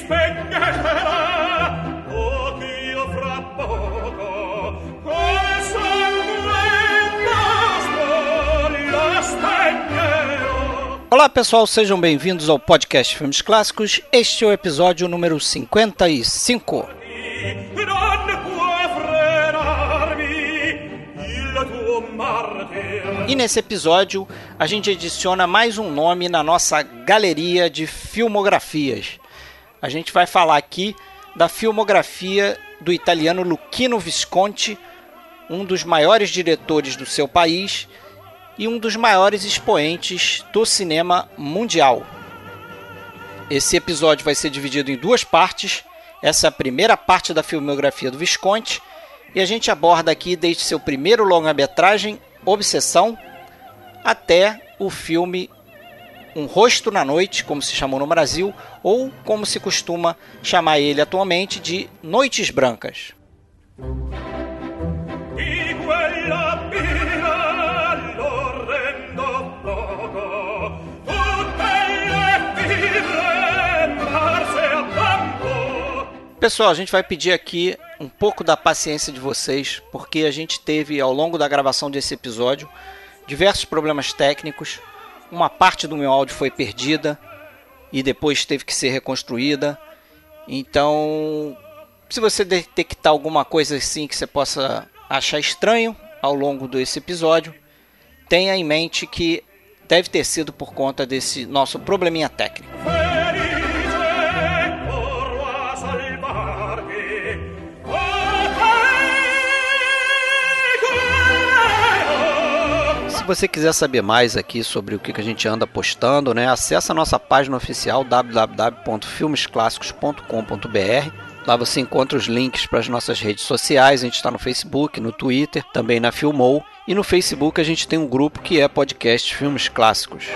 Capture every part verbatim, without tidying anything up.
spegnerà occhio fra poco come sanguento spoglio spegnerò. Olá pessoal, sejam bem-vindos ao podcast Filmes Clássicos. Este é o episódio número cinquenta e cinco. E nesse episódio a gente adiciona mais um nome na nossa galeria de filmografias. A gente vai falar aqui da filmografia do italiano Luchino Visconti, um dos maiores diretores do seu país e um dos maiores expoentes do cinema mundial. Esse episódio vai ser dividido em duas partes. Essa é a primeira parte da filmografia do Visconti e a gente aborda aqui desde seu primeiro longa-metragem, Obsessão, até o filme Um Rosto na Noite, como se chamou no Brasil, ou como se costuma chamar ele atualmente, de Noites Brancas. Pessoal, a gente vai pedir aqui um pouco da paciência de vocês, porque a gente teve, ao longo da gravação desse episódio, diversos problemas técnicos. Uma parte do meu áudio foi perdida e depois teve que ser reconstruída. Então, se você detectar alguma coisa assim que você possa achar estranho ao longo desse episódio, tenha em mente que deve ter sido por conta desse nosso probleminha técnico. Se você quiser saber mais aqui sobre o que a gente anda postando, né, acessa a nossa página oficial w w w ponto filmes clássicos ponto com ponto b r. Lá você encontra os links para as nossas redes sociais. A gente está no Facebook, no Twitter, também na Filmou. E no Facebook a gente tem um grupo que é podcast Filmes Clássicos.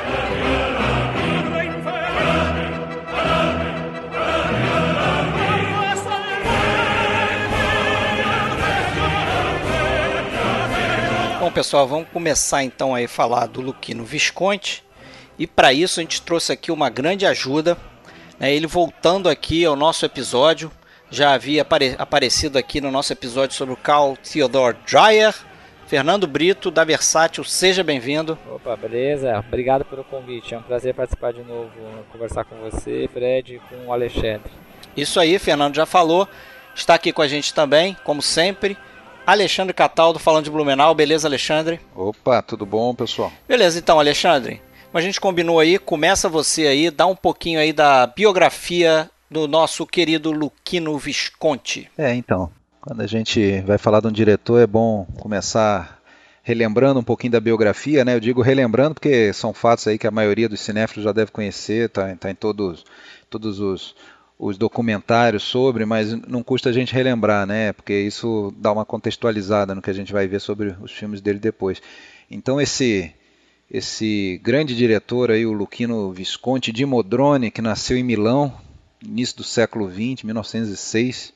Bom pessoal, vamos começar então aí a falar do Luchino Visconti, e para isso a gente trouxe aqui uma grande ajuda, né? Ele voltando aqui ao nosso episódio, já havia apare- aparecido aqui no nosso episódio sobre o Carl Theodor Dreyer. Fernando Brito, da Versátil, seja bem-vindo. Opa, beleza? Obrigado pelo convite, é um prazer participar de novo, conversar com você, Fred, e com o Alexandre. Isso aí, Fernando já falou, está aqui com a gente também, como sempre, Alexandre Cataldo, falando de Blumenau. Beleza, Alexandre? Opa, tudo bom, pessoal? Beleza, então, Alexandre, como a gente combinou aí, começa você aí, dá um pouquinho aí da biografia do nosso querido Luchino Visconti. É, então, quando a gente vai falar de um diretor, é bom começar relembrando um pouquinho da biografia, né? Eu digo relembrando porque são fatos aí que a maioria dos cinéfilos já deve conhecer, tá, tá em todos, todos os... os documentários sobre, mas não custa a gente relembrar, né? Porque isso dá uma contextualizada no que a gente vai ver sobre os filmes dele depois. Então esse esse grande diretor aí, o Luchino Visconti di Modrone, que nasceu em Milão, início do século vinte, mil novecentos e seis.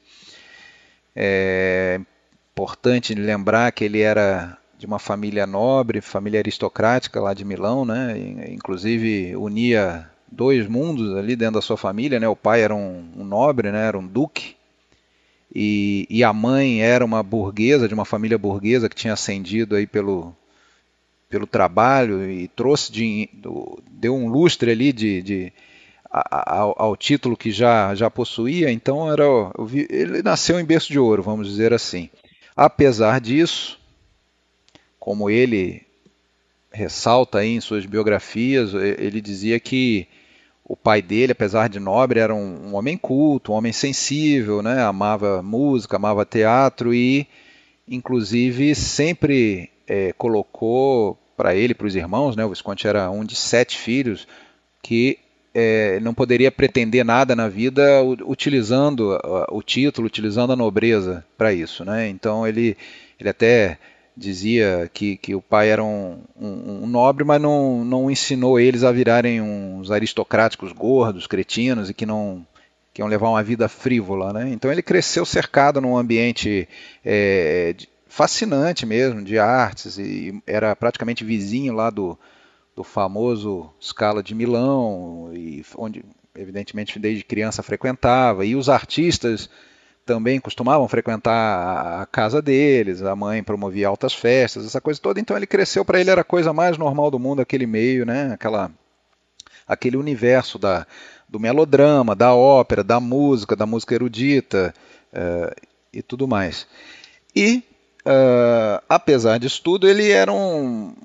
É importante lembrar que ele era de uma família nobre, família aristocrática lá de Milão, né? Inclusive unia dois mundos ali dentro da sua família, né? O pai era um, um nobre, né? Era um duque, e, e a mãe era uma burguesa, de uma família burguesa que tinha ascendido aí pelo, pelo trabalho e trouxe de, do, deu um lustre ali de, de, a, ao, ao título que já, já possuía. Então era, ele nasceu em berço de ouro, vamos dizer assim. Apesar disso, como ele ressalta aí em suas biografias, ele dizia que o pai dele, apesar de nobre, era um, um homem culto, um homem sensível, né? Amava música, amava teatro e, inclusive, sempre é, colocou para ele, para os irmãos, né? O Visconti era um de sete filhos, que é, não poderia pretender nada na vida utilizando o título, utilizando a nobreza para isso, né? Então ele, ele até dizia que, que o pai era um, um, um nobre, mas não, não ensinou eles a virarem uns aristocráticos gordos, cretinos, e que não que iam levar uma vida frívola, né? Então ele cresceu cercado num ambiente é, fascinante mesmo, de artes, e era praticamente vizinho lá do, do famoso Scala de Milão, e onde evidentemente desde criança frequentava, e os artistas também costumavam frequentar a casa deles, a mãe promovia altas festas, essa coisa toda, então ele cresceu, para ele era a coisa mais normal do mundo, aquele meio, né? Aquela, aquele universo da, do melodrama, da ópera, da música, da música erudita uh, e tudo mais. E, uh, apesar disso tudo, ele era um,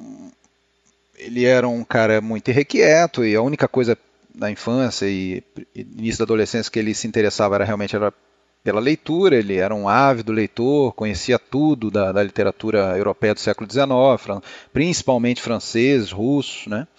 ele era um cara muito irrequieto, e a única coisa da infância e início da adolescência que ele se interessava era realmente era pela leitura. Ele era um ávido leitor, conhecia tudo da, da literatura europeia do século dezenove, principalmente francês, russo, né?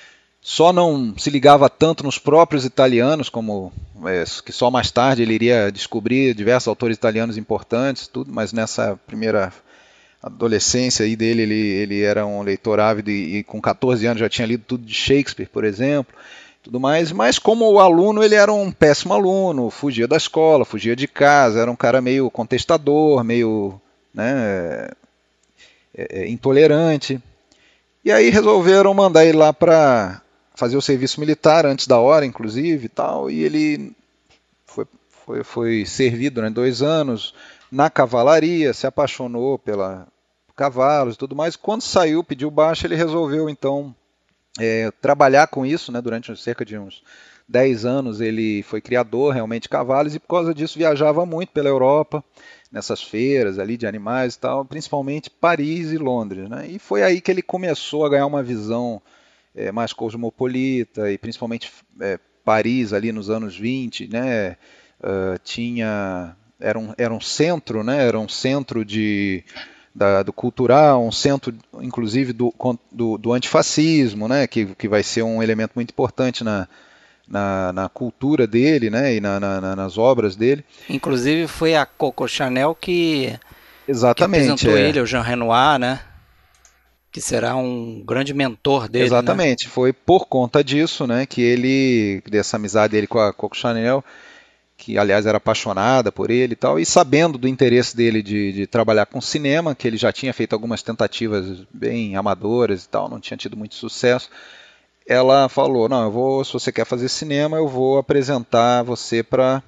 Só não se ligava tanto nos próprios italianos, como é, que só mais tarde ele iria descobrir diversos autores italianos importantes, tudo, mas nessa primeira adolescência aí dele, ele, ele era um leitor ávido e, e com catorze anos já tinha lido tudo de Shakespeare, por exemplo, tudo mais, mas como aluno ele era um péssimo aluno, fugia da escola, fugia de casa, era um cara meio contestador, meio, né, é, é, intolerante. E aí resolveram mandar ele lá para fazer o serviço militar antes da hora, inclusive, e tal, e ele foi, foi, foi servido durante dois anos na cavalaria, se apaixonou pela cavalos e tudo mais. Quando saiu, pediu baixa, ele resolveu então É, trabalhar com isso, né? Durante cerca de uns dez anos ele foi criador realmente de cavalos, e por causa disso viajava muito pela Europa, nessas feiras ali de animais e tal, principalmente Paris e Londres, né? E foi aí que ele começou a ganhar uma visão é, mais cosmopolita, e principalmente é, Paris ali nos anos vinte, né? Uh, tinha, era um, era um centro, né? Era um centro de Da, do cultural, um centro, inclusive, do, do, do antifascismo, né, que, que vai ser um elemento muito importante na, na, na cultura dele, né, e na, na, nas obras dele. Inclusive foi a Coco Chanel que, Exatamente, que apresentou é. ele, o Jean Renoir, né, que será um grande mentor dele. Exatamente, né? Foi por conta disso, né, que ele, dessa amizade dele com a Coco Chanel, que aliás era apaixonada por ele e tal, e sabendo do interesse dele de, de trabalhar com cinema, que ele já tinha feito algumas tentativas bem amadoras e tal, não tinha tido muito sucesso, ela falou, não, eu vou, se você quer fazer cinema, eu vou apresentar você para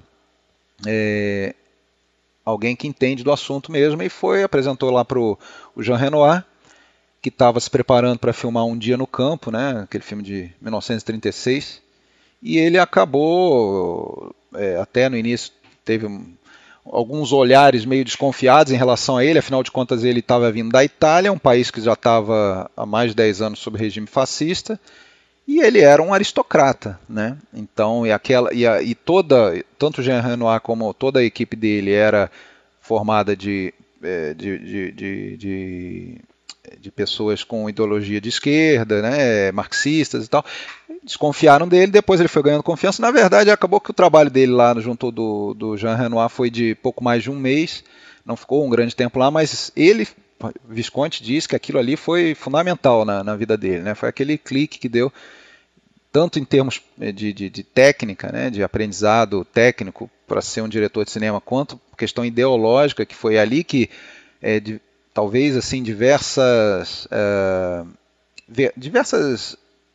é, alguém que entende do assunto mesmo, e foi, apresentou lá para o Jean Renoir, que estava se preparando para filmar Um Dia no Campo, né, aquele filme de mil novecentos e trinta e seis, e ele acabou, é, até no início, teve um, alguns olhares meio desconfiados em relação a ele, afinal de contas ele estava vindo da Itália, um país que já estava há mais de dez anos sob regime fascista, e ele era um aristocrata, né? Então, e, aquela, e, a, e toda, tanto o Jean Renoir como toda a equipe dele era formada de, de, de, de, de de pessoas com ideologia de esquerda, né, marxistas e tal, desconfiaram dele. Depois ele foi ganhando confiança. Na verdade, acabou que o trabalho dele lá junto do, do Jean Renoir foi de pouco mais de um mês, não ficou um grande tempo lá, mas ele, Visconti, diz que aquilo ali foi fundamental na, na vida dele, né, foi aquele clique que deu, tanto em termos de, de, de técnica, né, de aprendizado técnico para ser um diretor de cinema, quanto questão ideológica, que foi ali que é, de, talvez assim diversas uh, diversas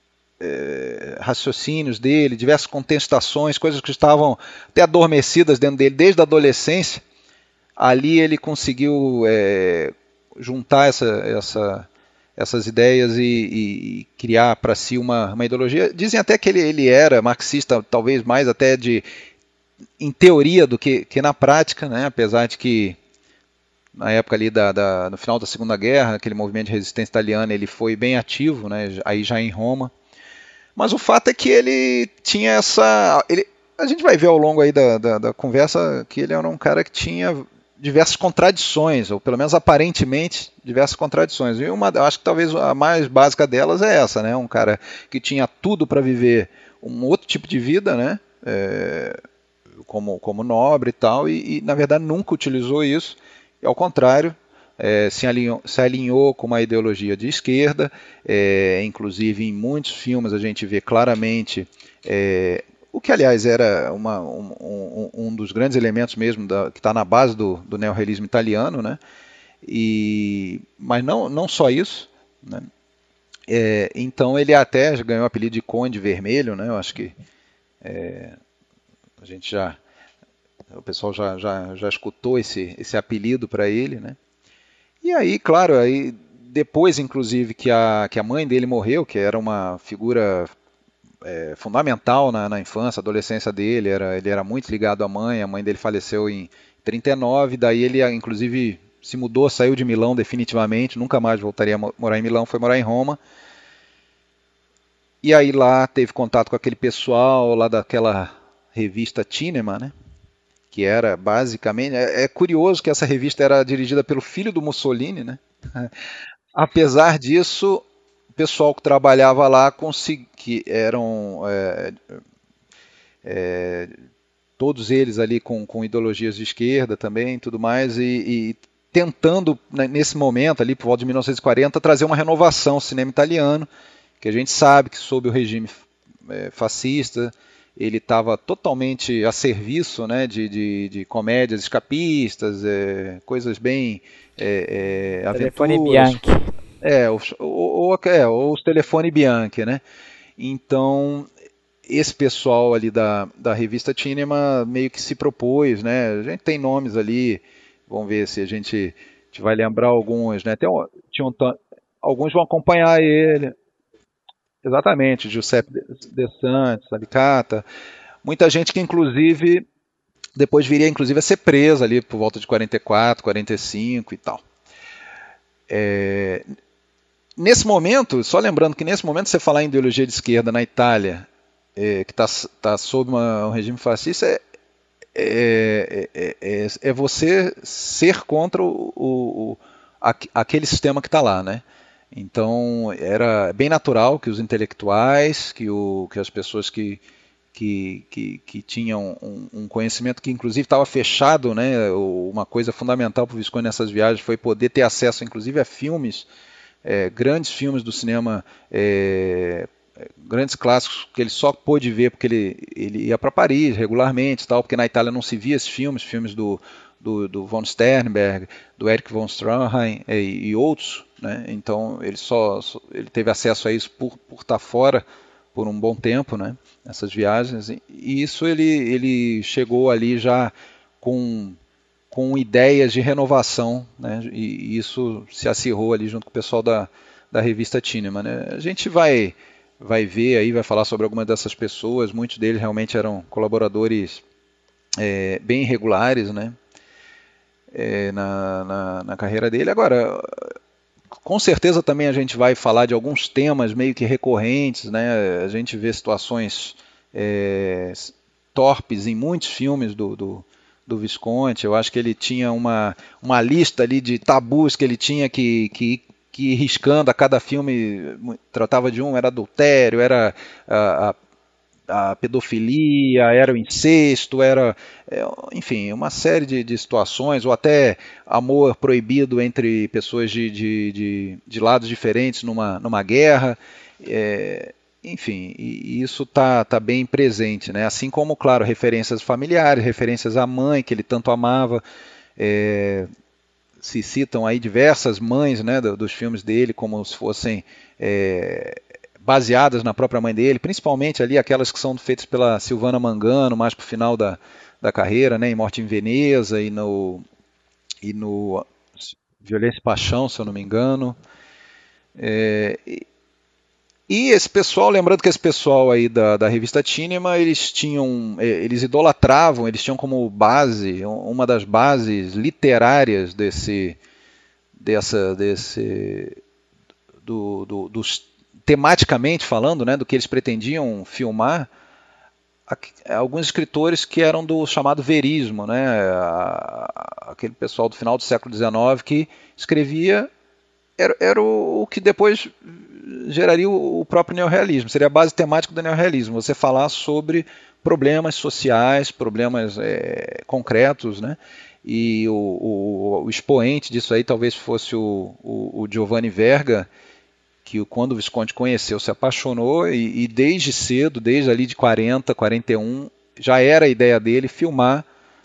uh, raciocínios dele, diversas contestações, coisas que estavam até adormecidas dentro dele desde a adolescência. Ali ele conseguiu uh, juntar essa, essa, essas ideias e, e criar para si uma, uma ideologia. Dizem até que ele, ele era marxista, talvez mais até de em teoria do que, que na prática, né? Apesar de que na época ali da, da, no final da Segunda Guerra, aquele movimento de resistência italiana, ele foi bem ativo, né, aí já em Roma. Mas o fato é que ele tinha essa... Ele, a gente vai ver ao longo aí da, da, da conversa que ele era um cara que tinha diversas contradições, ou pelo menos aparentemente diversas contradições. E uma, eu acho que talvez a mais básica delas é essa, né, um cara que tinha tudo para viver um outro tipo de vida, né, é, como, como nobre e tal, e, e na verdade nunca utilizou isso. E, ao contrário, é, se, alinhou, se alinhou com uma ideologia de esquerda, é, inclusive em muitos filmes a gente vê claramente, é, o que aliás era uma, um, um, um dos grandes elementos mesmo da, que está na base do, do neorrealismo italiano, né? E, mas não, não só isso, né? É, então ele até ganhou o apelido de Conde Vermelho, né? Eu acho que É, a gente já, o pessoal já, já, já escutou esse, esse apelido para ele, né? E aí, claro, aí depois, inclusive, que a, que a mãe dele morreu, que era uma figura é, fundamental na, na infância, adolescência dele, era, ele era muito ligado à mãe, a mãe dele faleceu em trinta e nove, daí ele, inclusive, se mudou, saiu de Milão definitivamente, nunca mais voltaria a morar em Milão, foi morar em Roma. E aí lá teve contato com aquele pessoal lá daquela revista Cinema, né? Que era basicamente... É, é curioso que essa revista era dirigida pelo filho do Mussolini, né? Apesar disso, o pessoal que trabalhava lá consegui, que eram é, é, todos eles ali com, com ideologias de esquerda também, tudo mais, e, e tentando nesse momento ali por volta de mil novecentos e quarenta trazer uma renovação ao cinema italiano, que a gente sabe que sob o regime é, fascista ele estava totalmente a serviço, né, de, de, de comédias escapistas, é, coisas bem é, é, aventuras. Telefone Bianchi. É, ou, ou, é, ou os telefone Bianchi, né? Então, esse pessoal ali da, da revista Cinema meio que se propôs, né? A gente tem nomes ali, vamos ver se a gente, a gente vai lembrar alguns, né? Tem, tinha um, alguns vão acompanhar ele. Exatamente, Giuseppe De Santis, Alicata, muita gente que inclusive depois viria inclusive a ser presa ali por volta de quarenta e quatro, quarenta e cinco e tal. É, nesse momento, só lembrando que nesse momento você falar em ideologia de esquerda na Itália, é, que está tá sob uma, um regime fascista, é, é, é, é, é você ser contra o, o, a, aquele sistema que está lá, né? Então era bem natural que os intelectuais, que, o, que as pessoas que, que, que, que tinham um, um conhecimento que inclusive estava fechado, né, uma coisa fundamental para o Visconde nessas viagens foi poder ter acesso inclusive a filmes, é, grandes filmes do cinema, é, grandes clássicos que ele só pôde ver porque ele, ele ia para Paris regularmente, tal, porque na Itália não se via esses filmes, filmes do, do, do von Sternberg, do Erich von Stroheim e, e outros, né? Então ele só, só ele teve acesso a isso por, por estar fora por um bom tempo, né? Nessas viagens, e isso ele, ele chegou ali já com, com ideias de renovação, né? E, e isso se acirrou ali junto com o pessoal da, da revista Cinema, né? A gente vai, vai ver aí, vai falar sobre algumas dessas pessoas, muitos deles realmente eram colaboradores é, bem irregulares, né? É, na, na, na carreira dele. Agora, com certeza também a gente vai falar de alguns temas meio que recorrentes, né? A gente vê situações é, torpes em muitos filmes do, do, do Visconti. Eu acho que ele tinha uma, uma lista ali de tabus que ele tinha que, que, que ir riscando a cada filme. Tratava de um, era adultério, era a, a a pedofilia, era o incesto, era, enfim, uma série de, de situações, ou até amor proibido entre pessoas de, de, de, de lados diferentes numa, numa guerra, é, enfim, e, e isso está tá bem presente, né? Assim como, claro, referências familiares, referências à mãe que ele tanto amava, é, se citam aí diversas mães, né, dos filmes dele como se fossem é, baseadas na própria mãe dele, principalmente ali aquelas que são feitas pela Silvana Mangano, mais para o final da, da carreira, né, em Morte em Veneza e no, e no Violência e Paixão, se eu não me engano. É, e, e esse pessoal, lembrando que esse pessoal aí da, da revista Cinema, eles tinham, eles idolatravam, eles tinham como base, uma das bases literárias desse, dessa, desse, do, do, dos tematicamente falando, né, do que eles pretendiam filmar, alguns escritores que eram do chamado verismo, né, aquele pessoal do final do século dezenove que escrevia, era, era o, o que depois geraria o próprio neorrealismo, seria a base temática do neorrealismo, você falar sobre problemas sociais, problemas é, concretos, né, e o, o, o expoente disso aí talvez fosse o, o, o Giovanni Verga, que quando o Visconti conheceu, se apaixonou e, e desde cedo, desde ali de quarenta, quarenta e um, já era a ideia dele filmar,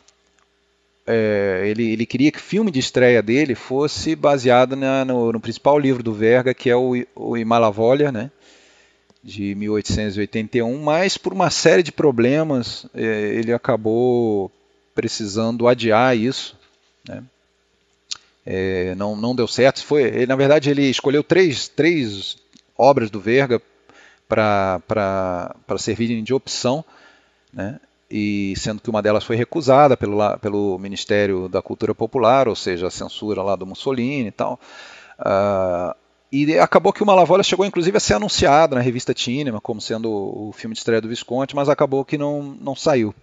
é, ele, ele queria que o filme de estreia dele fosse baseado na, no, no principal livro do Verga, que é o, o I Malavoglia, né? de mil oitocentos e oitenta e um, mas por uma série de problemas ele acabou precisando adiar isso, né? É, não, não deu certo. Foi, ele, na verdade, ele escolheu três, três obras do Verga para servirem de opção, né? E sendo que uma delas foi recusada pelo, pelo Ministério da Cultura Popular, ou seja, a censura lá do Mussolini e tal. Uh, e acabou que o Malavolia chegou inclusive a ser anunciado na revista Cinema como sendo o filme de estreia do Visconti, mas acabou que não, não saiu.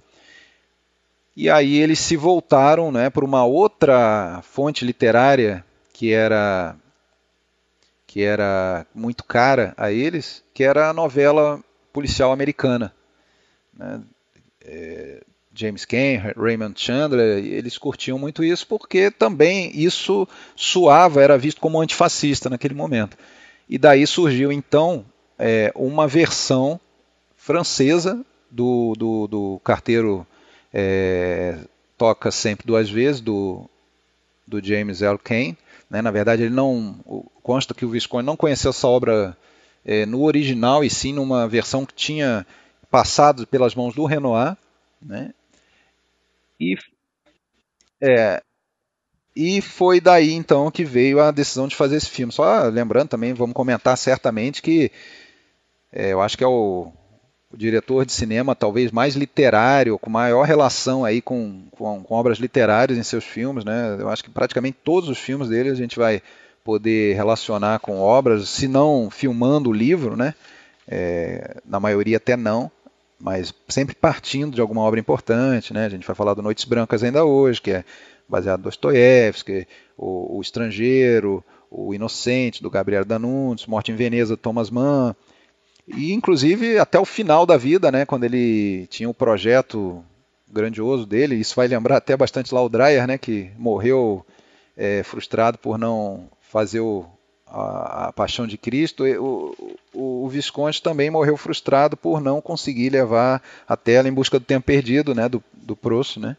E aí eles se voltaram, né, por uma outra fonte literária que era, que era muito cara a eles, que era a novela policial americana, né? É, James Cain, Raymond Chandler, eles curtiam muito isso porque também isso soava, era visto como antifascista naquele momento. E daí surgiu então é, uma versão francesa do, do, do Carteiro é, Toca Sempre Duas Vezes, do, do James L. Cain, né? Na verdade, ele não consta que o Visconti não conheceu essa obra é, no original, e sim numa versão que tinha passado pelas mãos do Renoir, né? E, é, e foi daí então que veio a decisão de fazer esse filme. Só lembrando também, vamos comentar certamente que é, eu acho que é o, o diretor de cinema talvez mais literário, com maior relação aí com, com, com obras literárias em seus filmes, né? Eu acho que praticamente todos os filmes dele a gente vai poder relacionar com obras, se não filmando o livro, né? É, na maioria até não, mas sempre partindo de alguma obra importante, né? A gente vai falar do Noites Brancas ainda hoje, que é baseado em Dostoiévski, o, o Estrangeiro, o Inocente, do Gabriel D'Annunzio, Morte em Veneza, do Thomas Mann, e inclusive até o final da vida, né? Quando ele tinha o projeto grandioso dele, isso vai lembrar até bastante lá o Dreyer, né? Que morreu é, frustrado por não fazer o A, a Paixão de Cristo. O, o, o Visconti também morreu frustrado por não conseguir levar a tela Em Busca do Tempo Perdido, né, do, do Proust, né?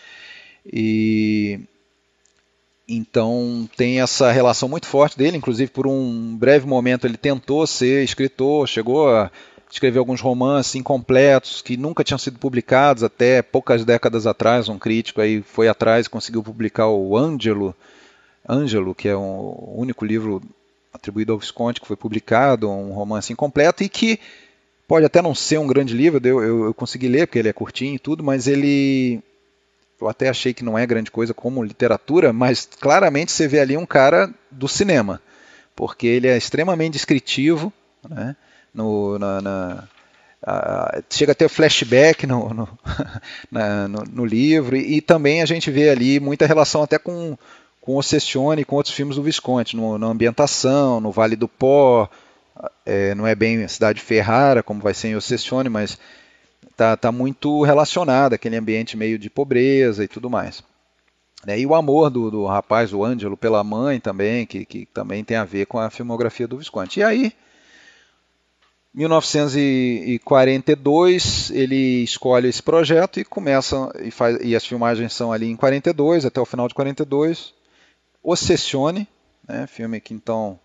E então tem essa relação muito forte dele. Inclusive, por um breve momento ele tentou ser escritor, chegou a escrever alguns romances incompletos que nunca tinham sido publicados até poucas décadas atrás. Um crítico aí foi atrás e conseguiu publicar o Ângelo, Ângelo, que é um, o único livro atribuído ao Visconti que foi publicado, um romance incompleto, e que pode até não ser um grande livro, eu, eu, eu consegui ler porque ele é curtinho e tudo, mas ele, eu até achei que não é grande coisa como literatura, mas claramente você vê ali um cara do cinema, porque ele é extremamente descritivo, né? no, na, na, a, chega a ter flashback no, no, na, no, no livro, e, e também a gente vê ali muita relação até com com Ossessione e com outros filmes do Visconti, no, na ambientação, no Vale do Pó, é, não é bem a cidade de Ferrara, como vai ser em Ossessione, mas está tá muito relacionado, aquele ambiente meio de pobreza e tudo mais. E o amor do, do rapaz, o Ângelo, pela mãe também, que, que também tem a ver com a filmografia do Visconti. E aí, mil novecentos e quarenta e dois, ele escolhe esse projeto e começa, e, faz, e as filmagens são ali em quarenta e dois, até o final de quarenta e dois, Ossessione, né, filme que então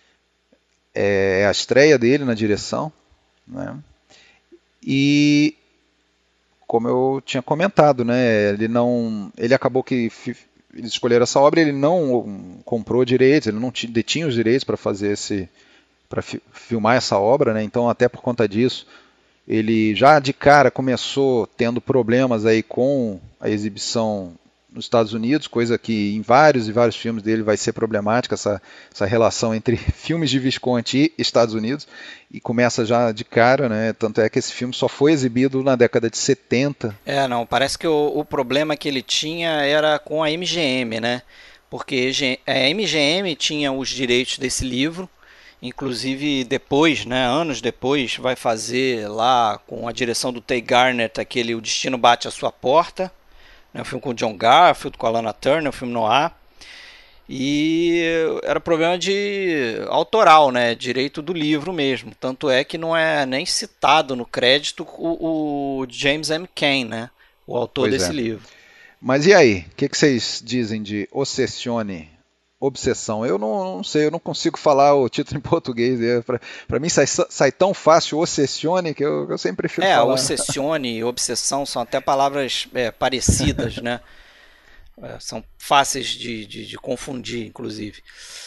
é a estreia dele na direção, né, e como eu tinha comentado, né, ele não, ele acabou que eles escolheram essa obra, ele não comprou direitos, ele não detinha os direitos para fazer esse, para fi, filmar essa obra, né, então até por conta disso ele já de cara começou tendo problemas aí com a exibição nos Estados Unidos, coisa que em vários e vários filmes dele vai ser problemática, essa, essa relação entre filmes de Visconti e Estados Unidos, e começa já de cara, né? Tanto é que esse filme só foi exibido na década de setenta. É, não, parece que o, o problema que ele tinha era com a M G M, né? Porque a M G M tinha os direitos desse livro, inclusive depois, né, anos depois, vai fazer lá com a direção do Tay Garnett aquele O Destino Bate à Sua Porta, né, um filme com o John Garfield, com a Lana Turner, um filme noir, e era problema de autoral, né, direito do livro mesmo, tanto é que não é nem citado no crédito o, o James M. Cain, né, o autor pois desse é. livro. Mas e aí, o que, que vocês dizem de Ossessione? Obsessão. Eu não, não sei, eu não consigo falar o título em português. Para mim sai, sai tão fácil, Obsessione, que eu, eu sempre prefiro é, falar. É, Obsessione e obsessão são até palavras é, parecidas, né? É, são fáceis de, de, de confundir, inclusive.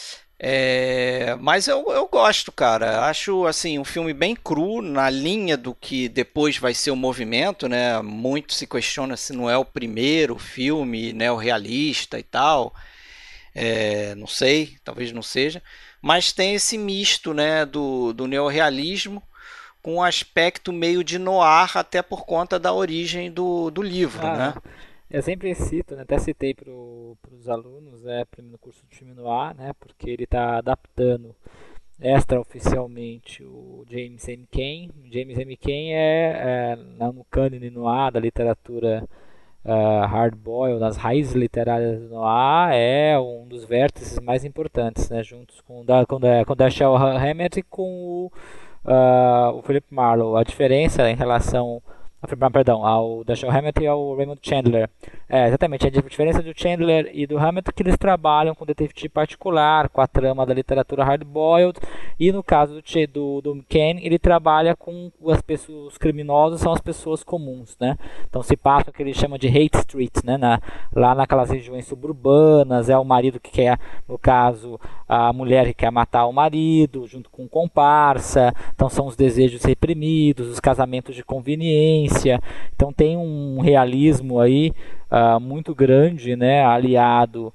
É, mas eu, eu gosto, cara. Acho assim um filme bem cru, na linha do que depois vai ser o movimento, né? Muito se questiona se não é o primeiro filme neorrealista e tal. É, não sei, talvez não seja, mas tem esse misto, né, do, do neorrealismo com um aspecto meio de noir, até por conta da origem do, do livro, Ah, né? Eu sempre cito, né, até citei para os alunos, né, no curso de filme noir, né, porque ele está adaptando extraoficialmente o James M. Cain. James M. Cain é, é no cânone noir da literatura Uh, hard-boiled, nas raízes literárias do noir, é um dos vértices mais importantes, né, juntos com, da, com, da, com Dashiell Hammett e com o, uh, o Philip Marlowe. A diferença em relação perdão, ao Dashiell Hammett e ao Raymond Chandler. É, exatamente, a diferença do Chandler e do Hammett é que eles trabalham com detetive particular, com a trama da literatura hard-boiled, e no caso do, do, do Cain, ele trabalha com as pessoas, os criminosos são as pessoas comuns, né? Então se passa o que ele chama de hate street, né? Na, lá naquelas regiões suburbanas, é o marido que quer, no caso, a mulher que quer matar o marido, junto com comparsa, então são os desejos reprimidos, os casamentos de conveniência. Então tem um realismo aí uh, muito grande, né, aliado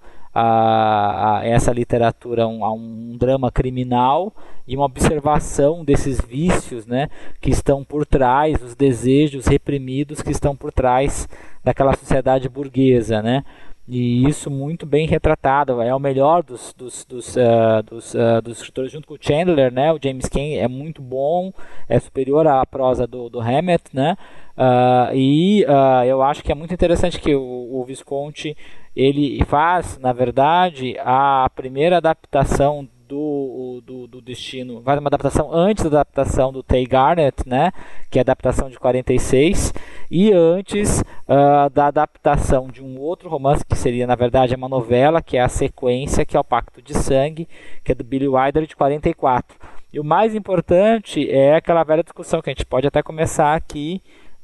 a, a essa literatura, um, a um drama criminal e uma observação desses vícios, né, que estão por trás, os desejos reprimidos que estão por trás daquela sociedade burguesa, né? E isso muito bem retratado, é o melhor dos, dos, dos, uh, dos, uh, dos escritores, junto com o Chandler, né? O James Cain é muito bom, é superior à prosa do, do Hammett, né? Uh, e uh, eu acho que é muito interessante que o, o Visconti, ele faz, na verdade, a primeira adaptação do, do, do Destino, faz uma adaptação antes da adaptação do Tay Garnett, né, que é a adaptação de quarenta e seis, e antes uh, da adaptação de um outro romance, que seria, na verdade, uma novela, que é a sequência, que é o Pacto de Sangue, que é do Billy Wilder, de quarenta e quatro. E o mais importante é aquela velha discussão, que a gente pode até começar aqui,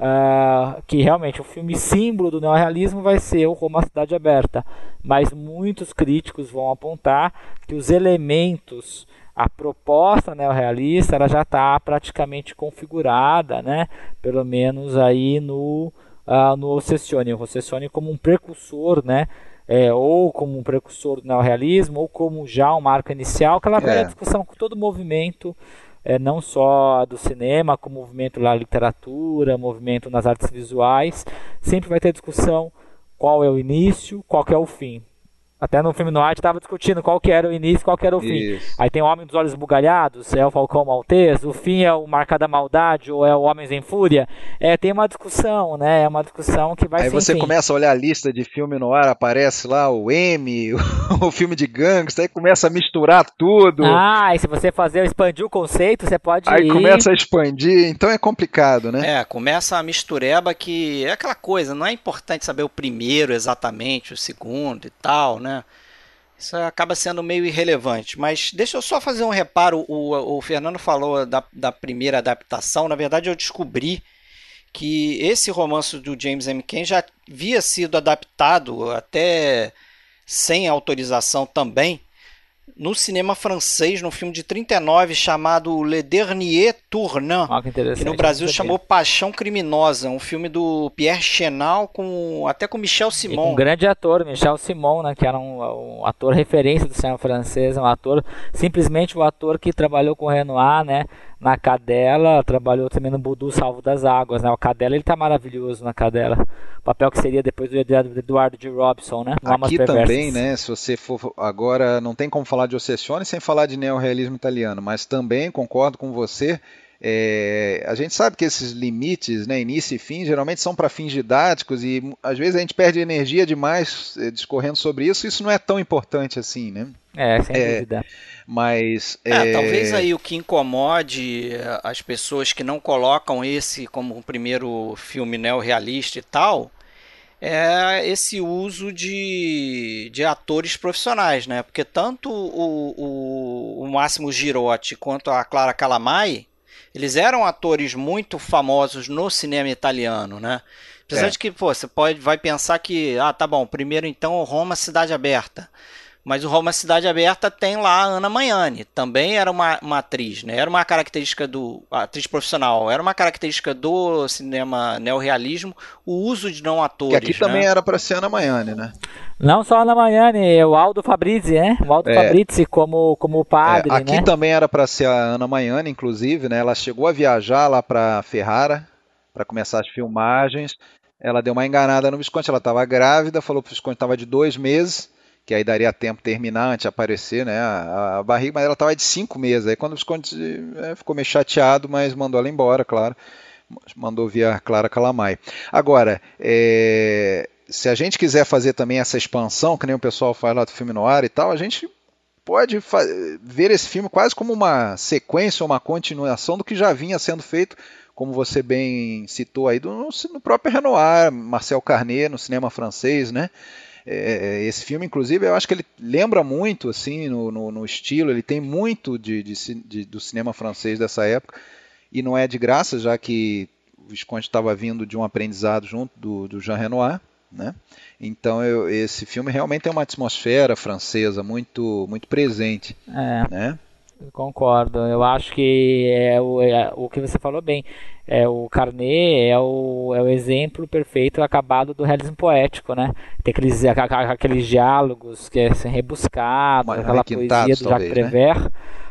Uh, que realmente o filme símbolo do neorrealismo vai ser o Roma Cidade Aberta, mas muitos críticos vão apontar que os elementos, a proposta neorrealista, ela já está praticamente configurada, né? Pelo menos aí no, uh, no Obsessione, o Obsessione como um precursor, né? É, ou como um precursor do neorrealismo, ou como já um marco inicial, aquela velha é. discussão com todo o movimento, É, não só do cinema, como movimento na literatura, movimento nas artes visuais, sempre vai ter discussão qual é o início, qual que é o fim. Até no filme noir estava discutindo qual que era o início e qual que era o fim. Isso. Aí tem o Homem dos Olhos Bugalhados, é o Falcão Maltês, o fim é o Marca da Maldade ou é o Homens em Fúria. É, tem uma discussão, né? É uma discussão que vai Aí sem você fim. Começa a olhar a lista de filme noir, aparece lá o M, o filme de gangster, aí começa a misturar tudo. Ah, e se você fazer, expandir o conceito, você pode Aí ir... começa a expandir, então é complicado, né? É, começa a mistureba que é aquela coisa, não é importante saber o primeiro exatamente, o segundo e tal, né? Isso acaba sendo meio irrelevante, mas deixa eu só fazer um reparo, o, o Fernando falou da, da primeira adaptação, na verdade eu descobri que esse romance do James M. Cain já havia sido adaptado até sem autorização também, no cinema francês, no filme de trinta e nove chamado Le Dernier Tournant, ah, que, que no Brasil chamou Paixão Criminosa, um filme do Pierre Chenal, com, até com Michel Simon. E com um grande ator, Michel Simon, né, que era um, um ator referência do cinema francês, um ator, simplesmente o ator que trabalhou com Renoir, né, na Cadela, trabalhou também no Budu Salvo das Águas, né, o Cadela, ele tá maravilhoso na Cadela, o papel que seria depois do Eduardo de Robson, né, no Aqui também, né, se você for, agora não tem como falar de Obsessione sem falar de neorrealismo italiano, mas também concordo com você, é, a gente sabe que esses limites, né, início e fim, geralmente são para fins didáticos e às vezes a gente perde energia demais é, discorrendo sobre isso, isso não é tão importante assim, né? É, sem é, dúvida. Mas é, é... talvez aí o que incomode as pessoas que não colocam esse como o primeiro filme neorrealista e tal, é esse uso de, de atores profissionais, né? Porque tanto o, o, o Máximo Girotti quanto a Clara Calamai, eles eram atores muito famosos no cinema italiano, né? Apesar É. de que, pô, você pode, vai pensar que, ah, tá bom, primeiro então Roma Cidade Aberta. Mas o Roma Cidade Aberta tem lá a Ana Magnani, também era uma, uma atriz, né? Era uma característica do... atriz profissional, era uma característica do cinema neorrealismo, o uso de não atores, Que aqui né? também era para ser Ana Magnani, né? Não só a Ana Magnani, o Aldo Fabrizi, né? O Aldo É. Fabrizi como, como padre, É, aqui né? também era para ser a Ana Magnani, inclusive, né? Ela chegou a viajar lá para Ferrara para começar as filmagens. Ela deu uma enganada no Visconti, ela estava grávida, falou que o Visconti estava de dois meses, que aí daria tempo de terminar antes de aparecer, né, a, a barriga, mas ela estava de cinco meses. Aí quando o Visconti é, ficou meio chateado, mas mandou ela embora, claro. Mandou via Clara Calamai. Agora, é, se a gente quiser fazer também essa expansão, que nem o pessoal faz lá do filme noir e tal, a gente pode ver esse filme quase como uma sequência, uma continuação do que já vinha sendo feito, como você bem citou aí, do, no próprio Renoir, Marcel Carné, no cinema francês, né? É, esse filme, inclusive, eu acho que ele lembra muito, assim, no, no, no estilo, ele tem muito de, de, de, do cinema francês dessa época, e não é de graça, já que o Visconti estava vindo de um aprendizado junto do, do Jean Renoir, né? Então eu, esse filme realmente tem uma atmosfera francesa muito, muito presente, É. né? Concordo, eu acho que é o, é o que você falou bem. É, o Carné é o, é o exemplo perfeito acabado do realismo poético, né? Tem aqueles, aqueles diálogos que é assim, rebuscado, Uma- aquela requintados, poesia do Jacques talvez, né? Prévert,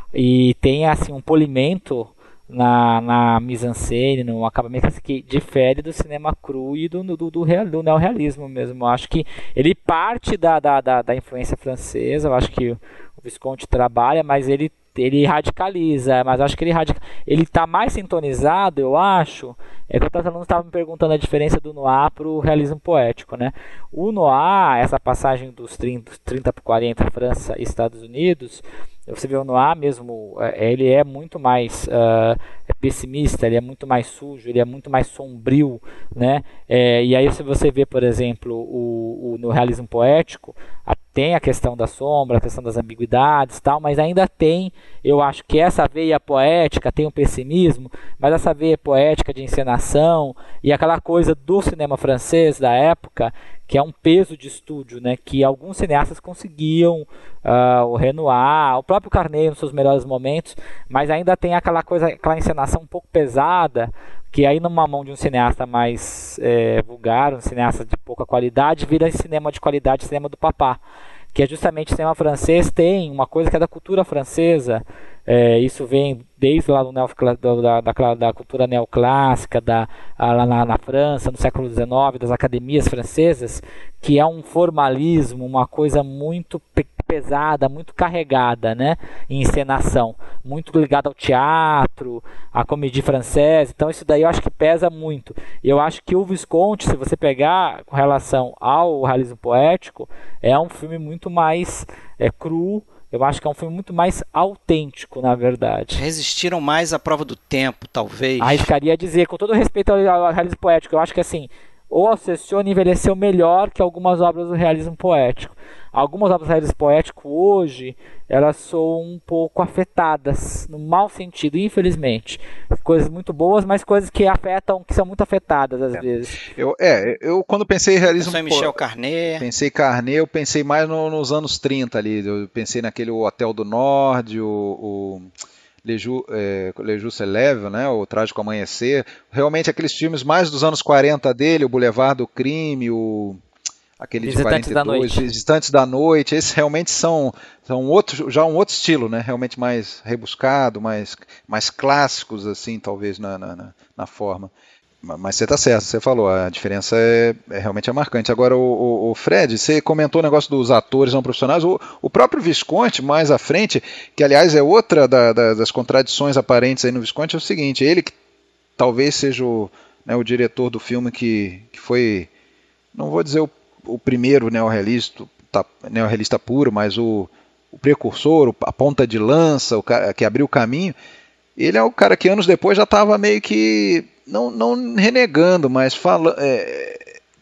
e tem assim um polimento na, na mise-en-scène, no acabamento assim, que difere do cinema cru e do, do, do, real, do neorrealismo mesmo. Eu acho que ele parte da, da, da, da influência francesa, eu acho que o Visconti trabalha, mas ele ele radicaliza, mas acho que ele radica... ele está mais sintonizado, eu acho, é que eu estava me perguntando a diferença do noir para o realismo poético, né? O noir, essa passagem dos trinta, trinta por quarenta, França e Estados Unidos, você vê o noir mesmo, ele é muito mais uh, pessimista, ele é muito mais sujo, ele é muito mais sombrio, né? É, e aí se você vê, por exemplo, o, o, no realismo poético, a, tem a questão da sombra, a questão das ambiguidades e tal, mas ainda tem, eu acho que essa veia poética tem o pessimismo, mas essa veia poética de encenação e aquela coisa do cinema francês da época, que é um peso de estúdio, né, que alguns cineastas conseguiam, uh, o Renoir, o próprio Carné nos seus melhores momentos, mas ainda tem aquela coisa, aquela encenação um pouco pesada, que aí numa mão de um cineasta mais é, vulgar, um cineasta de pouca qualidade, vira cinema de qualidade, cinema do papá, que é justamente o cinema francês tem uma coisa que é da cultura francesa, é, isso vem desde lá do neo, da, da, da cultura neoclássica, da, lá na, na França, no século dezenove, das academias francesas, que é um formalismo, uma coisa muito pesada, muito carregada, né, em encenação, muito ligada ao teatro, à comédie française, então isso daí eu acho que pesa muito. Eu acho que o Visconti, se você pegar com relação ao realismo poético, é um filme muito mais é, cru. Eu acho que é um filme muito mais autêntico, na verdade. Resistiram mais à prova do tempo, talvez. Arriscaria dizer, com todo respeito ao, ao realismo poético, eu acho que assim, o Alcessione envelheceu melhor que algumas obras do realismo poético. Algumas obras do realismo poético hoje, elas são um pouco afetadas, no mau sentido, infelizmente. Coisas muito boas, mas coisas que afetam, que são muito afetadas às é. vezes. Eu, é, eu quando pensei em realismo poético, Michel Carné. Pensei Carné, eu pensei mais no, nos anos trinta ali. Eu pensei naquele Hotel do Nord, o, o Le Jour, é, Le Jour se lève, né, o Trágico Amanhecer. Realmente aqueles filmes mais dos anos quarenta dele, o Boulevard do Crime, o aquele Visitantes de da quarenta e dois, Noite. Visitantes da Noite. Esses realmente são, são outro, já um outro estilo, né, realmente mais rebuscado, mais, mais clássicos assim, talvez na, na, na forma. Mas você está certo, você falou, a diferença é, é realmente é marcante. Agora, o, o, o Fred, você comentou o negócio dos atores não profissionais, o, o próprio Visconti, mais à frente, que aliás é outra da, da, das contradições aparentes aí no Visconti, é o seguinte, ele que talvez seja o, né, o diretor do filme que, que foi, não vou dizer o, o primeiro neorrealista, tá, neorrealista puro, mas o, o precursor, a ponta de lança, o cara que abriu o caminho, ele é o cara que anos depois já estava meio que não, não renegando, mas fala, é,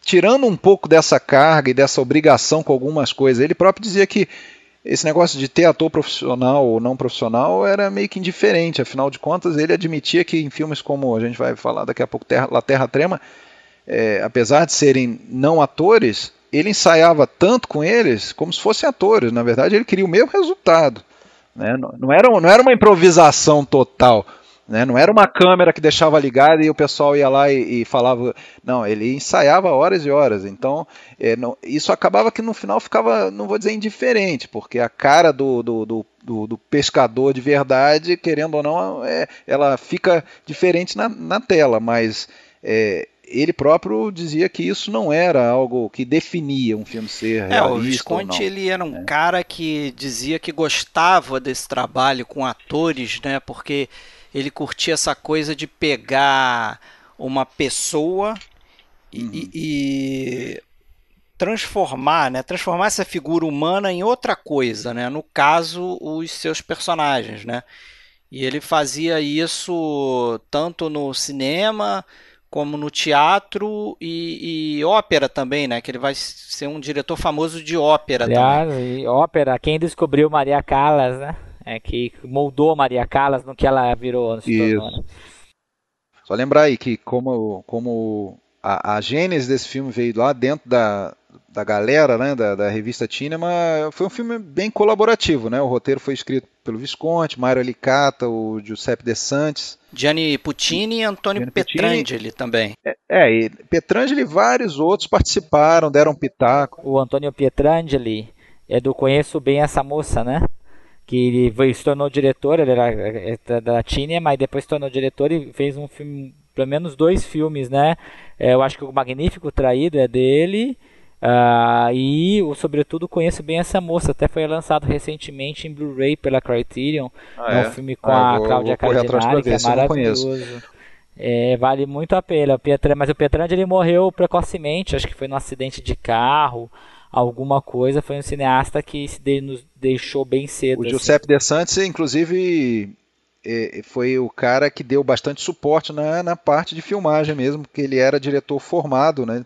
tirando um pouco dessa carga e dessa obrigação com algumas coisas. Ele próprio dizia que esse negócio de ter ator profissional ou não profissional era meio que indiferente, afinal de contas ele admitia que em filmes como a gente vai falar daqui a pouco, Terra, La Terra Trema, é, apesar de serem não atores, ele ensaiava tanto com eles como se fossem atores. Na verdade ele queria o mesmo resultado, né? Não, não, era, não era uma improvisação total, né? Não era uma câmera que deixava ligada e o pessoal ia lá e, e falava. Não, ele ensaiava horas e horas. Então, é, não, isso acabava que no final ficava, não vou dizer indiferente, porque a cara do, do, do, do, do pescador de verdade, querendo ou não, é, ela fica diferente na, na tela, mas é, ele próprio dizia que isso não era algo que definia um filme ser realista. É, o Visconti ele era um é. cara que dizia que gostava desse trabalho com atores, né? Porque ele curtia essa coisa de pegar uma pessoa e, uhum. e, e transformar, né? Transformar essa figura humana em outra coisa, né? No caso, os seus personagens, né? E ele fazia isso tanto no cinema como no teatro e, e ópera também, né? Que ele vai ser um diretor famoso de ópera. Aliás, também. E ópera, quem descobriu Maria Callas, né? É, que moldou Maria Callas no que ela virou. Se tornou, né? Só lembrar aí que como, como a, a gênese desse filme veio lá dentro da, da galera, né, da, da revista Cinema, foi um filme bem colaborativo, né? O roteiro foi escrito pelo Visconti, Mario Alicata, o Giuseppe De Santis, Gianni Puccini e Antônio Petrangeli também. É, é, e Petrangeli e vários outros participaram, deram pitaco. O Antônio Petrangeli é do Conheço Bem Essa Moça, né? Que ele veio, se tornou diretor, ele era da Cinema, mas depois se tornou diretor e fez um filme, pelo menos dois filmes, né? É, eu acho que o Magnífico Traído é dele, uh, e o Sobretudo Conheço Bem Essa Moça, até foi lançado recentemente em Blu-ray pela Criterion, ah, é um filme com ah, a vou, Cláudia Cardinale, que é maravilhoso. É, vale muito a pena, mas o Petrangeli ele morreu precocemente, acho que foi num acidente de carro, alguma coisa, foi um cineasta que se de, nos deixou bem cedo. O Giuseppe assim. De Santis, inclusive, é, foi o cara que deu bastante suporte na, na parte de filmagem mesmo, porque ele era diretor formado, né,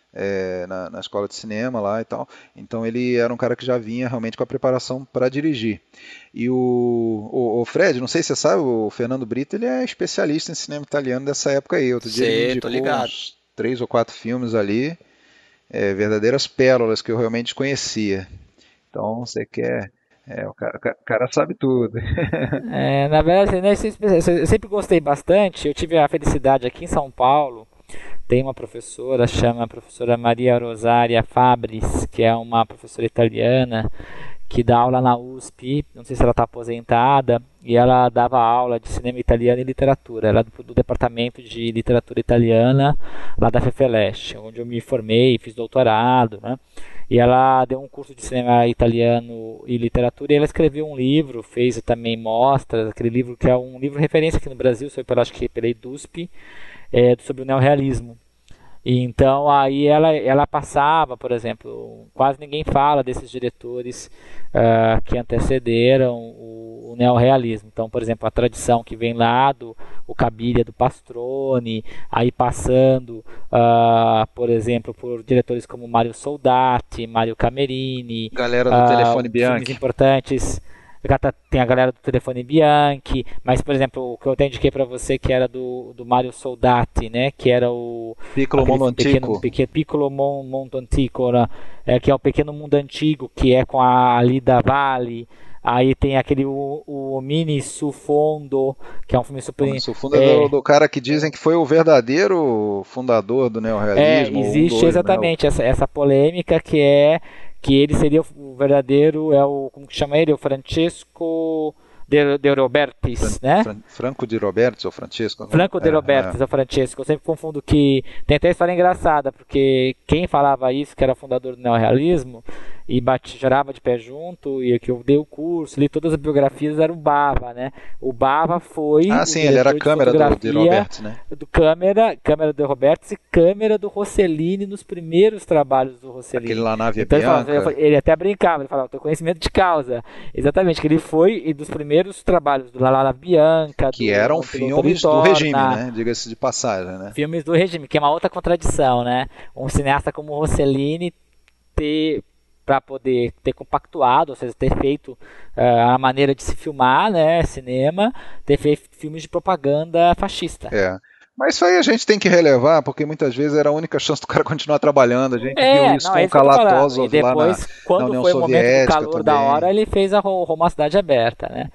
é, na, na escola de cinema lá e tal. Então ele era um cara que já vinha realmente com a preparação para dirigir. E o, o, o Fred, não sei se você sabe, o Fernando Brito, ele é especialista em cinema italiano dessa época aí. Outro dia Sei, ele indicou uns três ou quatro filmes ali. É, verdadeiras pérolas que eu realmente conhecia. Então você quer. É, o, cara, o cara sabe tudo. É, na verdade, né, eu sempre gostei bastante. Eu tive a felicidade aqui em São Paulo. Tem uma professora, chama a professora Maria Rosaria Fabris, que é uma professora italiana que dá aula na U S P. Não sei se ela está aposentada. E ela dava aula de cinema italiano e literatura. Ela é do departamento de literatura italiana lá da FEFELESH, onde eu me formei, fiz doutorado, né? E ela deu um curso de cinema italiano e literatura e ela escreveu um livro, fez também mostras, aquele livro que é um livro referência aqui no Brasil, foi pela, acho que pela EDUSP, é, sobre o neorrealismo. E então aí ela, ela passava, por exemplo, quase ninguém fala desses diretores uh, que antecederam o, o neorrealismo. Então, por exemplo, a tradição que vem lá do o Cabiria do Pastrone, aí passando, uh, por exemplo, por diretores como Mario Soldati, Mario Camerini, galera do uh, Telefone Bianchi, filmes importantes. Tem a galera do Telefone Bianchi, mas, por exemplo, o que eu até indiquei para você, que era do, do Mario Soldati, né, que era o Piccolo Mondo Antico, pequeno, Piccolo Mondo Antico, né, é, que é o Pequeno Mundo Antigo, que é com a Lida Valli. Aí tem aquele o, o Mini Sufondo, que é um filme super... O Sufondo é do, do cara que dizem que foi o verdadeiro fundador do neorrealismo. É, existe dois, exatamente, né? essa, essa polêmica que é que ele seria o verdadeiro, é o, como que chama ele? O Francesco de, de Robertis, Fran, né? Fran, Franco de Robertis ou Francesco? Franco de é, Robertis é. ou Francesco. Eu sempre confundo que... Tem até história engraçada, porque quem falava isso, que era fundador do neorrealismo, e bate, chorava de pé junto, e que eu dei o curso, li todas as biografias, era o Bava, né? O Bava foi Ah, o sim, ele era a câmera do, de Roberts, né? Do câmera, câmera do Roberts e câmera do Rossellini nos primeiros trabalhos do Rossellini. Aquele lá na Via então, Bianca. Ele, falava, ele até brincava, ele falava, tô conhecimento de causa. Exatamente, que ele foi e dos primeiros trabalhos do Lala Bianca, que do, eram do filmes do regime, né? Diga-se de passagem, né? Filmes do regime, que é uma outra contradição, né? Um cineasta como o Rossellini ter, para poder ter compactuado, ou seja, ter feito uh, a maneira de se filmar, né, cinema, ter feito filmes de propaganda fascista. É. Mas isso aí a gente tem que relevar, porque muitas vezes era a única chance do cara continuar trabalhando. A gente é, viu isso não, com é o Kalatozov e depois, lá na, quando na União foi o momento do calor também. da hora, ele fez a Roma Cidade Aberta, né?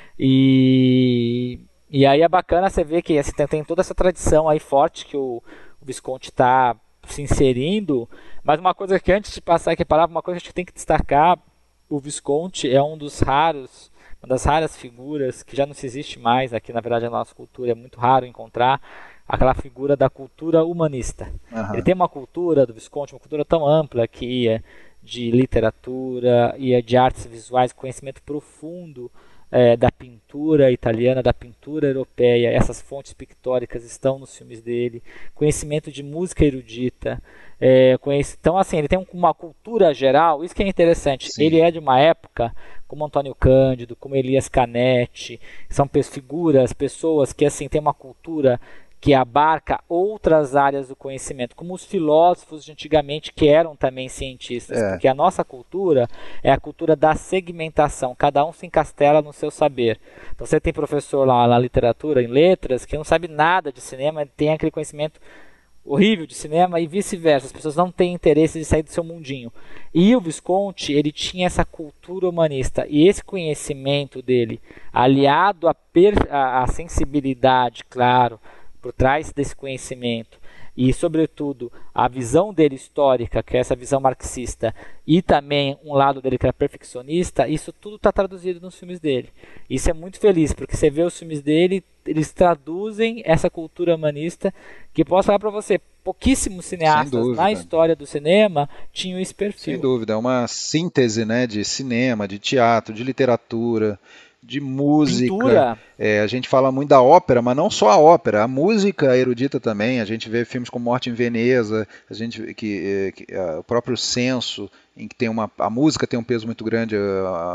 E, e aí é bacana você ver que assim, tem, tem toda essa tradição aí forte que o, o Visconti está se inserindo, mas uma coisa que antes de passar aqui a palavra, uma coisa que a gente tem que destacar, o Visconti é um dos raros, uma das raras figuras que já não se existe mais aqui, na verdade, na nossa cultura, é muito raro encontrar aquela figura da cultura humanista. Uhum. Ele tem uma cultura do Visconti, uma cultura tão ampla que ia de literatura, ia de artes visuais, conhecimento profundo É, da pintura italiana, da pintura europeia, essas fontes pictóricas estão nos filmes dele, conhecimento de música erudita, é, conhece... então assim, ele tem uma cultura geral, isso que é interessante. Sim. Ele é de uma época como Antônio Cândido, como Elias Canetti, são figuras, pessoas que assim têm uma cultura que abarca outras áreas do conhecimento, como os filósofos de antigamente, que eram também cientistas, é. Porque a nossa cultura é a cultura da segmentação, cada um se encastela no seu saber. Então você tem professor lá na literatura, em letras, que não sabe nada de cinema, tem aquele conhecimento horrível de cinema e vice-versa, as pessoas não têm interesse de sair do seu mundinho. E o Visconti, ele tinha essa cultura humanista, e esse conhecimento dele, aliado à, per- à sensibilidade, claro, por trás desse conhecimento e, sobretudo, a visão dele histórica, que é essa visão marxista, e também um lado dele que é perfeccionista, isso tudo está traduzido nos filmes dele. Isso é muito feliz, porque você vê os filmes dele, eles traduzem essa cultura humanista, que posso falar para você, pouquíssimos cineastas na história do cinema tinham esse perfil. Sem dúvida, é uma síntese, né, de cinema, de teatro, de literatura, de música, é, a gente fala muito da ópera, mas não só a ópera, a música erudita também, a gente vê filmes como Morte em Veneza, a gente vê que, que a, o próprio Censo, em que tem uma, a música tem um peso muito grande, a,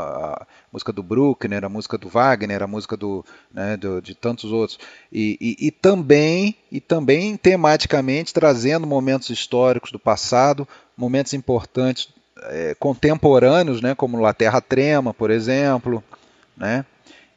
a música do Bruckner, a música do Wagner, a música do, né, do, de tantos outros, e, e, e, também, e também tematicamente trazendo momentos históricos do passado, momentos importantes é, contemporâneos, né, como La Terra Trema, por exemplo, né?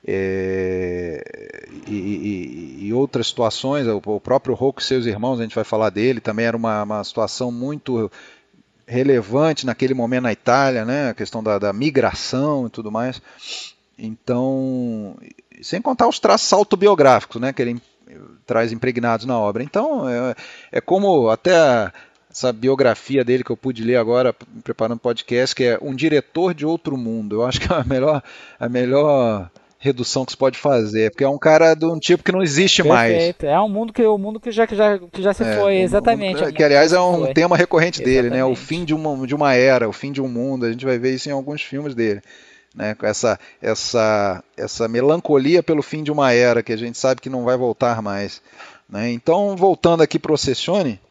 É, e, e, e outras situações, o, o próprio Rocco e seus irmãos, a gente vai falar dele, também era uma, uma situação muito relevante naquele momento na Itália, né? A questão da, da migração e tudo mais. Então, sem contar os traços autobiográficos, né? Que ele traz impregnados na obra. Então, é, é como até a, essa biografia dele que eu pude ler agora, preparando o podcast, que é Um Diretor de Outro Mundo. Eu acho que é a melhor, a melhor redução que se pode fazer, porque é um cara de um tipo que não existe Perfeito. mais. É um mundo que, um mundo que, já, que, já, que já se é, foi, exatamente. Um que, que, aliás, é um foi. tema recorrente dele, exatamente. né? O fim de uma, de uma era, o fim de um mundo. A gente vai ver isso em alguns filmes dele. Né? Com essa, essa, essa melancolia pelo fim de uma era, que a gente sabe que não vai voltar mais. Né? Então, voltando aqui para o Sessione,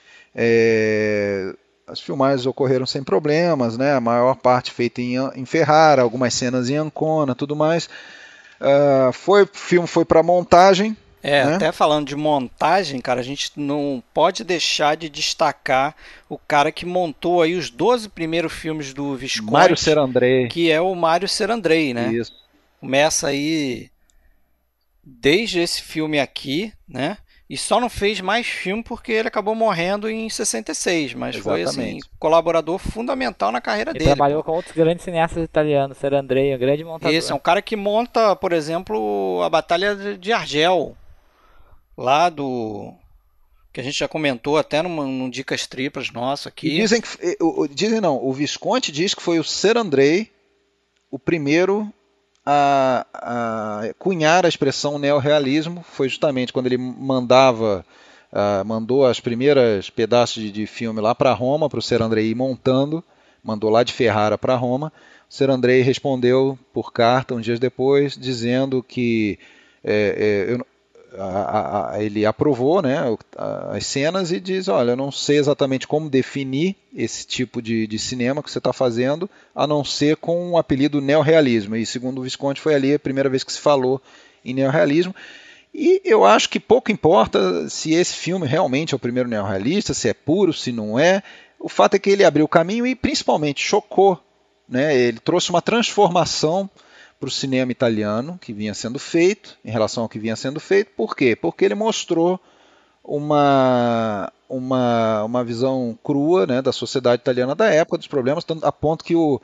É, as filmagens ocorreram sem problemas, né? A maior parte feita em, em Ferrara, algumas cenas em Ancona, tudo mais. Uh, foi, o filme foi para montagem. É, né? Até falando de montagem, cara, a gente não pode deixar de destacar o cara que montou aí os doze primeiros filmes do Visconti. Mário Serandrei. Que é o Mário Serandrei, né? Isso. Começa aí desde esse filme aqui, né? E só não fez mais filme porque ele acabou morrendo em sessenta e seis, mas Exatamente. Foi assim, colaborador fundamental na carreira ele dele. Trabalhou pô. com outros grandes cineastas italianos, Serandrei, um grande montador. Esse é um cara que monta, por exemplo, a Batalha de Argel, lá do... que a gente já comentou até numa, num Dicas Triplas nosso aqui. E dizem que... Dizem não, o Visconti diz que foi o Serandrei o primeiro... A, a cunhar a expressão neorrealismo, foi justamente quando ele mandava, uh, mandou as primeiras pedaços de, de filme lá para Roma, para o Serandrei ir montando, mandou lá de Ferrara para Roma. O Ser Andrei respondeu por carta uns dias depois, dizendo que é, é, eu, a, a, ele aprovou, né, as cenas e diz, olha, eu não sei exatamente como definir esse tipo de, de cinema que você está fazendo, a não ser com o apelido neorrealismo. E segundo o Visconti foi ali a primeira vez que se falou em neorrealismo. E eu acho que pouco importa se esse filme realmente é o primeiro neorrealista, se é puro, se não é. O fato é que ele abriu o caminho e principalmente chocou, né? Ele trouxe uma transformação para o cinema italiano que vinha sendo feito, em relação ao que vinha sendo feito. Por quê? Porque ele mostrou uma, uma, uma visão crua, né, da sociedade italiana da época, dos problemas, a ponto que o...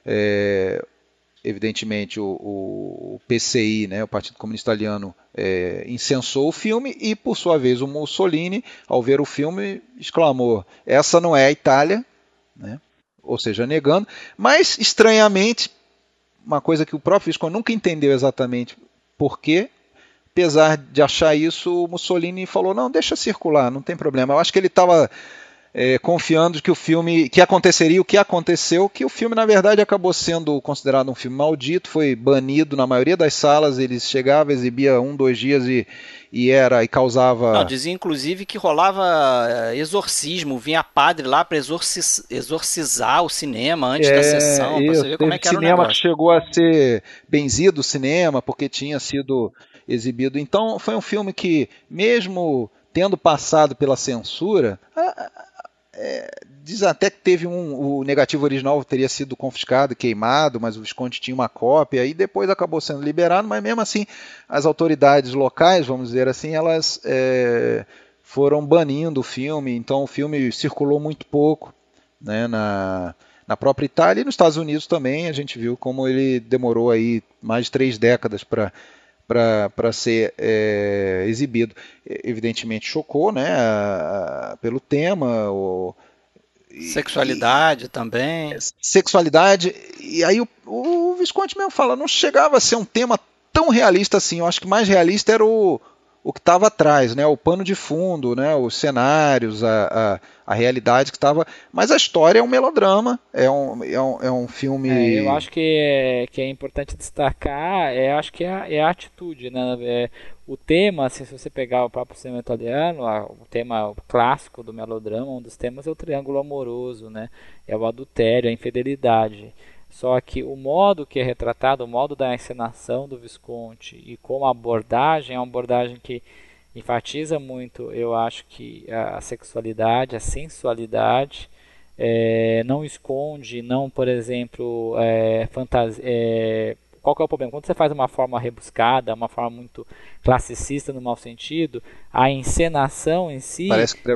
É, evidentemente o, o P C I, né, o Partido Comunista Italiano, é, incensou o filme e, por sua vez, o Mussolini, ao ver o filme, exclamou, essa não é a Itália, né? Ou seja, negando, mas, estranhamente, uma coisa que o próprio Visconti nunca entendeu exatamente por quê, apesar de achar isso, o Mussolini falou, não, deixa circular, não tem problema. Eu acho que ele estava... É, confiando que o filme, que aconteceria o que aconteceu, que o filme na verdade acabou sendo considerado um filme maldito, foi banido na maioria das salas, ele chegava, exibia um, dois dias e, e era e causava... Não, dizia inclusive que rolava exorcismo, vinha padre lá para exorcis, exorcizar o cinema antes é, da sessão, para você ver como é que era o negócio. O cinema chegou a ser benzido, o cinema, porque tinha sido exibido. Então foi um filme que, mesmo tendo passado pela censura... A, É, diz até que teve um, o negativo original teria sido confiscado, queimado, mas o Visconti tinha uma cópia e depois acabou sendo liberado, mas mesmo assim as autoridades locais, vamos dizer assim, elas é, foram banindo o filme, então o filme circulou muito pouco, né, na, na própria Itália e nos Estados Unidos também. A gente viu como ele demorou aí mais de três décadas para para ser é, exibido. Evidentemente chocou, né, a, a, pelo tema. O, sexualidade e, também. Sexualidade. E aí o, o Visconti mesmo fala, não chegava a ser um tema tão realista assim. Eu acho que mais realista era o, o que estava atrás, né, o pano de fundo, né, os cenários, a, a, a realidade que estava... Mas a história é um melodrama, é um, é um, é um filme... É, eu acho que é, que é importante destacar, é, acho que é a, é a atitude, né? É, o tema, se você pegar o próprio cinema italiano, a, o tema clássico do melodrama, um dos temas é o triângulo amoroso, né? É o adultério, a infidelidade. Só que o modo que é retratado, o modo da encenação do Visconti e como a abordagem, é uma abordagem que enfatiza muito, eu acho que a sexualidade, a sensualidade, é, não esconde, não, por exemplo, é, fantasia, é, qual que é o problema? Quando você faz uma forma rebuscada, uma forma muito classicista no mau sentido, a encenação em si,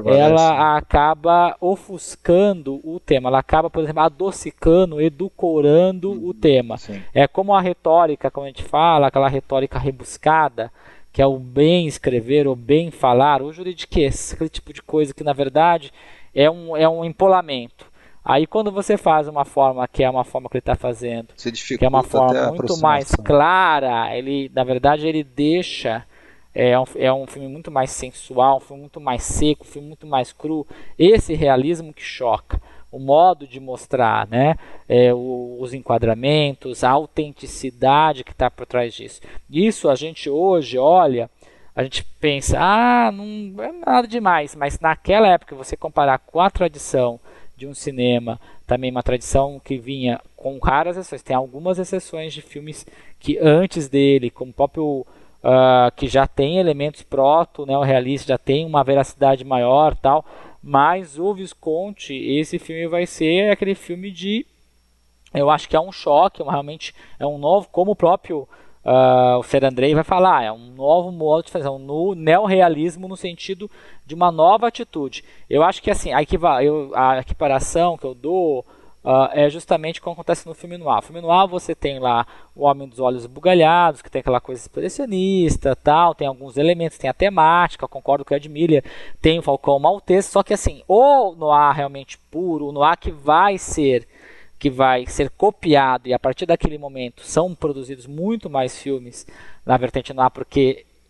ela acaba ofuscando o tema, ela acaba, por exemplo, adocicando, edulcorando hum, o tema. Sim. É como a retórica, como a gente fala, aquela retórica rebuscada, que é o bem escrever, o bem falar, o juridiquês, aquele tipo de coisa que, na verdade, é um, é um empolamento. Aí quando você faz uma forma que é uma forma que ele está fazendo, que é uma forma muito mais clara, ele, na verdade, ele deixa, é um, é um filme muito mais sensual, um filme muito mais seco, um filme muito mais cru, esse realismo que choca, o modo de mostrar, né, é, o, os enquadramentos, a autenticidade que está por trás disso. Isso a gente hoje olha, a gente pensa, ah, não é nada demais, mas naquela época você comparar com a tradição de um cinema, também uma tradição que vinha com raras exceções, tem algumas exceções de filmes que antes dele, como o próprio uh, que já tem elementos proto, né, o realista já tem uma veracidade maior, tal, mas o Visconti, esse filme vai ser aquele filme de, eu acho que é um choque, realmente é um novo, como o próprio Uh, o Ser Andrei vai falar, é um novo modo de fazer, um neorrealismo no sentido de uma nova atitude. Eu acho que assim, a, equiva eu, a equiparação que eu dou uh, é justamente como acontece no filme noir. No filme noir você tem lá o Homem dos Olhos Bugalhados, que tem aquela coisa expressionista, tal, tem alguns elementos, tem a temática, concordo com o Ed Miller, tem o Falcão Maltese, só que assim, o noir realmente puro, o noir que vai ser que vai ser copiado, e a partir daquele momento são produzidos muito mais filmes na vertente noir, porque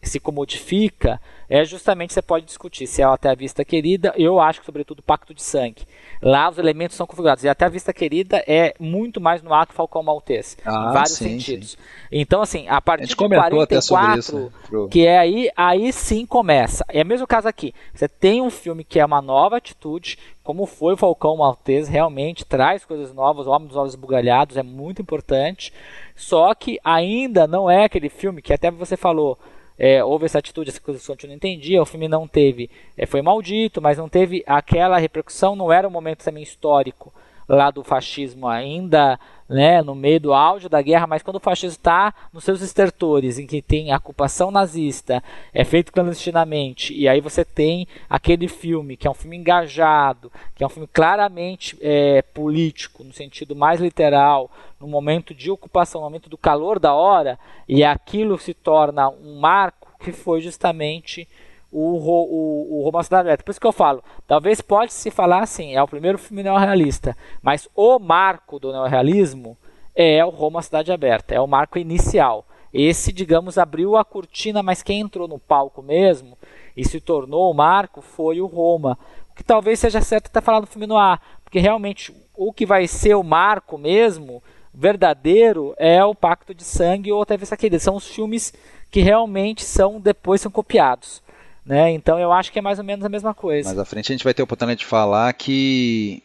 que se comodifica, é justamente, você pode discutir se é Até a Vista Querida. Eu acho que, sobretudo, o Pacto de Sangue. Lá os elementos são configurados. E Até a Vista Querida é muito mais no ar que Falcão Maltês, ah, em vários sim, sentidos. Sim. Então, assim, a partir a gente de comentou quarenta e quatro, até sobre isso, né? Pro... que é aí, aí sim começa. É o mesmo caso aqui. Você tem um filme que é uma nova atitude, como foi o Falcão Maltês, realmente traz coisas novas, O Homem dos Olhos Bugalhados é muito importante, só que ainda não é aquele filme que até você falou, é, houve essa atitude, essa coisa que eu não entendia, o filme não teve, é, foi maldito, mas não teve aquela repercussão, não era um momento também histórico lá do fascismo ainda, né, no meio do auge da guerra, mas quando o fascismo está nos seus estertores, em que tem a ocupação nazista, é feito clandestinamente, e aí você tem aquele filme, que é um filme engajado, que é um filme claramente é, político, no sentido mais literal, no momento de ocupação, no momento do calor da hora, e aquilo se torna um marco, que foi justamente o, o, o Roma Cidade Aberta. Por isso que eu falo, talvez pode se falar assim, é o primeiro filme neorrealista, mas o marco do neorrealismo é o Roma Cidade Aberta, é o marco inicial. Esse, digamos, abriu a cortina, mas quem entrou no palco mesmo e se tornou o marco foi o Roma. O que talvez seja certo até falar do filme noir, porque realmente o que vai ser o marco mesmo, verdadeiro, é o Pacto de Sangue ou Até a Vista Querida. São os filmes que realmente são, depois são copiados. Né? Então eu acho que é mais ou menos a mesma coisa. Mais à frente a gente vai ter a oportunidade de falar que,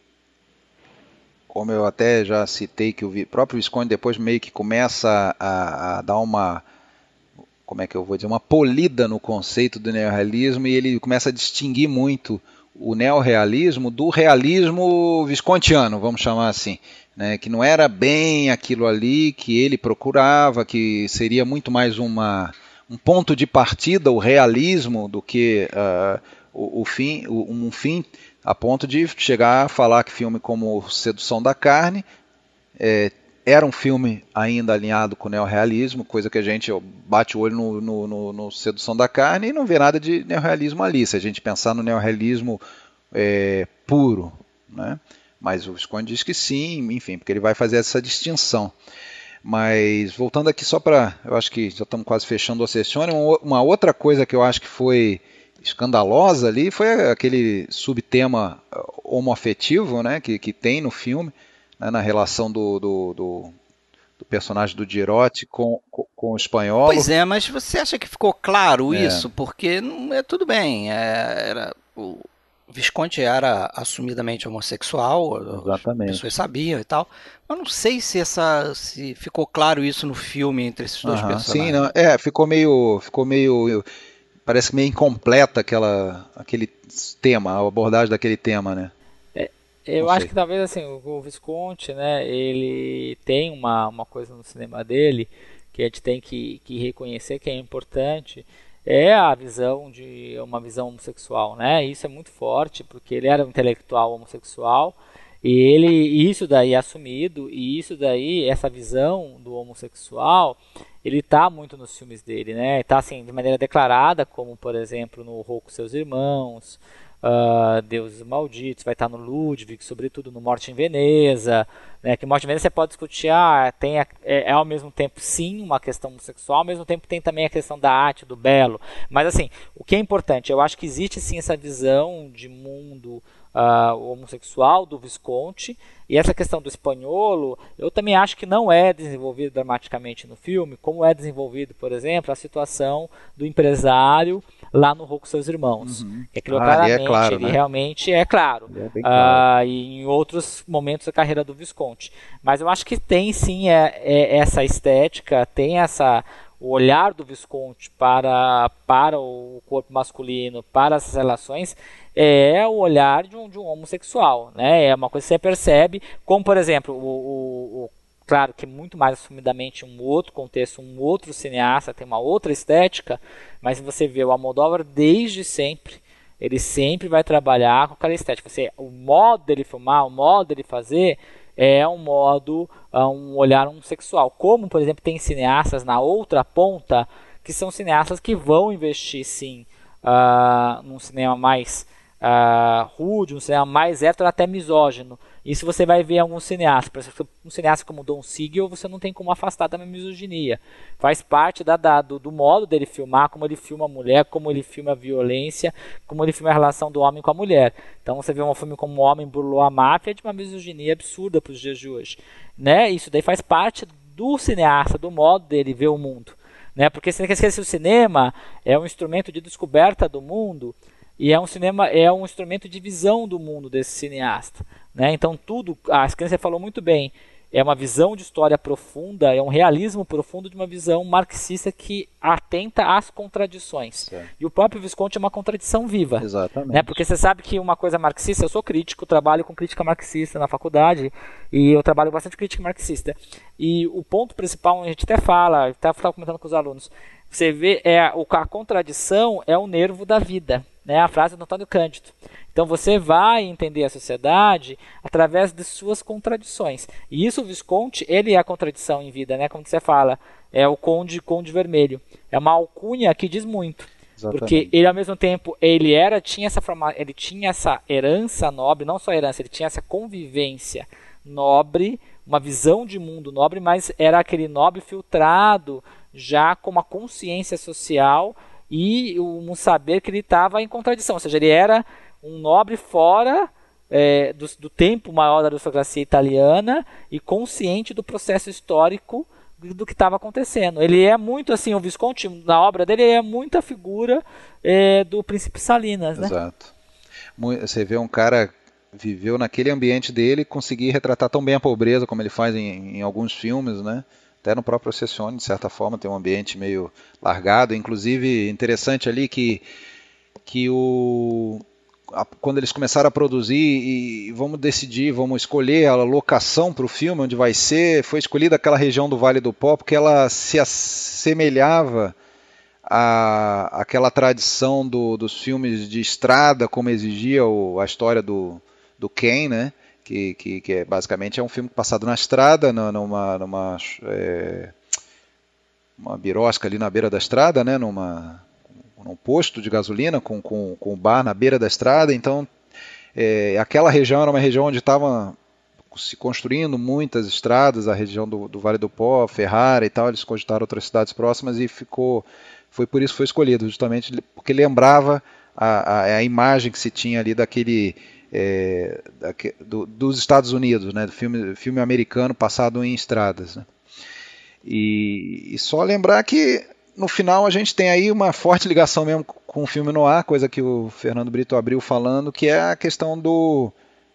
como eu até já citei, que o próprio Visconde depois meio que começa a, a dar uma, como é que eu vou dizer, uma polida no conceito do neorrealismo, e ele começa a distinguir muito o neorrealismo do realismo viscontiano, vamos chamar assim, né? Que não era bem aquilo ali que ele procurava, que seria muito mais uma... um ponto de partida, o realismo, do que uh, o, o fim, o, um fim, a ponto de chegar a falar que filme como Sedução da Carne é, era um filme ainda alinhado com o neorrealismo, coisa que a gente bate o olho no, no, no, no Sedução da Carne e não vê nada de neorrealismo ali, se a gente pensar no neorrealismo é, puro, né? Mas o Visconde diz que sim, enfim, porque ele vai fazer essa distinção. Mas voltando aqui só para, eu acho que já estamos quase fechando o Sessione, uma outra coisa que eu acho que foi escandalosa ali foi aquele subtema homoafetivo, né, que, que tem no filme, né, na relação do, do, do, do personagem do Girotti com, com, com o espanhol. Pois é, mas você acha que ficou claro É. isso? Porque não é tudo bem, é, era o Visconde era assumidamente homossexual, Exatamente. as pessoas sabiam e tal. Eu não sei se, essa, se ficou claro isso no filme entre esses dois Aham, personagens. sim, não, é, ficou meio, ficou meio, parece meio incompleta aquela, aquele tema, a abordagem daquele tema, né? É, eu Não acho sei. que talvez assim, o, o Visconti, né, ele tem uma, uma coisa no cinema dele que a gente tem que, que reconhecer que é importante, é a visão de uma visão homossexual, né? Isso é muito forte porque ele era um intelectual homossexual e ele isso daí é assumido, e isso daí, essa visão do homossexual, ele tá muito nos filmes dele, né? Tá assim de maneira declarada, como por exemplo no Rocco e Seus Irmãos, uh, Deuses Malditos, vai estar no Ludwig, sobretudo no Morte em Veneza, né? Que Morte em Veneza você pode discutir, ah, tem a, é, é ao mesmo tempo sim uma questão homossexual, ao mesmo tempo tem também a questão da arte, do belo, mas assim, o que é importante, eu acho que existe sim essa visão de mundo uh, homossexual do Visconti, e essa questão do espanholo, eu também acho que não é desenvolvido dramaticamente no filme, como é desenvolvido, por exemplo, a situação do empresário lá no Rocco e Seus Irmãos. Uhum. Que aquilo Ah, ali claramente, é claro, ele né? realmente é claro. Ele é bem claro. Ah, e em outros momentos da carreira do Visconti. Mas eu acho que tem sim é, é essa estética, tem essa o olhar do Visconti para, para o corpo masculino, para essas relações, é o olhar de um, de um homossexual, né? É uma coisa que você percebe, como por exemplo, o, o, o, claro que muito mais assumidamente um outro contexto, um outro cineasta, tem uma outra estética, mas você vê o Almodóvar desde sempre, ele sempre vai trabalhar com aquela estética. Você, o modo dele filmar, o modo dele fazer é um modo, um olhar homossexual. Como, por exemplo, tem cineastas na outra ponta, que são cineastas que vão investir sim uh, num cinema mais uh, rude, um cinema mais hétero, até misógino, Isso você vai ver em alguns cineastas. Por exemplo, um cineasta como Don Siegel, você não tem como afastar da misoginia. Faz parte da, da, do, do modo dele filmar, como ele filma a mulher, como ele filma a violência, como ele filma a relação do homem com a mulher. Então você vê um filme como O Homem Burlou a Máfia, de uma misoginia absurda para os dias de hoje. Né? Isso daí faz parte do cineasta, do modo dele ver o mundo. Né? Porque você tem que esquecer, o cinema é um instrumento de descoberta do mundo, e é um cinema, é um instrumento de visão do mundo desse cineasta, né? Então tudo, a Scancer falou muito bem, é uma visão de história profunda, é um realismo profundo de uma visão marxista que atenta às contradições. Certo. E o próprio Visconti é uma contradição viva. Exatamente. Né? Porque você sabe que uma coisa marxista, eu sou crítico, trabalho com crítica marxista na faculdade, e eu trabalho bastante crítica marxista. E o ponto principal, a gente até fala, estava comentando com os alunos, você vê, é, a contradição é o nervo da vida. Né, a frase do Antônio Cândido. Então você vai entender a sociedade através de suas contradições. E isso, o Visconti, ele é a contradição em vida, né? Como você fala, é o conde, conde vermelho. É uma alcunha que diz muito. Exatamente. Porque ele, ao mesmo tempo, ele era, tinha essa forma, ele tinha essa herança nobre, não só herança, ele tinha essa convivência nobre, uma visão de mundo nobre, mas era aquele nobre filtrado já com uma consciência social e um saber que ele estava em contradição, ou seja, ele era um nobre fora é, do, do tempo maior da aristocracia italiana e consciente do processo histórico do que estava acontecendo. Ele é muito assim, o Visconti, na obra dele, ele é muita figura é, do Príncipe Salinas. Né? Exato. Você vê um cara viveu naquele ambiente dele e conseguir retratar tão bem a pobreza como ele faz em, em alguns filmes, né? Até no próprio Processione, de certa forma, tem um ambiente meio largado. Inclusive, interessante ali que, que o, a, quando eles começaram a produzir e, e vamos decidir, vamos escolher a locação para o filme, onde vai ser, foi escolhida aquela região do Vale do Pó, porque ela se assemelhava à, àquela tradição do, dos filmes de estrada, como exigia o, a história do, do Ken, né? Que, que, que é, basicamente é um filme passado na estrada, numa, numa é, uma birosca ali na beira da estrada, né, numa, num posto de gasolina com, com, com o bar na beira da estrada. Então, é, aquela região era uma região onde estavam se construindo muitas estradas, a região do, do Vale do Pó, Ferrara e tal. Eles cogitaram outras cidades próximas e ficou, foi por isso que foi escolhido, justamente porque lembrava a, a, a imagem que se tinha ali daquele... É, do, dos Estados Unidos, né, do filme, filme americano passado em estradas. Né. E, e só lembrar que no final a gente tem aí uma forte ligação mesmo com o filme noir, coisa que o Fernando Brito abriu falando, que é a questão do,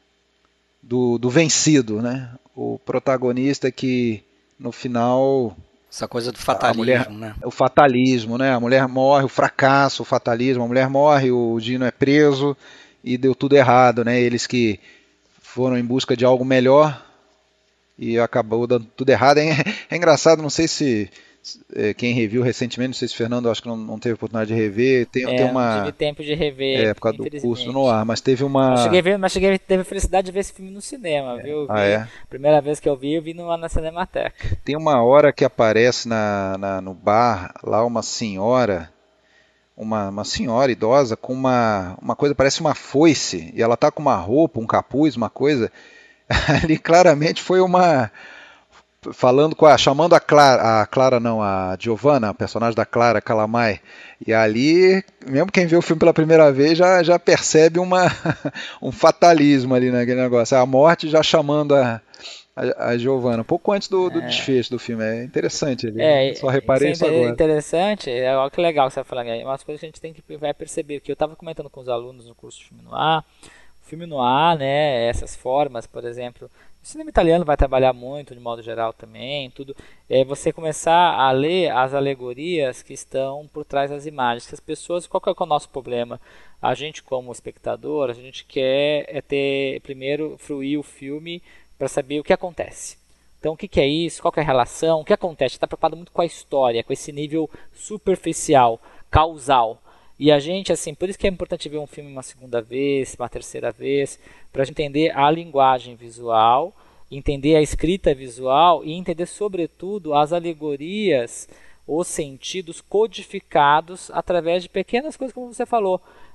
do, do vencido, né, o protagonista que no final... Essa coisa do fatalismo, mulher, né? O fatalismo, né, a mulher morre, o fracasso, o fatalismo, a mulher morre, o Dino é preso... E deu tudo errado, né? Eles que foram em busca de algo melhor e acabou dando tudo errado. É, é engraçado, não sei se é, quem reviu recentemente, não sei se o Fernando, acho que não, não teve oportunidade de rever. Tem, é, tem uma... não tive tempo de rever, é, por causa do curso no ar, mas teve uma... Mas cheguei a ver, mas cheguei a ter a felicidade de ver esse filme no cinema, é. viu? Ah, vi, é? Primeira vez que eu vi, eu vi no, na Cinemateca. Tem uma hora que aparece na, na, no bar, lá uma senhora... Uma, uma senhora idosa com uma, uma coisa, parece uma foice, e ela está com uma roupa, um capuz, uma coisa, ali claramente foi uma, falando com a, chamando a Clara, a Clara não, a Giovanna, a personagem da Clara Calamai, e ali, mesmo quem vê o filme pela primeira vez, já, já percebe uma, um fatalismo ali naquele negócio, a morte já chamando a... A, a Giovanna, pouco antes do, do é. desfecho do filme. É interessante. Ali, é, só reparei isso, isso agora. É interessante. É algo que legal que você vai falar. É umas coisas que a gente tem que vai perceber. Que eu estava comentando com os alunos no curso de filme noir. O filme noir, né, essas formas, por exemplo. O cinema italiano vai trabalhar muito, de modo geral também. Tudo. É você começar a ler as alegorias que estão por trás das imagens. Que as pessoas, qual que é o nosso problema? A gente, como espectador, a gente quer é ter, primeiro, fruir o filme para saber o que acontece. Então, o que, que é isso? Qual que é a relação? O que acontece? Está preocupado muito com a história, com esse nível superficial, causal. E a gente, assim, por isso que é importante ver um filme uma segunda vez, uma terceira vez, para a gente entender a linguagem visual, entender a escrita visual e entender, sobretudo, as alegorias, os sentidos codificados através de pequenas coisas, como você falou.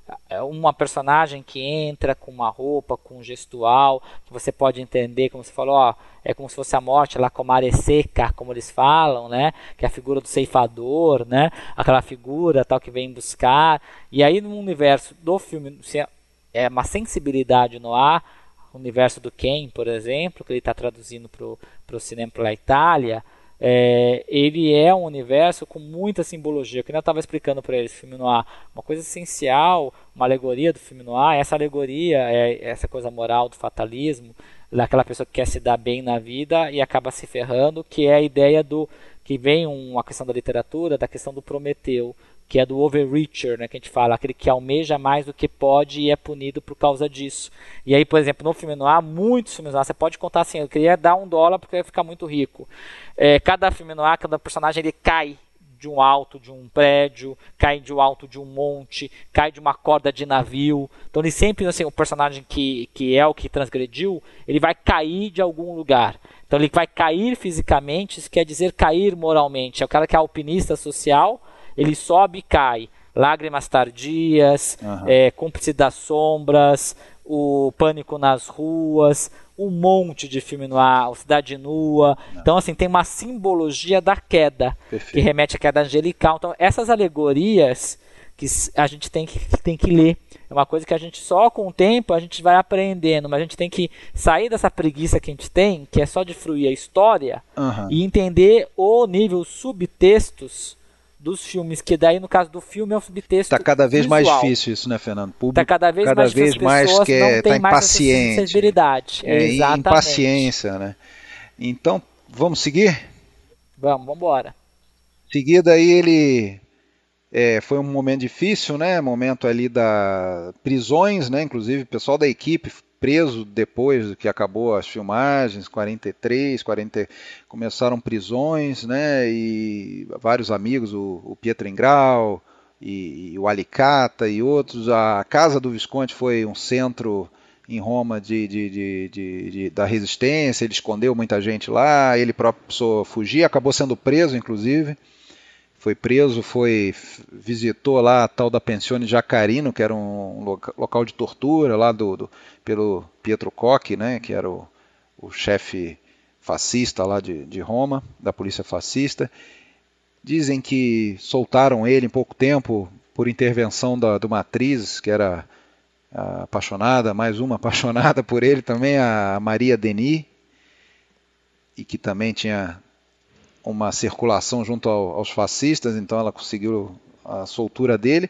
uma personagem que entra com uma roupa, com um gestual, que você pode entender, como você falou, ó, é como se fosse a morte, lá com mare seca, como eles falam, né? Que é a figura do ceifador, né? Aquela figura tal que vem buscar. E aí no universo do filme é uma sensibilidade no ar, o universo do Ken, por exemplo, que ele está traduzindo para o cinema pela Itália. É, ele é um universo com muita simbologia, que eu estava explicando para eles, filme noir, uma coisa essencial, uma alegoria do filme noir, essa alegoria é essa coisa moral do fatalismo, daquela pessoa que quer se dar bem na vida e acaba se ferrando, que é a ideia do, que vem uma questão da literatura, da questão do Prometeu, que é do overreacher, né, que a gente fala, aquele que almeja mais do que pode e é punido por causa disso. E aí, por exemplo, no filme noir, muitos filmes noir, você pode contar assim, eu queria dar um dólar porque eu ia ficar muito rico. É, cada filme noir, cada personagem, ele cai de um alto de um prédio, cai de um alto de um monte, cai de uma corda de navio. Então ele sempre, assim, o personagem que, que é o que transgrediu, ele vai cair de algum lugar. Então ele vai cair fisicamente, isso quer dizer cair moralmente. É o cara que é alpinista social, ele sobe e cai. Lágrimas Tardias, uhum. é, Cúmplice das Sombras, o Pânico nas Ruas, um monte de filme no ar, o Cidade Nua. Não. Então, assim, tem uma simbologia da queda, Perfeito. Que remete à queda angelical. Então, essas alegorias que a gente tem que, tem que ler. É uma coisa que a gente só com o tempo a gente vai aprendendo, mas a gente tem que sair dessa preguiça que a gente tem, que é só de fruir a história, uhum. e entender o nível subtextos dos filmes, que daí no caso do filme é o subtexto Está cada vez visual. mais difícil isso, né, Fernando? Está cada vez cada mais vez difícil, mais as pessoas que não têm tá mais impaciente. essa sensibilidade. É, Exatamente. Impaciência, né? Então, vamos seguir? Vamos, vamos embora. Seguida aí ele é, foi um momento difícil, né? Momento ali da prisões, né? Inclusive o pessoal da equipe preso depois que acabou as filmagens, quarenta e três, quarenta, começaram prisões, né? E vários amigos, o, o Pietro Ingrao e, e o Alicata e outros. A casa do Visconti foi um centro em Roma de, de, de, de, de, da resistência, ele escondeu muita gente lá, ele próprio precisou fugir, acabou sendo preso, inclusive. Foi preso, foi, visitou lá a tal da Pensione Jacarino, que era um local de tortura lá do, do, pelo Pietro Koch, né, que era o, o chefe fascista lá de, de Roma, da polícia fascista. Dizem que soltaram ele em pouco tempo por intervenção da, de uma atriz, que era apaixonada, mais uma apaixonada por ele também, a Maria Denis, e que também tinha uma circulação junto ao, aos fascistas, então ela conseguiu a soltura dele.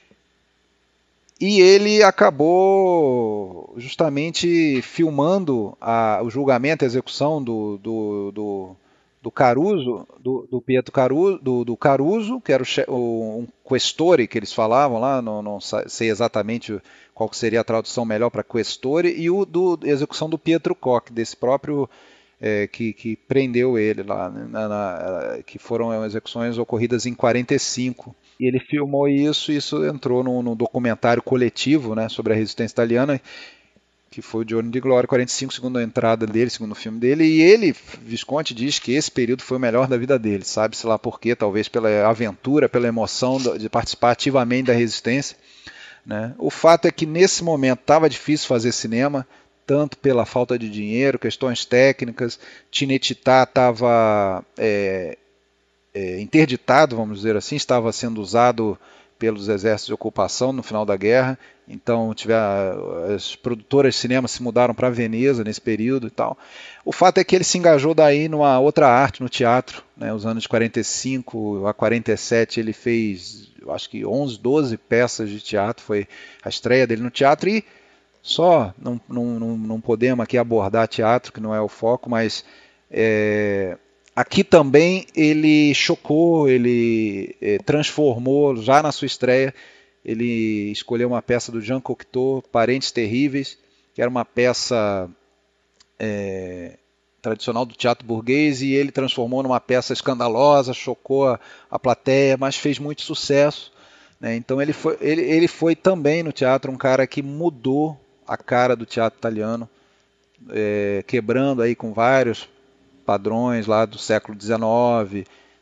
E ele acabou justamente filmando a, o julgamento, a execução do, do, do, do Caruso, do, do Pietro Caruso, do, do Caruso, que era o, o, um questore que eles falavam lá, não, não sei exatamente qual seria a tradução melhor para questore, e o do a execução do Pietro Koch, desse próprio É, que, que prendeu ele lá, né, na, na, que foram execuções ocorridas em quarenta e cinco. E ele filmou isso, e isso entrou num, num documentário coletivo, né, sobre a resistência italiana, que foi o Giorno di Gloria, quarenta e cinco, segundo a entrada dele, segundo o filme dele. E ele, Visconti, diz que esse período foi o melhor da vida dele, sabe-se lá por quê, talvez pela aventura, pela emoção de participar ativamente da resistência, né. O fato é que nesse momento estava difícil fazer cinema, tanto pela falta de dinheiro, questões técnicas. Cinecittà estava é, é, interditado, vamos dizer assim, estava sendo usado pelos exércitos de ocupação no final da guerra, então tiver, as produtoras de cinema se mudaram para Veneza nesse período e tal. O fato é que ele se engajou daí numa outra arte, no teatro, né, os anos de quarenta e cinco a quarenta e sete ele fez, eu acho que onze, doze peças de teatro, foi a estreia dele no teatro. E só, não, não, não, não podemos aqui abordar teatro, que não é o foco, mas é, aqui também ele chocou, ele é, transformou, já na sua estreia, ele escolheu uma peça do Jean Cocteau, Parentes Terríveis, que era uma peça é, tradicional do teatro burguês, e ele transformou numa peça escandalosa, chocou a, a plateia, mas fez muito sucesso, né? Então ele foi, ele, ele foi também no teatro um cara que mudou a cara do teatro italiano, é, quebrando aí com vários padrões lá do século dezenove,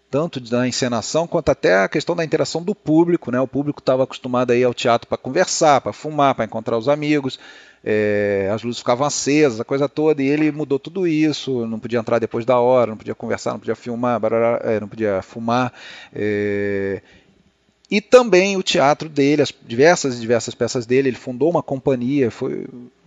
tanto da encenação quanto até a questão da interação do público, né? O público estava acostumado a ir ao teatro para conversar, para fumar, para encontrar os amigos, é, as luzes ficavam acesas, a coisa toda, e ele mudou tudo isso, não podia entrar depois da hora, não podia conversar, não podia filmar, barará, é, não podia fumar. É, e também o teatro dele, as diversas e diversas peças dele, ele fundou uma companhia, foi,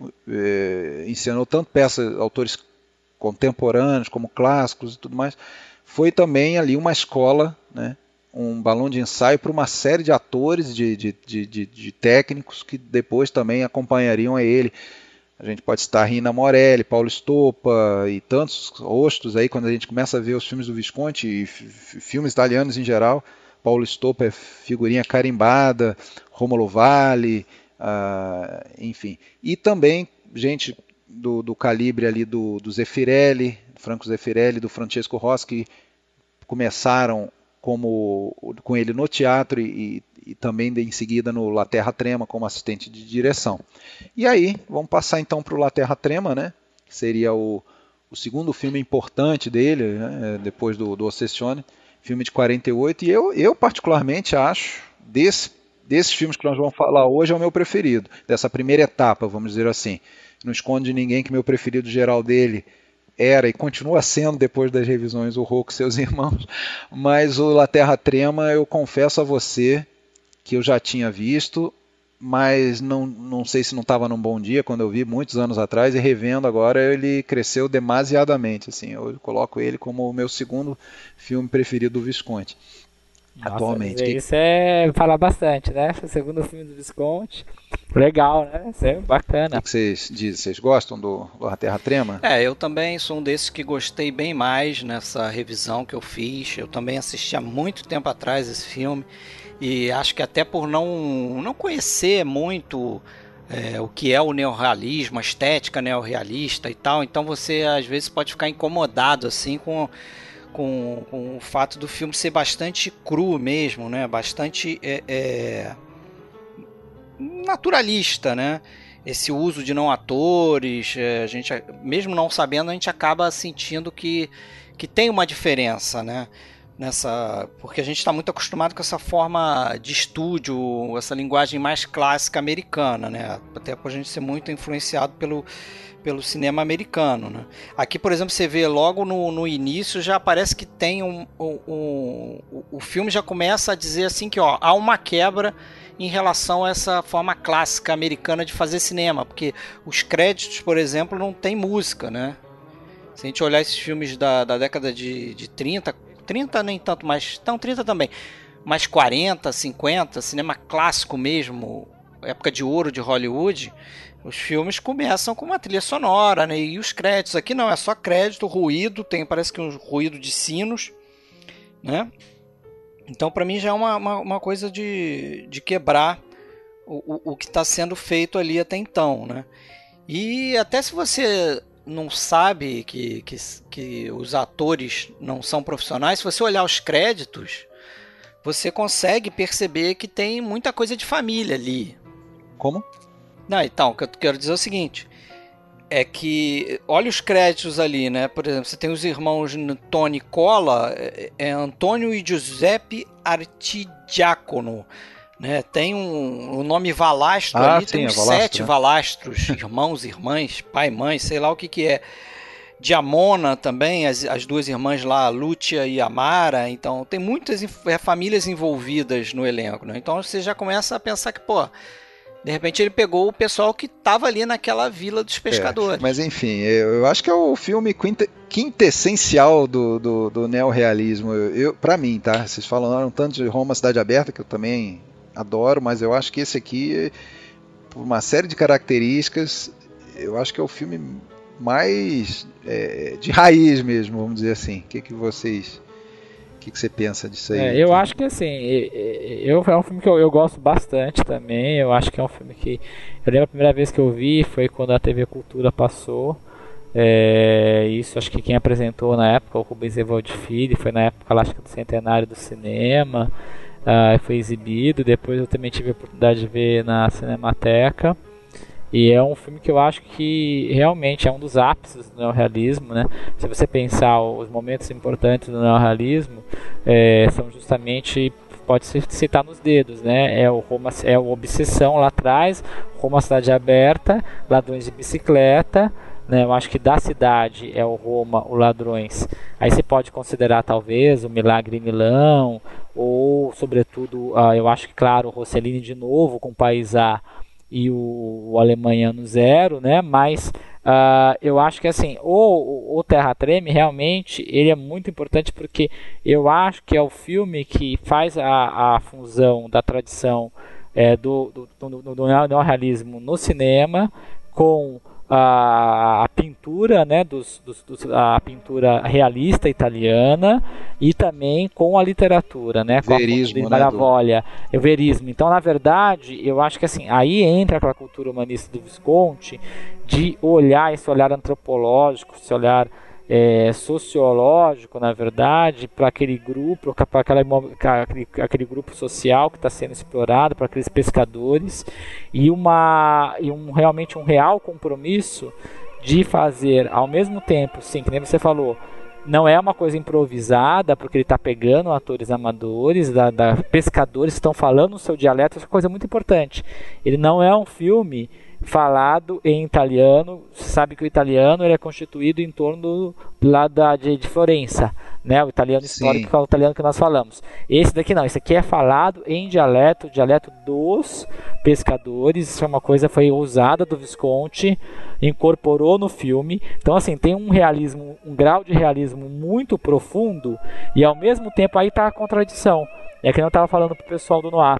é, ensinou tanto peças, autores contemporâneos como clássicos e tudo mais. Foi também ali uma escola, né, um balão de ensaio para uma série de atores, de, de, de, de, de técnicos que depois também acompanhariam a ele. A gente pode citar Rina Morelli, Paulo Stoppa e tantos rostos aí, quando a gente começa a ver os filmes do Visconti e filmes italianos em geral. Paulo Stoppa é figurinha carimbada, Romolo Valli, uh, enfim. E também gente do, do calibre ali do, do Zeffirelli, Franco Zeffirelli, do Francesco Rossi, que começaram como, com ele no teatro e, e também em seguida no La Terra Trema como assistente de direção. E aí, vamos passar então para o La Terra Trema, né? Que seria o, o segundo filme importante dele, né? Depois do, do Ossessione, filme de quarenta e oito, e eu, eu particularmente acho, desse, desses filmes que nós vamos falar hoje, é o meu preferido, dessa primeira etapa, vamos dizer assim. Não esconde de ninguém que meu preferido geral dele era e continua sendo, depois das revisões, o Rocco e seus irmãos, mas o La Terra Trema, eu confesso a você que eu já tinha visto, mas não, não sei se não estava num bom dia quando eu vi muitos anos atrás, e revendo agora ele cresceu demasiadamente, assim, eu coloco ele como o meu segundo filme preferido do Visconti. Nossa, atualmente. Isso é falar bastante, né? O segundo filme do Visconti. Legal, né? Isso é bacana. O que vocês dizem? Vocês gostam do, do A Terra Trema? É, eu também sou um desses que gostei bem mais nessa revisão que eu fiz. Eu também assisti há muito tempo atrás esse filme. E acho que até por não, não conhecer muito é, o que é o neorrealismo, a estética neorrealista e tal, então você às vezes pode ficar incomodado assim com... Com, com o fato do filme ser bastante cru mesmo, né? Bastante é, é, naturalista, né? Esse uso de não atores, é, a gente, mesmo não sabendo, a gente acaba sentindo que, que tem uma diferença, né? Nessa, porque a gente está muito acostumado com essa forma de estúdio, essa linguagem mais clássica americana, né? Até por a gente ser muito influenciado pelo pelo cinema americano, né? Aqui, por exemplo, você vê logo no, no início, já parece que tem um, um, um... O filme já começa a dizer assim que ó, há uma quebra em relação a essa forma clássica americana de fazer cinema, porque os créditos, por exemplo, não tem música, né? Se a gente olhar esses filmes da, da década de, de trinta, trinta nem tanto, mas... Então, trinta também. Mas quarenta, cinquenta, cinema clássico mesmo, época de ouro de Hollywood... Os filmes começam com uma trilha sonora, né? E os créditos aqui não, é só crédito, ruído, tem parece que um ruído de sinos, né? Então para mim já é uma, uma, uma coisa de, de quebrar o, o, o que está sendo feito ali até então, né? E até se você não sabe que, que, que os atores não são profissionais, se você olhar os créditos, você consegue perceber que tem muita coisa de família ali. Como? Não, então, o que eu quero dizer é o seguinte, é que, olha os créditos ali, né, por exemplo, você tem os irmãos Tony Colla, é, é Antônio e Giuseppe Artidiacono, né, tem um, um nome Valastro ah, ali, sim, tem uns é Valastro, sete né? Valastros, irmãos, irmãs, pai, mãe, sei lá o que que é. Diamona também, as, as duas irmãs lá, Lúcia e Amara, então tem muitas é, famílias envolvidas no elenco, né, então você já começa a pensar que, pô, de repente ele pegou o pessoal que estava ali naquela vila dos pescadores. É, mas enfim, eu, eu acho que é o filme quinte, quintessencial do, do, do neorrealismo, eu, eu, pra mim, tá? Vocês falaram tanto de Roma, Cidade Aberta, que eu também adoro, mas eu acho que esse aqui, por uma série de características, eu acho que é o filme mais é, de raiz mesmo, vamos dizer assim. O que, que vocês... O que, que você pensa disso aí? É, eu acho que assim, eu, eu, é um filme que eu, eu gosto bastante também. Eu acho que é um filme que. Eu lembro a primeira vez que eu vi foi quando a T V Cultura passou. É, isso acho que quem apresentou na época, o Rubens Evaldo Filho, foi na época lá, acho que do centenário do cinema. Ah, foi exibido. Depois eu também tive a oportunidade de ver na Cinemateca. E é um filme que eu acho que realmente é um dos ápices do neorrealismo, né? Se você pensar os momentos importantes do neorrealismo, é, são justamente, pode se citar nos dedos, né? É o Roma, é o Obsessão lá atrás, Roma Cidade Aberta, Ladrões de Bicicleta, né? Eu acho que da cidade é o Roma, o Ladrões. Aí você pode considerar talvez o Milagre em Milão, ou sobretudo, uh, eu acho que claro, o Rossellini de novo com o País A e o, o Alemanhano Zero, né? Mas uh, eu acho que assim, o, o Terra Treme realmente ele é muito importante porque eu acho que é o filme que faz a, a fusão da tradição é, do, do, do, do, do neorrealismo no cinema com a, a pintura, né, dos, dos, dos, a pintura realista italiana e também com a literatura, né, com verismo, a Maravoglia, né, o verismo. Então, na verdade, eu acho que assim, aí entra aquela cultura humanista do Visconti de olhar esse olhar antropológico, esse olhar É, sociológico, na verdade, para aquele grupo, para aquele, aquele grupo social que está sendo explorado, para aqueles pescadores, e, uma, e um, realmente um real compromisso de fazer, ao mesmo tempo, sim, que nem você falou, não é uma coisa improvisada, porque ele está pegando atores amadores, da, da, pescadores que estão falando no seu dialeto, essa coisa é muito importante. Ele não é um filme falado em italiano. Você sabe que o italiano ele é constituído em torno do, lá da, de, de Florença, né? O italiano histórico, que é o italiano que nós falamos. Esse daqui não, esse aqui é falado em dialeto, dialeto dos pescadores. Isso é uma coisa foi ousada do Visconti, incorporou no filme. Então assim, tem um realismo, um grau de realismo muito profundo e ao mesmo tempo aí está a contradição. É que eu estava falando pro pessoal do Noir.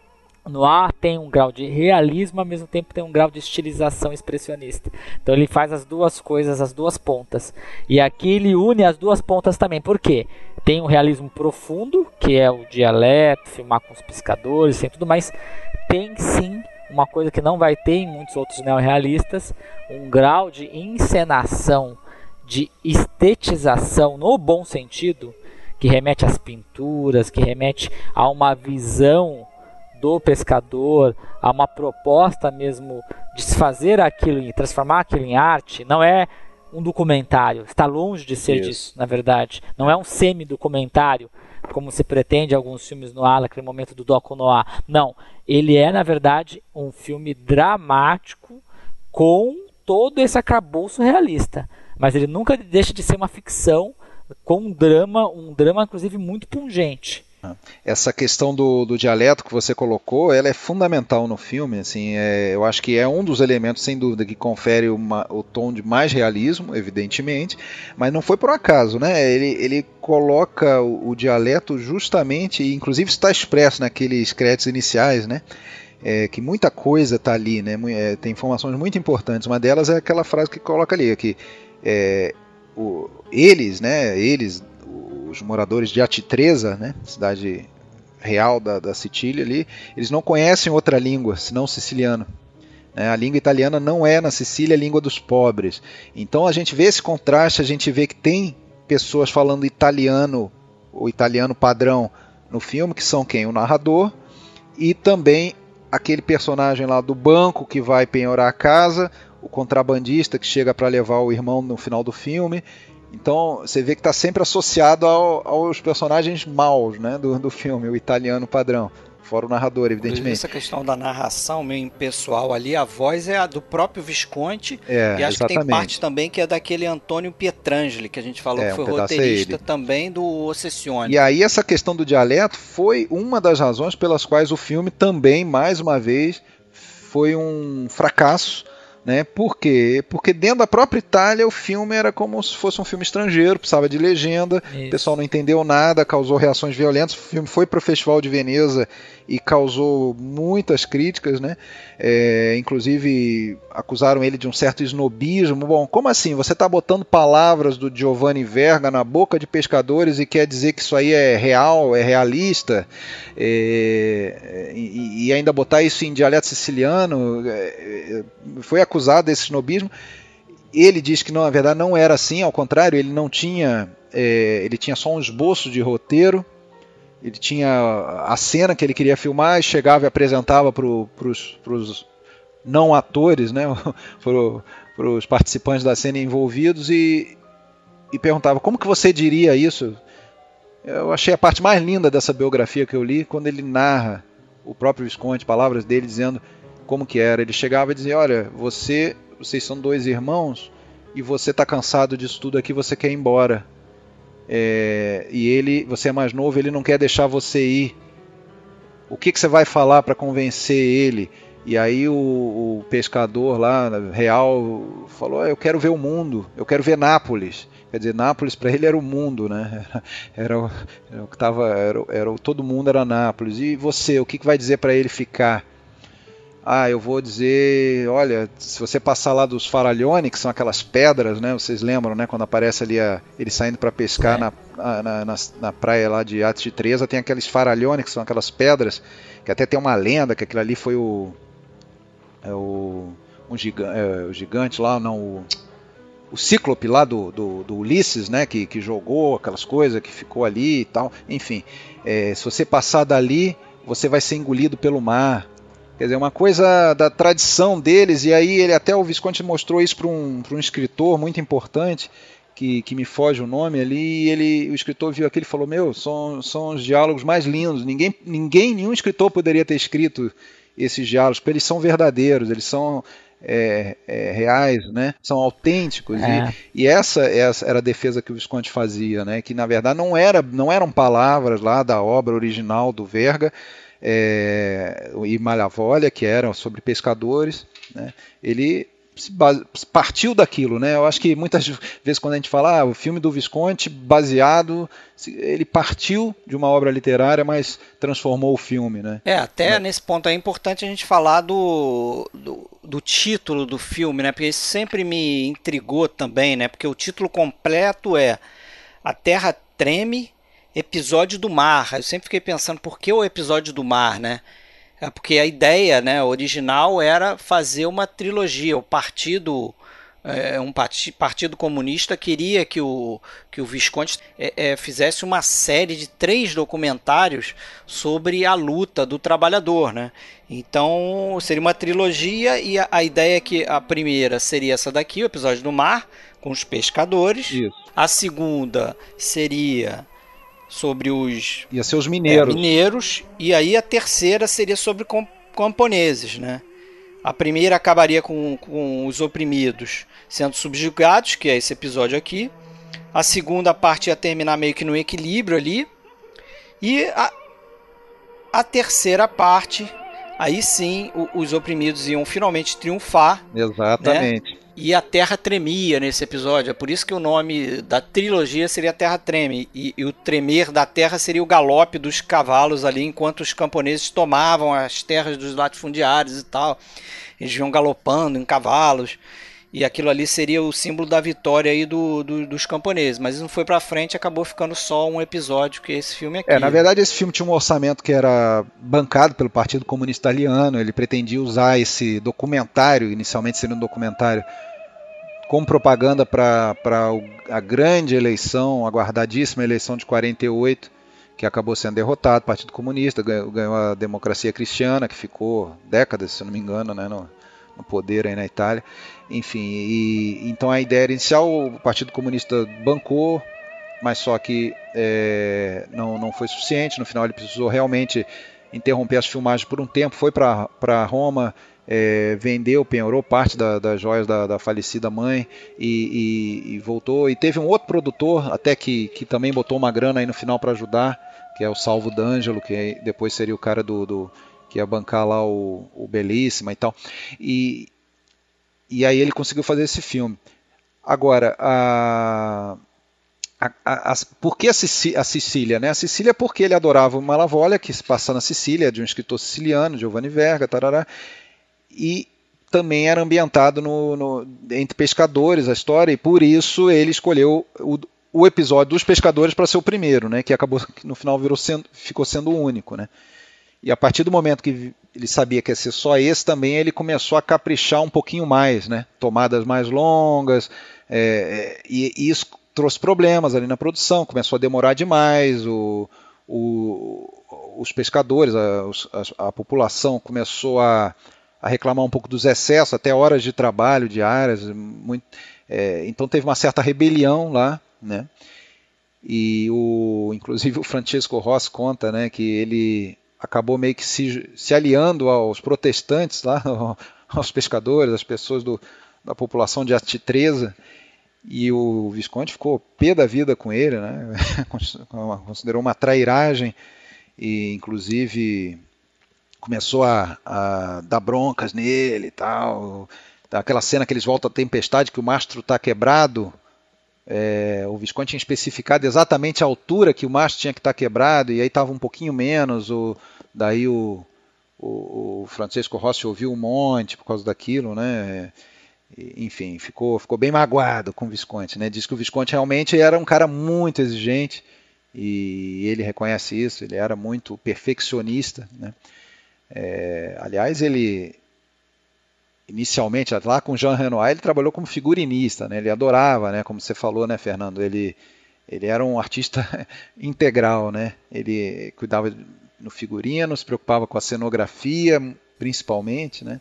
Noir tem um grau de realismo, ao mesmo tempo tem um grau de estilização expressionista. Então ele faz as duas coisas, as duas pontas. E aqui ele une as duas pontas também. Por quê? Tem um realismo profundo, que é o dialeto, filmar com os pescadores, tem tudo, mas tem sim uma coisa que não vai ter em muitos outros neorrealistas, um grau de encenação, de estetização no bom sentido, que remete às pinturas, que remete a uma visão do pescador, a uma proposta mesmo de se fazer aquilo, transformar aquilo em arte. Não é um documentário, está longe de ser Isso. disso, na verdade. Não é um semi-documentário, como se pretende em alguns filmes no ar, naquele momento do docu-noir. Não, ele é, na verdade, um filme dramático com todo esse arcabouço realista. Mas ele nunca deixa de ser uma ficção com um drama, um drama inclusive muito pungente. Essa questão do, do dialeto que você colocou, ela é fundamental no filme. Assim, é, eu acho que é um dos elementos, sem dúvida, que confere uma, o tom de mais realismo, evidentemente, mas não foi por acaso, né? Ele, ele coloca o, o dialeto justamente, e inclusive está expresso naqueles créditos iniciais, né? É, que muita coisa está ali, né? É, tem informações muito importantes. Uma delas é aquela frase que coloca ali, que é, o, eles, né? Eles os moradores de Atitreza, né, cidade real da, da Sicília ali, eles não conhecem outra língua senão siciliano. Né? A língua italiana não é na Sicília a língua dos pobres. Então a gente vê esse contraste, a gente vê que tem pessoas falando italiano, o italiano padrão no filme, que são quem? O narrador e também aquele personagem lá do banco que vai penhorar a casa, o contrabandista que chega para levar o irmão no final do filme. Então você vê que está sempre associado ao, aos personagens maus, né, do, do filme, o italiano padrão, fora o narrador, evidentemente. Essa questão da narração meio pessoal ali, a voz é a do próprio Visconti, é, e acho exatamente. que tem parte também que é daquele Antônio Pietrangeli, que a gente falou é, que foi um roteirista é também do Ossessione. E aí essa questão do dialeto foi uma das razões pelas quais o filme também, mais uma vez, foi um fracasso. Né? Por quê? Porque dentro da própria Itália o filme era como se fosse um filme estrangeiro, precisava de legenda, Isso. o pessoal não entendeu nada, causou reações violentas. O filme foi para o Festival de Veneza e causou muitas críticas, né? É, inclusive acusaram ele de um certo snobismo. Bom, como assim? Você está botando palavras do Giovanni Verga na boca de pescadores e quer dizer que isso aí é real, é realista? É, e, e ainda botar isso em dialeto siciliano? É, foi acusado desse snobismo. Ele diz que não, na verdade não era assim, ao contrário, ele não tinha, é, ele tinha só um esboço de roteiro. Ele tinha a cena que ele queria filmar, chegava e apresentava para os não atores, né, para os participantes da cena envolvidos, e, e perguntava, como que você diria isso? Eu achei a parte mais linda dessa biografia que eu li, quando ele narra o próprio Visconti, palavras dele dizendo como que era. Ele chegava e dizia, olha, você, vocês são dois irmãos e você está cansado disso tudo aqui, você quer ir embora. É, e ele, você é mais novo, ele não quer deixar você ir. O que, que você vai falar para convencer ele? E aí o, o pescador lá, real, falou, eu quero ver o mundo, eu quero ver Nápoles. Quer dizer, Nápoles para ele era o mundo, né? Era, era, era o que tava, era, era todo mundo era Nápoles. E você, o que, que vai dizer para ele ficar? Ah, eu vou dizer, olha, se você passar lá dos Faraglioni, que são aquelas pedras, né? Vocês lembram, né? Quando aparece ali a, ele saindo para pescar é. na, na, na, na praia lá de Atitreza, tem aqueles Faraglioni, que são aquelas pedras, que até tem uma lenda que aquilo ali foi o, é o, um gigante, é, o gigante lá, não, o, o Cíclope lá do, do, do Ulisses, né? Que, que jogou aquelas coisas, que ficou ali e tal. Enfim, é, se você passar dali, você vai ser engolido pelo mar. Quer dizer, uma coisa da tradição deles, e aí ele até o Visconti mostrou isso para um, para um escritor muito importante, que, que me foge o nome ali, e ele, o escritor viu aquilo e falou, meu, são, são os diálogos mais lindos, ninguém, ninguém, nenhum escritor poderia ter escrito esses diálogos, porque eles são verdadeiros, eles são é, é, reais, né? São autênticos, é. e, e essa, essa era a defesa que o Visconti fazia, né? Que na verdade não, era, não eram palavras lá da obra original do Verga, É, e Malavoglia, que eram sobre pescadores, né? Ele partiu daquilo, né? Eu acho que muitas vezes quando a gente fala ah, o filme do Visconti baseado, ele partiu de uma obra literária, mas transformou o filme, né? É, até é. nesse ponto é importante a gente falar do, do, do título do filme, né? Porque isso sempre me intrigou também, né? Porque o título completo é A Terra Treme, Episódio do Mar. Eu sempre fiquei pensando por que o Episódio do Mar, né? É porque a ideia, né, original era fazer uma trilogia. O partido, é, um partido, partido comunista queria que o, que o Visconti é, é, fizesse uma série de três documentários sobre a luta do trabalhador, né? Então seria uma trilogia e a, a ideia é que a primeira seria essa daqui, o Episódio do Mar, com os pescadores. Isso. A segunda seria sobre os, Ia ser os mineiros. É, mineiros, e aí a terceira seria sobre com, camponeses, né? A primeira acabaria com, com os oprimidos sendo subjugados, que é esse episódio aqui. A segunda parte ia terminar meio que no equilíbrio ali. E a, a terceira parte, aí sim, o, os oprimidos iam finalmente triunfar. Exatamente. Né? E a Terra tremia nesse episódio. É por isso que o nome da trilogia seria Terra Treme. E, e o tremer da terra seria o galope dos cavalos ali, enquanto os camponeses tomavam as terras dos latifundiários e tal. Eles iam galopando em cavalos. E aquilo ali seria o símbolo da vitória aí do, do, dos camponeses. Mas isso não foi pra frente, acabou ficando só um episódio, que é esse filme aqui. É, na verdade esse filme tinha um orçamento que era bancado pelo Partido Comunista Italiano. Ele pretendia usar esse documentário, inicialmente seria um documentário, como propaganda para a grande eleição, aguardadíssima eleição de quarenta e oito, que acabou sendo derrotado. O Partido Comunista ganhou, ganhou a democracia cristiana, que ficou décadas, se não me engano, né, no, no poder aí na Itália. Enfim, e, então a ideia inicial, o Partido Comunista bancou, mas só que é, não, não foi suficiente. No final ele precisou realmente interromper as filmagens por um tempo, foi para Roma, É, vendeu, penhorou parte da, das joias da, da falecida mãe e, e, e voltou. E teve um outro produtor até que, que também botou uma grana aí no final para ajudar, que é o Salvo D'Angelo, que depois seria o cara do, do que ia bancar lá o, o Belíssima e tal. E, e aí ele conseguiu fazer esse filme. Agora, a... A, a, a, por que a, Sicília, a Sicília? Né? A Sicília porque ele adorava o Malavoglia, que se passa na Sicília, de um escritor siciliano, Giovanni Verga, tarará, e também era ambientado no, no, entre pescadores a história, e por isso ele escolheu o, o episódio dos pescadores para ser o primeiro, né? Que acabou no final virou sendo, ficou sendo o único. Né? E a partir do momento que ele sabia que ia ser só esse, também ele começou a caprichar um pouquinho mais, né? Tomadas mais longas, é, e, e isso trouxe problemas ali na produção, começou a demorar demais, o, o, os pescadores, a, a, a população começou a, a reclamar um pouco dos excessos, até horas de trabalho diárias, muito, é, então teve uma certa rebelião lá, né? E o, inclusive o Francesco Ross conta, né, que ele acabou meio que se, se aliando aos protestantes lá, aos pescadores, às pessoas do, da população de Atitreza, e o Visconti ficou pé da vida com ele, né? Considerou uma trairagem e inclusive começou a, a dar broncas nele e tal. Aquela cena que eles voltam à tempestade, que o mastro está quebrado, é, o Visconti tinha especificado exatamente a altura que o mastro tinha que estar quebrado, e aí estava um pouquinho menos, o, daí o, o, o Francesco Rossi ouviu um monte por causa daquilo, né? Enfim, ficou, ficou bem magoado com o Visconti, né? Diz que o Visconti realmente era um cara muito exigente, e ele reconhece isso, ele era muito perfeccionista, né? É, aliás, ele inicialmente lá com Jean Renoir ele trabalhou como figurinista, né? Ele adorava, né? Como você falou, né, Fernando? Ele, ele era um artista integral, né? Ele cuidava no figurino, se preocupava com a cenografia, principalmente, né?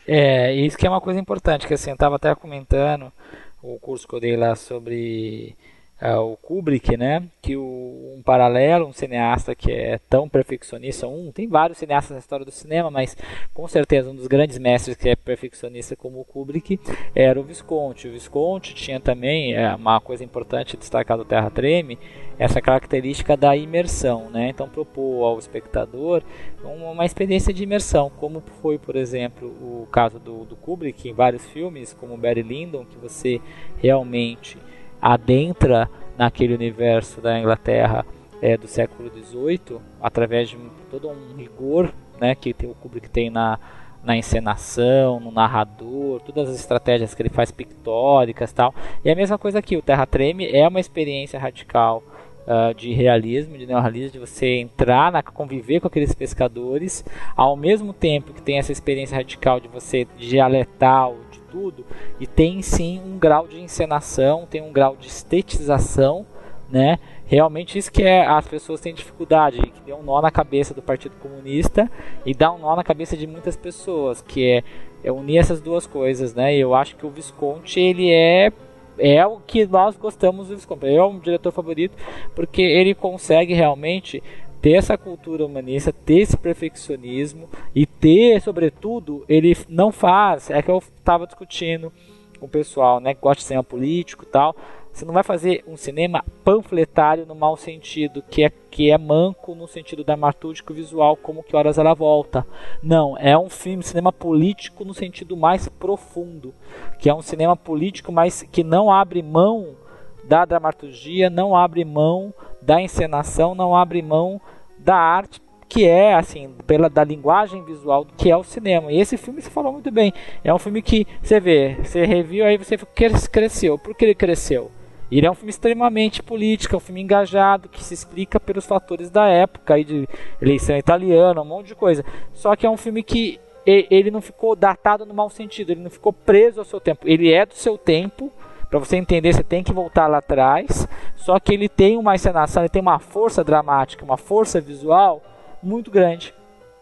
É, isso que é uma coisa importante, que assim, eu estava até comentando o curso que eu dei lá sobre uh, o Kubrick, né? Que o, um paralelo, um cineasta que é tão perfeccionista, um, tem vários cineastas na história do cinema, mas com certeza um dos grandes mestres que é perfeccionista como o Kubrick era o Visconti. O Visconti tinha também, é, uma coisa importante destacar do Terra Treme, essa característica da imersão, né? Então propor ao espectador uma experiência de imersão, como foi, por exemplo, o caso do, do Kubrick em vários filmes, como Barry Lyndon, que você realmente adentra naquele universo da Inglaterra é, do século dezoito, através de todo um rigor, né, que o Kubrick tem na, na encenação, no narrador, todas as estratégias que ele faz pictóricas e tal. E a mesma coisa aqui, o Terra Treme é uma experiência radical uh, de realismo, de neorrealismo, de você entrar, na, conviver com aqueles pescadores, ao mesmo tempo que tem essa experiência radical de você dialetar de tudo, e tem sim um grau de encenação, tem um grau de estetização, né? Realmente isso que é, as pessoas têm dificuldade, que deu um nó na cabeça do Partido Comunista e dá um nó na cabeça de muitas pessoas, que é, é unir essas duas coisas, né? E eu acho que o Visconti, ele é é o que nós gostamos do Visconti. Ele é um diretor favorito porque ele consegue realmente ter essa cultura humanista, ter esse perfeccionismo e ter, sobretudo, ele não faz, é que eu estava discutindo com o pessoal, né, que gosta de cinema político e tal. Você não vai fazer um cinema panfletário no mau sentido, que é, que é manco no sentido dramaturgico visual, como Que Horas Ela Volta. Não, é um filme, cinema político no sentido mais profundo, que é um cinema político, mas que não abre mão da dramaturgia, não abre mão da encenação, não abre mão da arte, que é, assim, pela, da linguagem visual que é o cinema. E esse filme, você falou muito bem, é um filme que você vê, você reviu, aí você cresceu. Por que ele cresceu? Ele é um filme extremamente político, é um filme engajado, que se explica pelos fatores da época, aí de eleição italiana, um monte de coisa. Só que é um filme que ele não ficou datado no mau sentido, ele não ficou preso ao seu tempo. Ele é do seu tempo, para você entender, você tem que voltar lá atrás, só que ele tem uma encenação, ele tem uma força dramática, uma força visual muito grande.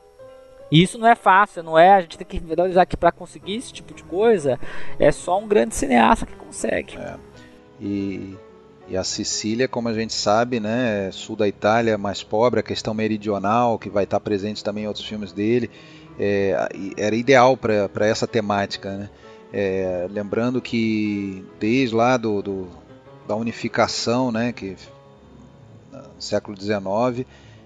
E isso não é fácil, não é? A gente tem que valorizar que para conseguir esse tipo de coisa, é só um grande cineasta que consegue. É. E, e a Sicília, como a gente sabe, né, sul da Itália, mais pobre, a questão meridional, que vai estar presente também em outros filmes dele, é, era ideal para essa temática, né? É, lembrando que desde lá do, do, da unificação, né, que, no século dezenove,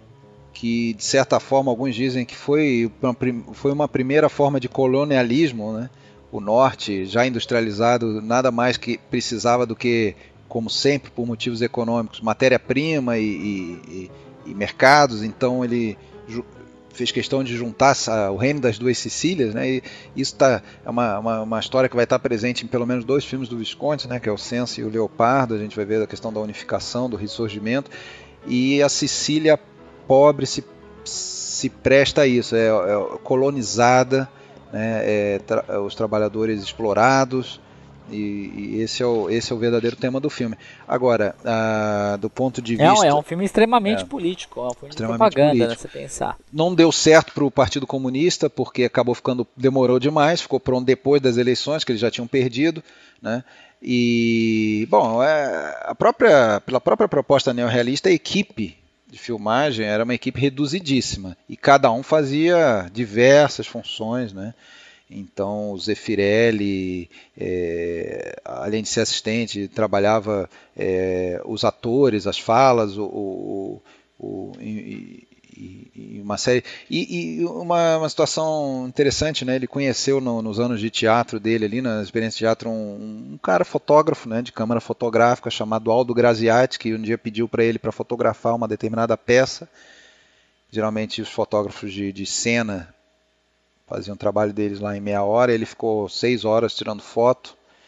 que de certa forma alguns dizem que foi uma, foi uma primeira forma de colonialismo, né? O norte, já industrializado, nada mais que precisava do que, como sempre, por motivos econômicos, matéria-prima e, e, e mercados. Então ele fez questão de juntar o reino das duas Sicílias, né? E isso tá, é uma, uma, uma história que vai estar presente em pelo menos dois filmes do Visconti, né? Que é o Cenci e o Leopardo. A gente vai ver a questão da unificação, do ressurgimento. E a Sicília pobre se, se presta a isso, é, é colonizada, né, é, tra os trabalhadores explorados, E, e esse, é o, esse é o verdadeiro tema do filme. Agora, ah, do ponto de É, vista... é um filme extremamente É. político, é um filme de Extremamente propaganda, né, político. se pensar. Não deu certo para o Partido Comunista, porque acabou ficando, demorou demais, ficou pronto depois das eleições, que eles já tinham perdido, né? E, bom, é, a própria, pela própria proposta neorrealista, a equipe de filmagem era uma equipe reduzidíssima, e cada um fazia diversas funções, né? Então, o Zeffirelli, é, além de ser assistente, trabalhava é, os atores, as falas, o, o, o, e, e, e uma série. E, e uma, uma situação interessante, né? Ele conheceu no, nos anos de teatro dele, ali na experiência de teatro, um, um cara fotógrafo, né, de câmera fotográfica chamado Aldo Graziati, que um dia pediu para ele para fotografar uma determinada peça. Geralmente, os fotógrafos de, de cena faziam o trabalho deles lá em meia hora, ele ficou seis horas tirando foto,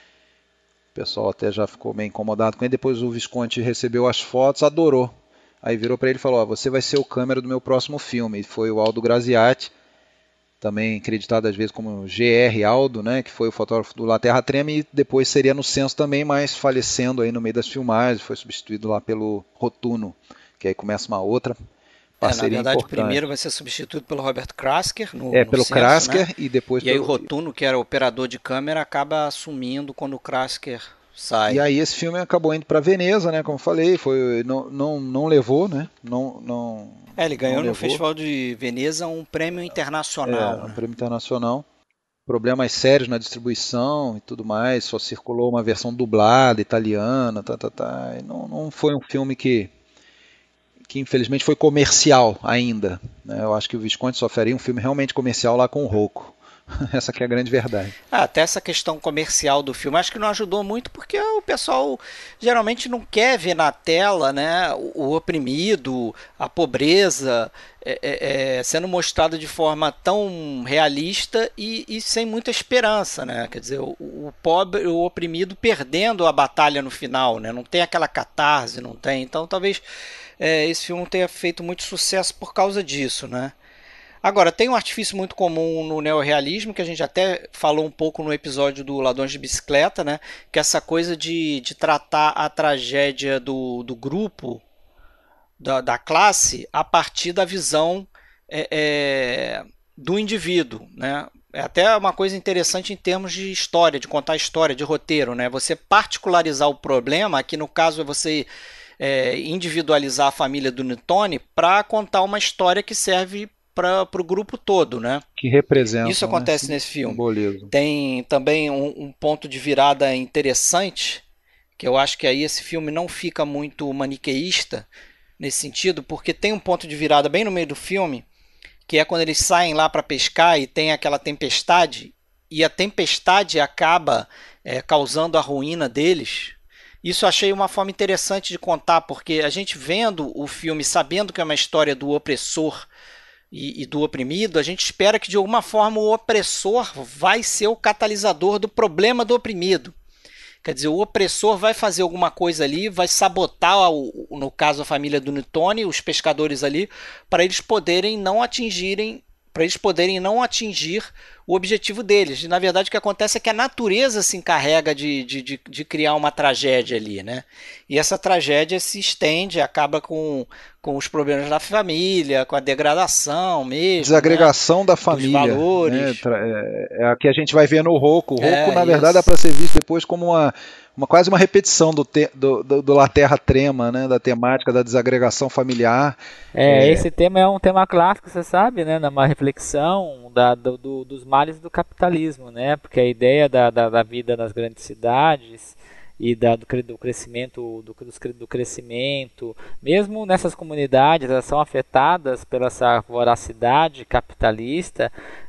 o pessoal até já ficou meio incomodado com ele. Depois o Visconti recebeu as fotos, adorou, aí virou para ele e falou: oh, você vai ser o câmera do meu próximo filme. E foi o Aldo Graziati, também acreditado às vezes como G R Aldo, né, que foi o fotógrafo do La Terra Treme, e depois seria no Censo também, mas falecendo aí no meio das filmagens, foi substituído lá pelo Rotuno, que aí começa uma outra É, na parceria verdade, importante. primeiro vai ser substituído pelo Robert Krasker no, É, no pelo Censo, Krasker, né? e depois E aí o pelo... Rotuno, que era operador de câmera, acaba assumindo quando o Krasker sai. E aí esse filme acabou indo para Veneza, né? Como eu falei, foi, não, não, não levou, né? Não, não, É, ele ganhou não no levou. Festival de Veneza um prêmio internacional. É, um né? prêmio internacional. Problemas sérios na distribuição e tudo mais. Só circulou uma versão dublada, italiana, tá, tá, tá. E não, não foi um filme que, que infelizmente foi comercial ainda, né? Eu acho que o Visconti só faria um filme realmente comercial lá com o Rocco. Essa que é a grande verdade. Ah, até essa questão comercial do filme, acho que não ajudou muito porque o pessoal geralmente não quer ver na tela, né, o, o oprimido, a pobreza é, é, é, sendo mostrado de forma tão realista e, e sem muita esperança, né? Quer dizer, o, o pobre, o oprimido perdendo a batalha no final, né? Não tem aquela catarse, não tem. Então talvez é, esse filme não tenha feito muito sucesso por causa disso, né? Agora, tem um artifício muito comum no neorrealismo, que a gente até falou um pouco no episódio do Ladrões de Bicicleta, né? Que é essa coisa de, de tratar a tragédia do, do grupo, da, da classe, a partir da visão é, é, do indivíduo, né? É até uma coisa interessante em termos de história, de contar história, de roteiro, né? Você particularizar o problema, aqui no caso é você é, individualizar a família do Nitone para contar uma história que serve para o grupo todo, né? Que representa. Isso acontece, né, nesse filme. Simbolismo. Tem também um, um ponto de virada interessante, que eu acho que aí esse filme não fica muito maniqueísta nesse sentido, porque tem um ponto de virada bem no meio do filme, que é quando eles saem lá para pescar e tem aquela tempestade, e a tempestade acaba é, causando a ruína deles. Isso eu achei uma forma interessante de contar, porque a gente vendo o filme, sabendo que é uma história do opressor e, e do oprimido, a gente espera que de alguma forma o opressor vai ser o catalisador do problema do oprimido. Quer dizer, o opressor vai fazer alguma coisa ali, vai sabotar, o, no caso a família do Nitone, os pescadores ali, para eles poderem não atingirem, para eles poderem não atingir o objetivo deles. E, na verdade, o que acontece é que a natureza se encarrega de, de, de, de criar uma tragédia ali, né? E essa tragédia se estende, acaba com, com os problemas da família, com a degradação mesmo. Desagregação né? da família. Dos valores. Né? É, é a que a gente vai ver no Rocco. O Rocco, É, na verdade, isso. dá para ser visto depois como uma, uma quase uma repetição do, te, do, do, do La Terra Trema, né? Da temática da desagregação familiar. É, É. esse tema é um tema clássico, você sabe, né? Numa reflexão da, do, do, dos males do capitalismo, né? Porque a ideia da, da, da vida nas grandes cidades e da, do, do crescimento, do, do crescimento, mesmo nessas comunidades, elas são afetadas pela essa voracidade capitalista.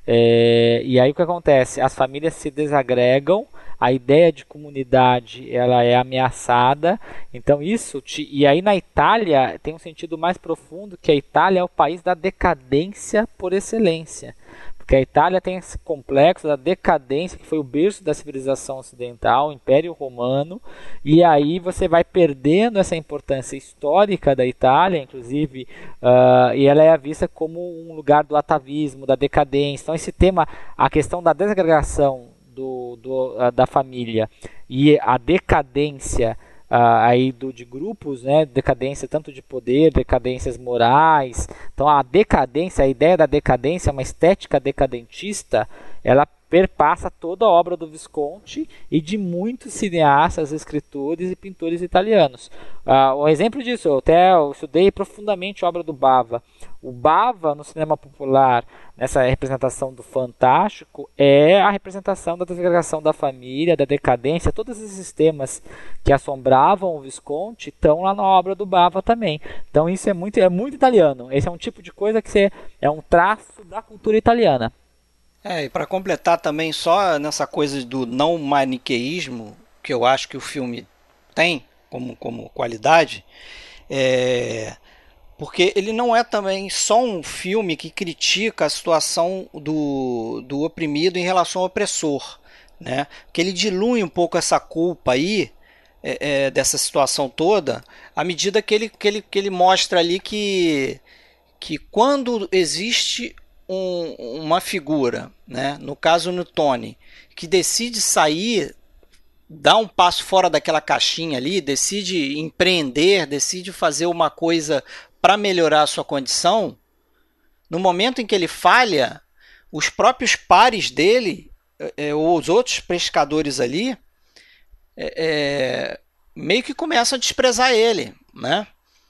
É, e aí o que acontece? As famílias se desagregam, a ideia de comunidade ela é ameaçada. Então isso te, e aí na Itália tem um sentido mais profundo, que a Itália é o país da decadência por excelência, porque a Itália tem esse complexo da decadência, que foi o berço da civilização ocidental, o Império Romano, e aí você vai perdendo essa importância histórica da Itália, inclusive, uh, e ela é vista como um lugar do atavismo, da decadência. Então esse tema, a questão da desagregação do, do, da família e a decadência uh, aí do, de grupos, né, decadência tanto de poder, decadências morais. Então a decadência, a ideia da decadência, uma estética decadentista, ela perpassa toda a obra do Visconti e de muitos cineastas, escritores e pintores italianos. Uh, um exemplo disso, eu até eu estudei profundamente a obra do Bava. O Bava, no cinema popular, nessa representação do fantástico, é a representação da desagregação da família, da decadência. Todos esses temas que assombravam o Visconti estão lá na obra do Bava também. Então isso é muito, é muito italiano. Esse é um tipo de coisa que você, é um traço da cultura italiana. É, e para completar também, só nessa coisa do não maniqueísmo, que eu acho que o filme tem como, como qualidade, é, porque ele não é também só um filme que critica a situação do, do oprimido em relação ao opressor, né? Que ele dilui um pouco essa culpa aí, é, é, dessa situação toda, à medida que ele, que ele, que ele mostra ali que, que quando existe Um, uma figura, né? No caso no Tony, que decide sair, dar um passo fora daquela caixinha ali, decide empreender, decide fazer uma coisa para melhorar a sua condição, no momento em que ele falha, os próprios pares dele, é, ou os outros pescadores ali, é, é, meio que começam a desprezar ele, né?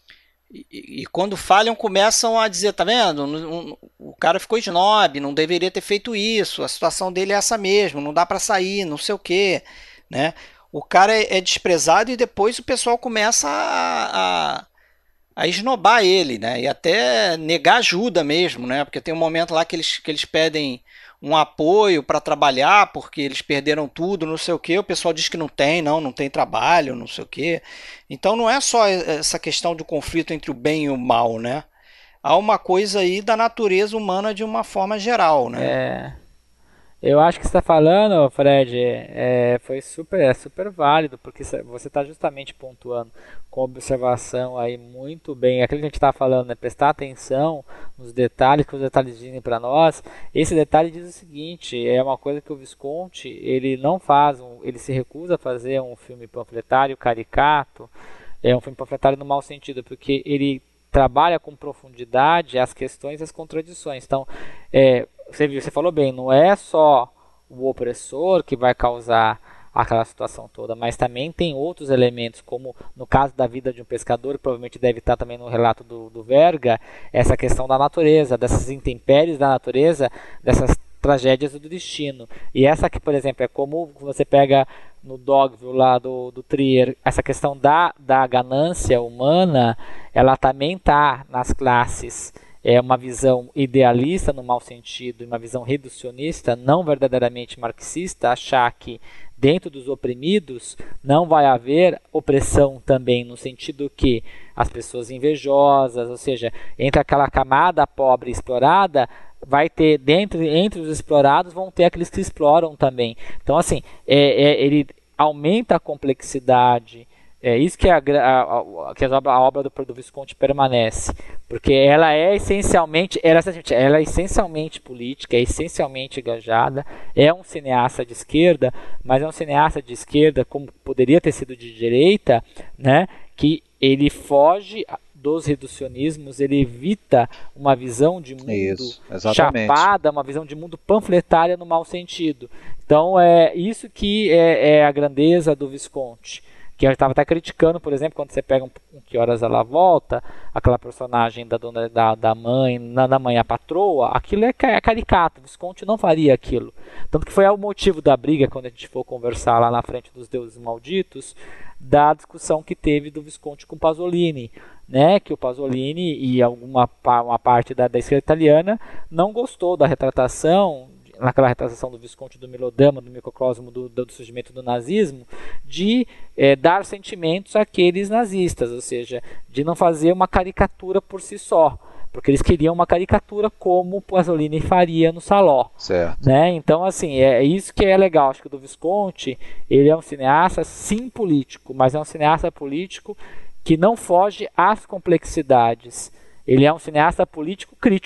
E, e quando falham começam a dizer, tá vendo, o, o cara ficou snob, não deveria ter feito isso, a situação dele é essa mesmo, não dá para sair, não sei o que, né? O cara é, é desprezado e depois o pessoal começa a, a, a esnobar ele, né? E até negar ajuda mesmo, né? Porque tem um momento lá que eles, que eles pedem um apoio para trabalhar porque eles perderam tudo, não sei o que, o pessoal diz que não tem, não, não tem trabalho, não sei o que. Então não é só essa questão do conflito entre o bem e o mal, né? Há uma coisa aí da natureza humana de uma forma geral, né? É... Eu acho que você está falando, Fred, é, foi super, é super válido, porque você está justamente pontuando com observação aí muito bem, aquilo que a gente está falando, né, prestar atenção nos detalhes, que os detalhes dizem para nós. Esse detalhe diz o seguinte, é uma coisa que o Visconti, ele não faz, um, ele se recusa a fazer um filme panfletário caricato, é um filme panfletário no mau sentido, porque ele trabalha com profundidade as questões e as contradições. Então, é, você, viu, você falou bem, não é só o opressor que vai causar aquela situação toda, mas também tem outros elementos, como no caso da vida de um pescador, que provavelmente deve estar também no relato do, do Verga, essa questão da natureza, dessas intempéries da natureza, dessas tragédias do destino. E essa aqui, por exemplo, é como você pega no Dogville lá do, do Trier, essa questão da, da ganância humana, ela também está nas classes. É uma visão idealista no mau sentido, uma visão reducionista, não verdadeiramente marxista, achar que dentro dos oprimidos não vai haver opressão também, no sentido que as pessoas invejosas, ou seja, entre aquela camada pobre e explorada, vai ter, dentro, entre os explorados, vão ter aqueles que exploram também. Então, assim, é, é, ele aumenta a complexidade. É isso que a, a, a, que a, obra, a obra do, do Visconti permanece, porque ela é essencialmente, ela, ela é essencialmente política, é essencialmente engajada, é um cineasta de esquerda, mas é um cineasta de esquerda, como poderia ter sido de direita, né, que ele foge dos reducionismos, ele evita uma visão de mundo isso, chapada, uma visão de mundo panfletária no mau sentido. Então é isso que é, é a grandeza do Visconti. Que eu estava até criticando, por exemplo, quando você pega um, um Que Horas Ela Volta, aquela personagem da dona da, da mãe, na, da mãe a patroa, aquilo é, é caricato, Visconti não faria aquilo. Tanto que foi o motivo da briga, quando a gente for conversar lá na frente dos Deuses Malditos, da discussão que teve do Visconti com Pasolini, né? Que o Pasolini e alguma uma parte da, da esquerda italiana não gostou da retratação, naquela retratação do Visconti do melodrama, do microcosmo do, do surgimento do nazismo, de é, dar sentimentos àqueles nazistas, ou seja, de não fazer uma caricatura por si só, porque eles queriam uma caricatura como o Pasolini faria no Saló. Certo. Né? Então, assim, é isso que é legal, acho que o do Visconti, ele é um cineasta, sim, político, mas é um cineasta político que não foge às complexidades. Ele é um cineasta político crítico.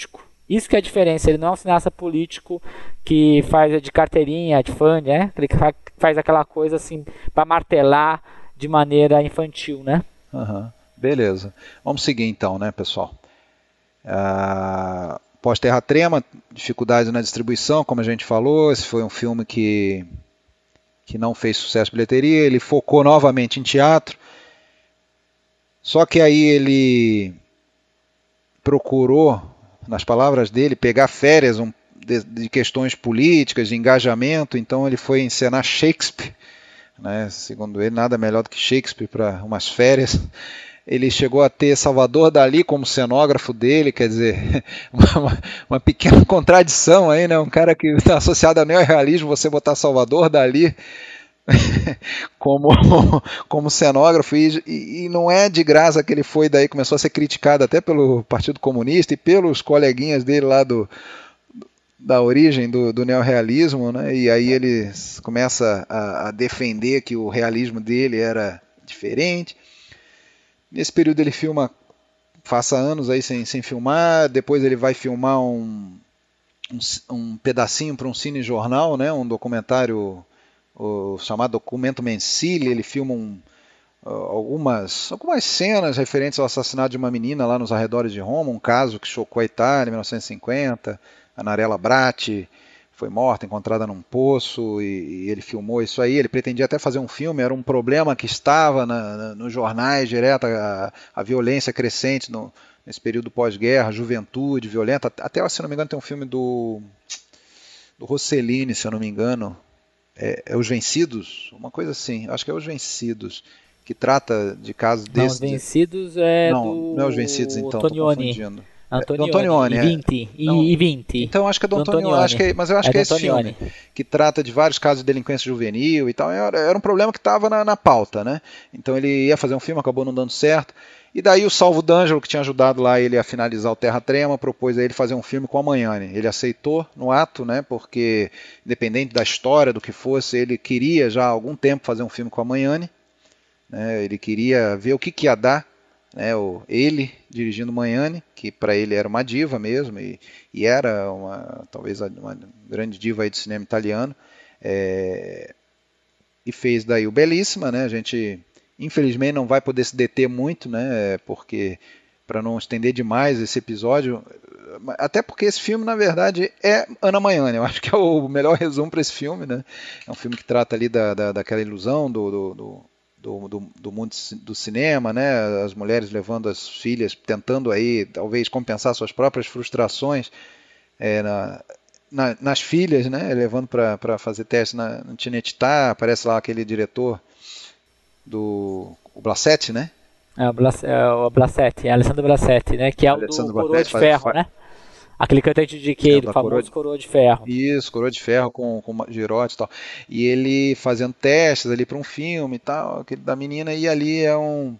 Isso que é a diferença, ele não é um cineasta político que faz de carteirinha, de fã, né? Ele faz aquela coisa assim para martelar de maneira infantil, né? Uhum. Beleza. Vamos seguir então, né, pessoal? Uh, Pós-Terra Trema, dificuldades na distribuição, como a gente falou, esse foi um filme que, que não fez sucesso de bilheteria, ele focou novamente em teatro, só que aí ele procurou, nas palavras dele, pegar férias um, de, de questões políticas, de engajamento, então ele foi encenar Shakespeare, né? Segundo ele, nada melhor do que Shakespeare para umas férias. Ele chegou a ter Salvador Dalí como cenógrafo dele, quer dizer, uma, uma pequena contradição aí, né? Um cara que está associado ao neorrealismo, você botar Salvador Dalí como, como cenógrafo, e, e não é de graça que ele foi daí, começou a ser criticado até pelo Partido Comunista e pelos coleguinhas dele lá do, da origem do, do neorrealismo, né? E aí ele começa a, a defender que o realismo dele era diferente. Nesse período ele filma, passa anos aí sem, sem filmar, depois ele vai filmar um, um, um pedacinho para um cinejornal, né? Um documentário o chamado Documento Mensile, ele filma um, algumas, algumas cenas referentes ao assassinato de uma menina lá nos arredores de Roma, um caso que chocou a Itália em mil novecentos e cinquenta, a Narella Bratti foi morta, encontrada num poço, e, e ele filmou isso aí. Ele pretendia até fazer um filme, era um problema que estava na, na, nos jornais direto, a, a violência crescente no, nesse período pós-guerra, juventude violenta, até, se não me engano, tem um filme do, do Rossellini, se eu não me engano, É, é Os Vencidos, uma coisa assim, acho que é Os Vencidos, que trata de casos desses. Não, Os Vencidos é não, do... Não é Os Vencidos, então, estou confundindo. Antonioni, é, do Antonioni, e vinte, é. Não, e vinte. Então acho que é do, do Antonioni, Antonioni. Acho que é, mas eu acho é que é esse Antonioni. filme, que trata de vários casos de delinquência juvenil e tal, era, era um problema que estava na, na pauta, né? Então ele ia fazer um filme, acabou não dando certo, e daí o Salvo D'Angelo, que tinha ajudado lá ele a finalizar o Terra Trema, propôs a ele fazer um filme com a Magnani. Ele aceitou no ato, né? Porque independente da história, do que fosse, ele queria já há algum tempo fazer um filme com a Magnani, né? Ele queria ver o que, que ia dar, né, o, ele dirigindo Magnani, que para ele era uma diva mesmo, e, e era uma, talvez uma grande diva aí do cinema italiano, é, e fez daí o Belíssima, né? A gente infelizmente não vai poder se deter muito, né, porque para não estender demais esse episódio, até porque esse filme na verdade é Ana Magnani, eu acho que é o melhor resumo para esse filme, né? É um filme que trata ali da, da, daquela ilusão do, do, do Do, do, do mundo do cinema, né? As mulheres levando as filhas, tentando aí talvez compensar suas próprias frustrações é, na, na, nas filhas, né? Levando para fazer teste na, no Cinecittà. Aparece lá aquele diretor do o Blasetti, né? É o, Blas, é o Blasetti, é Alessandro Blasetti, né? Que é o do Coroa de Ferro, faz, né? Aquele cantante de queiro, é, famoso coroa de, coroa de Ferro. Isso, Coroa de Ferro com, com Girotti e tal. E ele fazendo testes ali para um filme e tal, aquele da menina, e ali é um...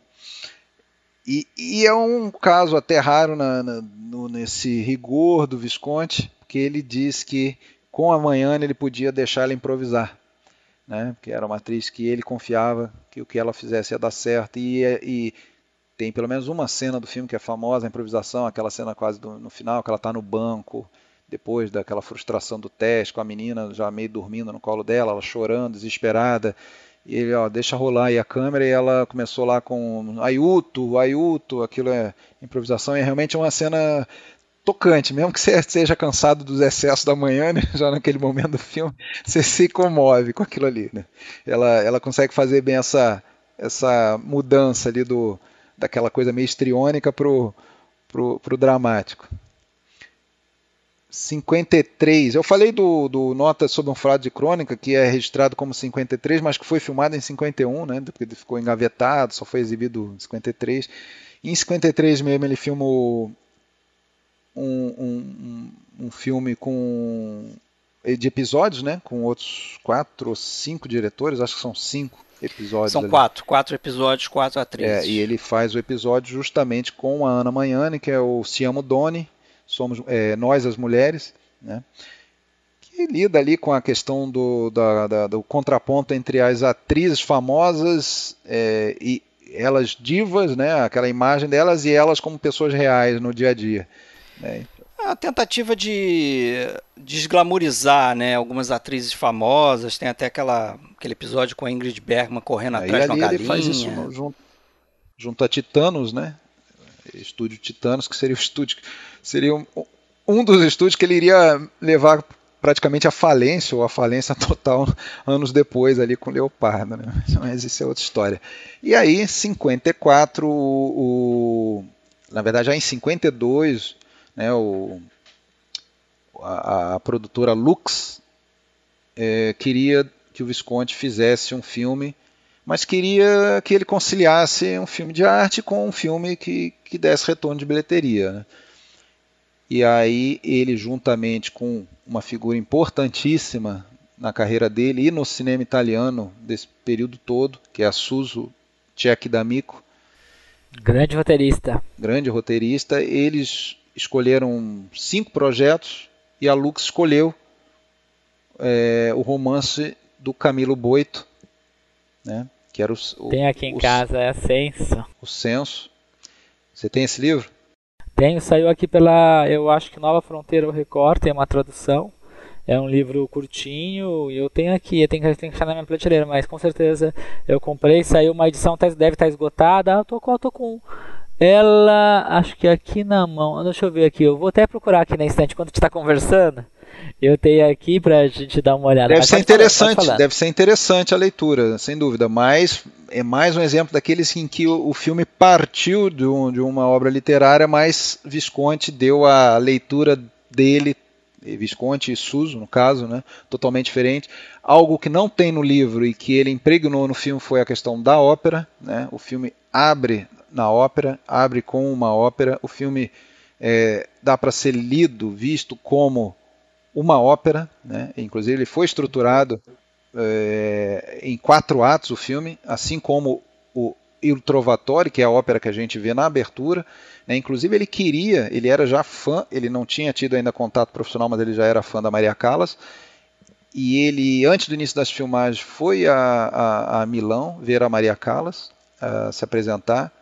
E, e é um caso até raro na, na, no, nesse rigor do Visconti, porque ele diz que com a Magnani ele podia deixar ela improvisar, né? Porque era uma atriz que ele confiava que o que ela fizesse ia dar certo, e... e tem pelo menos uma cena do filme que é famosa, a improvisação, aquela cena quase do, no final, que ela está no banco, depois daquela frustração do teste, com a menina já meio dormindo no colo dela, ela chorando, desesperada, e ele, ó, deixa rolar aí a câmera, e ela começou lá com Aiuto, Aiuto, aquilo é improvisação, e é realmente uma cena tocante, mesmo que você seja cansado dos excessos da manhã, né, já naquele momento do filme, você se comove com aquilo ali, né? Ela, ela consegue fazer bem essa, essa mudança ali do... daquela coisa meio histriônica pro, pro, pro dramático. cinquenta e três, eu falei do, do Nota sobre um Fraude de Crônica, que é registrado como cinquenta e três, mas que foi filmado em cinquenta e um, né, porque ele ficou engavetado, só foi exibido em cinquenta e três. E em cinquenta e três mesmo ele filmou um, um, um filme com, de episódios, né, com outros quatro ou cinco diretores, acho que são cinco episódios. São ali. quatro, quatro episódios, quatro atrizes. É, e ele faz o episódio justamente com a Ana Magnani, que é o Siamo Doni, somos é, Nós as Mulheres, né? Que lida ali com a questão do, da, da, do contraponto entre as atrizes famosas é, e elas divas, né? Aquela imagem delas, e elas como pessoas reais no dia a dia, né? A tentativa de desglamorizar, né, algumas atrizes famosas, tem até aquela, aquele episódio com a Ingrid Bergman correndo Aí atrás de uma ali ele galinha. faz isso no- junto, junto a Titanos, né? Estúdio Titanos, que seria o estúdio, seria um, um dos estúdios que ele iria levar praticamente à falência, ou à falência total anos depois ali com Leopardo, né? Mas isso é outra história. E aí, em cinquenta e quatro, o, o- na verdade já em cinquenta e dois, né, o, a, a produtora Lux eh, queria que o Visconti fizesse um filme, mas queria que ele conciliasse um filme de arte com um filme que, que desse retorno de bilheteria, né? E aí ele, juntamente com uma figura importantíssima na carreira dele e no cinema italiano desse período todo, que é a Suso Cecchi D'Amico, Grande roteirista. grande roteirista, eles escolheram cinco projetos e a Lux escolheu é, o romance do Camilo Boito, né, que era o, o, Tem aqui em o, casa, é Ascenso. o Censo. Você tem esse livro? Tenho, saiu aqui pela, eu acho que Nova Fronteira ou Record, tem uma tradução. É um livro curtinho e eu tenho aqui, eu tenho que, tenho que achar na minha prateleira, mas com certeza eu comprei, saiu uma edição, tá- deve estar esgotada. Ah, eu tô com, eu tô com ela, acho que aqui na mão, deixa eu ver aqui, eu vou até procurar aqui na estante enquanto a gente está conversando. Eu tenho aqui pra gente dar uma olhada. Deve Mas ser pode falar, pode interessante, falar. deve ser interessante a leitura, sem dúvida, mas é mais um exemplo daqueles em que o, o filme partiu de, um- de uma obra literária, mas Visconti deu a leitura dele, e Visconti e Suso, no caso, né, totalmente diferente. Algo que não tem no livro e que ele impregnou no filme foi a questão da ópera, né? O filme abre na ópera, abre com uma ópera. O filme é, dá para ser lido, visto como uma ópera, né? Inclusive ele foi estruturado é, em quatro atos, o filme, assim como o Il Trovatore, que é a ópera que a gente vê na abertura, né? Inclusive ele queria, ele era já fã, ele não tinha tido ainda contato profissional, mas ele já era fã da Maria Callas, e ele, antes do início das filmagens, foi a, a, a Milão ver a Maria Callas, a se apresentar.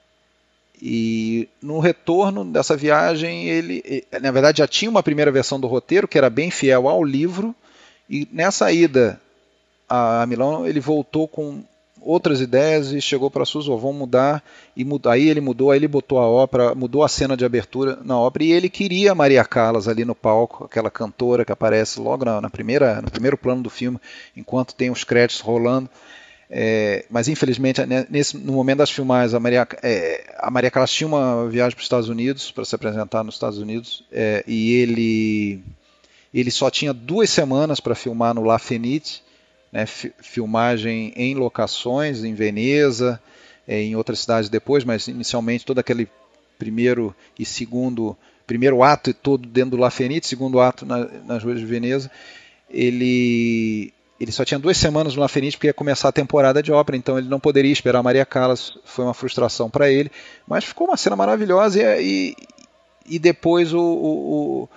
E no retorno dessa viagem, ele, na verdade, já tinha uma primeira versão do roteiro, que era bem fiel ao livro, e nessa ida a Milão, ele voltou com outras ideias e chegou para a Suso, vamos mudar, e mudou. Aí ele mudou, aí ele botou a ópera, mudou a cena de abertura na ópera, e ele queria a Maria Callas ali no palco, aquela cantora que aparece logo na, na primeira, no primeiro plano do filme, enquanto tem os créditos rolando. É, mas infelizmente nesse, no momento das filmagens a Maria, é, a Maria Callas tinha uma viagem para os Estados Unidos, para se apresentar nos Estados Unidos, é, e ele, ele só tinha duas semanas para filmar no La Fenice, né, fi, filmagem em locações em Veneza, é, em outras cidades depois, mas inicialmente todo aquele primeiro e segundo primeiro ato todo dentro do La Fenice, segundo ato na, nas ruas de Veneza. Ele Ele só tinha duas semanas no La Fenice porque ia começar a temporada de ópera, então ele não poderia esperar a Maria Callas, foi uma frustração para ele, mas ficou uma cena maravilhosa e, e, e depois o, o,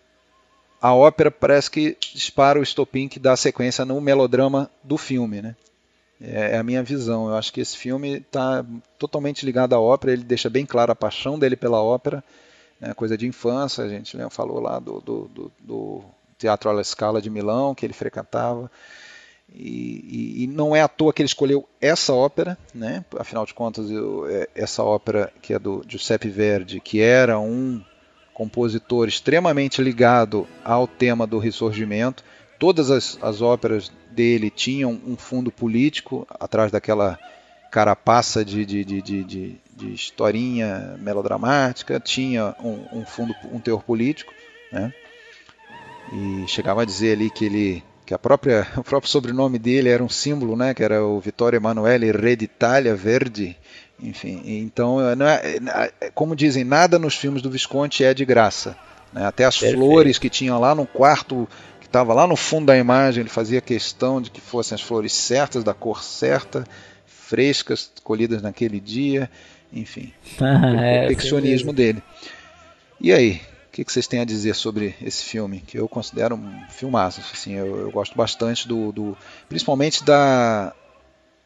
a ópera parece que dispara o estopim que dá sequência no melodrama do filme, né? É a minha visão, eu acho que esse filme está totalmente ligado à ópera, ele deixa bem claro a paixão dele pela ópera, né? Coisa de infância, a gente, né, falou lá do, do, do, do Teatro alla Scala de Milão, que ele frequentava, e, e, e não é à toa que ele escolheu essa ópera, né? Afinal de contas, eu, essa ópera que é do Giuseppe Verdi, que era um compositor extremamente ligado ao tema do Ressurgimento, todas as, as óperas dele tinham um fundo político, atrás daquela carapaça de, de, de, de, de, de historinha melodramática, tinha um, um fundo, um teor político, né? E chegava a dizer ali que ele, que a própria, o próprio sobrenome dele era um símbolo, né? Que era o Vittorio Emanuele Re d'Italia Verdi. Enfim, então, não é, como dizem, nada nos filmes do Visconti é de graça, né? Até as Perfeito. Flores que tinham lá no quarto, que estava lá no fundo da imagem, ele fazia questão de que fossem as flores certas, da cor certa, frescas, colhidas naquele dia, enfim, Ah, o é, perfeccionismo dele. E aí? O que vocês têm a dizer sobre esse filme, que eu considero um filmaço, assim, eu, eu gosto bastante do, do, principalmente da,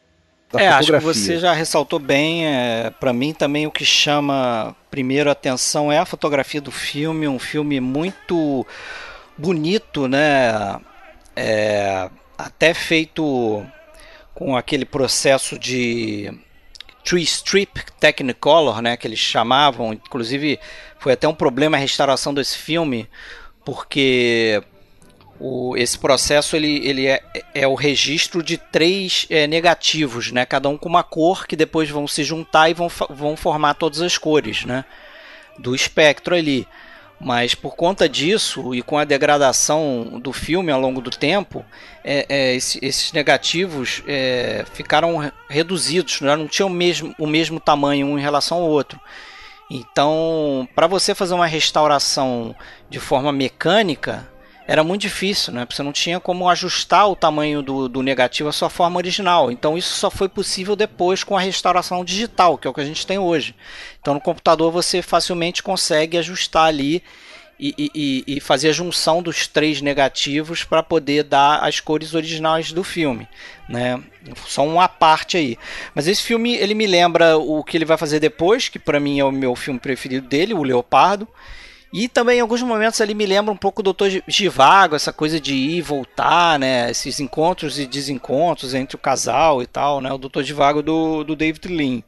da é, fotografia. Acho que você já ressaltou bem. É, para mim também o que chama primeiro a atenção é a fotografia do filme, um filme muito bonito, né? É, até feito com aquele processo de tree strip Technicolor, né, que eles chamavam. Inclusive foi até um problema a restauração desse filme, porque o, esse processo ele, ele é, é o registro de três é, negativos, né, cada um com uma cor, que depois vão se juntar e vão, vão formar todas as cores, né, do espectro ali. Mas por conta disso e com a degradação do filme ao longo do tempo, é, é, esse, esses negativos é, ficaram reduzidos, né? Não tinham o mesmo, o mesmo tamanho um em relação ao outro. Então, para você fazer uma restauração de forma mecânica, era muito difícil, né? Porque você não tinha como ajustar o tamanho do, do negativo à sua forma original. Então isso só foi possível depois com a restauração digital, que é o que a gente tem hoje. Então no computador você facilmente consegue ajustar ali e, e, e fazer a junção dos três negativos para poder dar as cores originais do filme, né? Só uma parte aí. Mas esse filme ele me lembra o que ele vai fazer depois, que para mim é o meu filme preferido dele, O Leopardo. E também em alguns momentos ali me lembra um pouco o doutor Zhivago, essa coisa de ir e voltar, né? Esses encontros e desencontros entre o casal e tal, né? O doutor Zhivago do, do David Lean.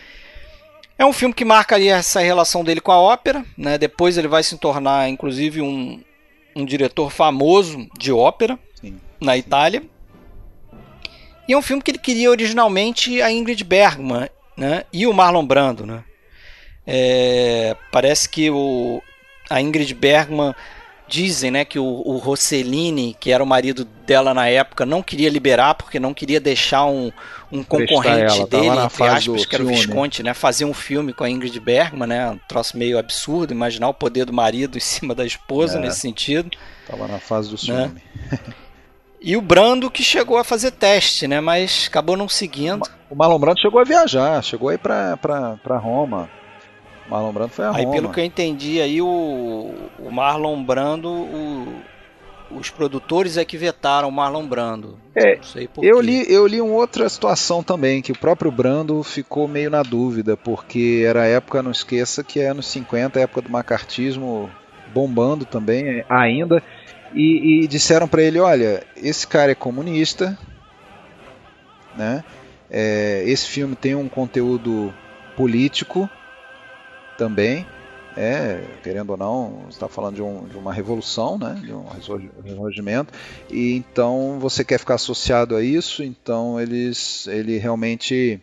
É um filme que marca ali essa relação dele com a ópera, né? Depois ele vai se tornar, inclusive, um, um diretor famoso de ópera. Sim. Na Itália. E é um filme que ele queria originalmente a Ingrid Bergman, né? E o Marlon Brando, né? É, parece que o a Ingrid Bergman, dizem, né, que o, o Rossellini, que era o marido dela na época, não queria liberar porque não queria deixar um, um concorrente ela, dele, entre aspas, que era o Visconti, né, fazer um filme com a Ingrid Bergman, né, um troço meio absurdo, imaginar o poder do marido em cima da esposa, é, nesse sentido. Estava na fase do ciúme. Né? E o Brando que chegou a fazer teste, né, mas acabou não seguindo. O Marlon Brando chegou a viajar, chegou aí para para Roma. Marlon Brando foi a aí, Roma. Pelo que eu entendi, aí o, o Marlon Brando, o, os produtores é que vetaram o Marlon Brando. É, não sei por eu, quê. Li, eu li uma outra situação também, que o próprio Brando ficou meio na dúvida, porque era a época, não esqueça, que é anos cinquenta, a época do macartismo bombando também ainda, e, e disseram para ele, olha, esse cara é comunista, né? É, esse filme tem um conteúdo político, também, é, querendo ou não, você está falando de, um, de uma revolução, né, de um ressurgimento, e então você quer ficar associado a isso, então eles, ele realmente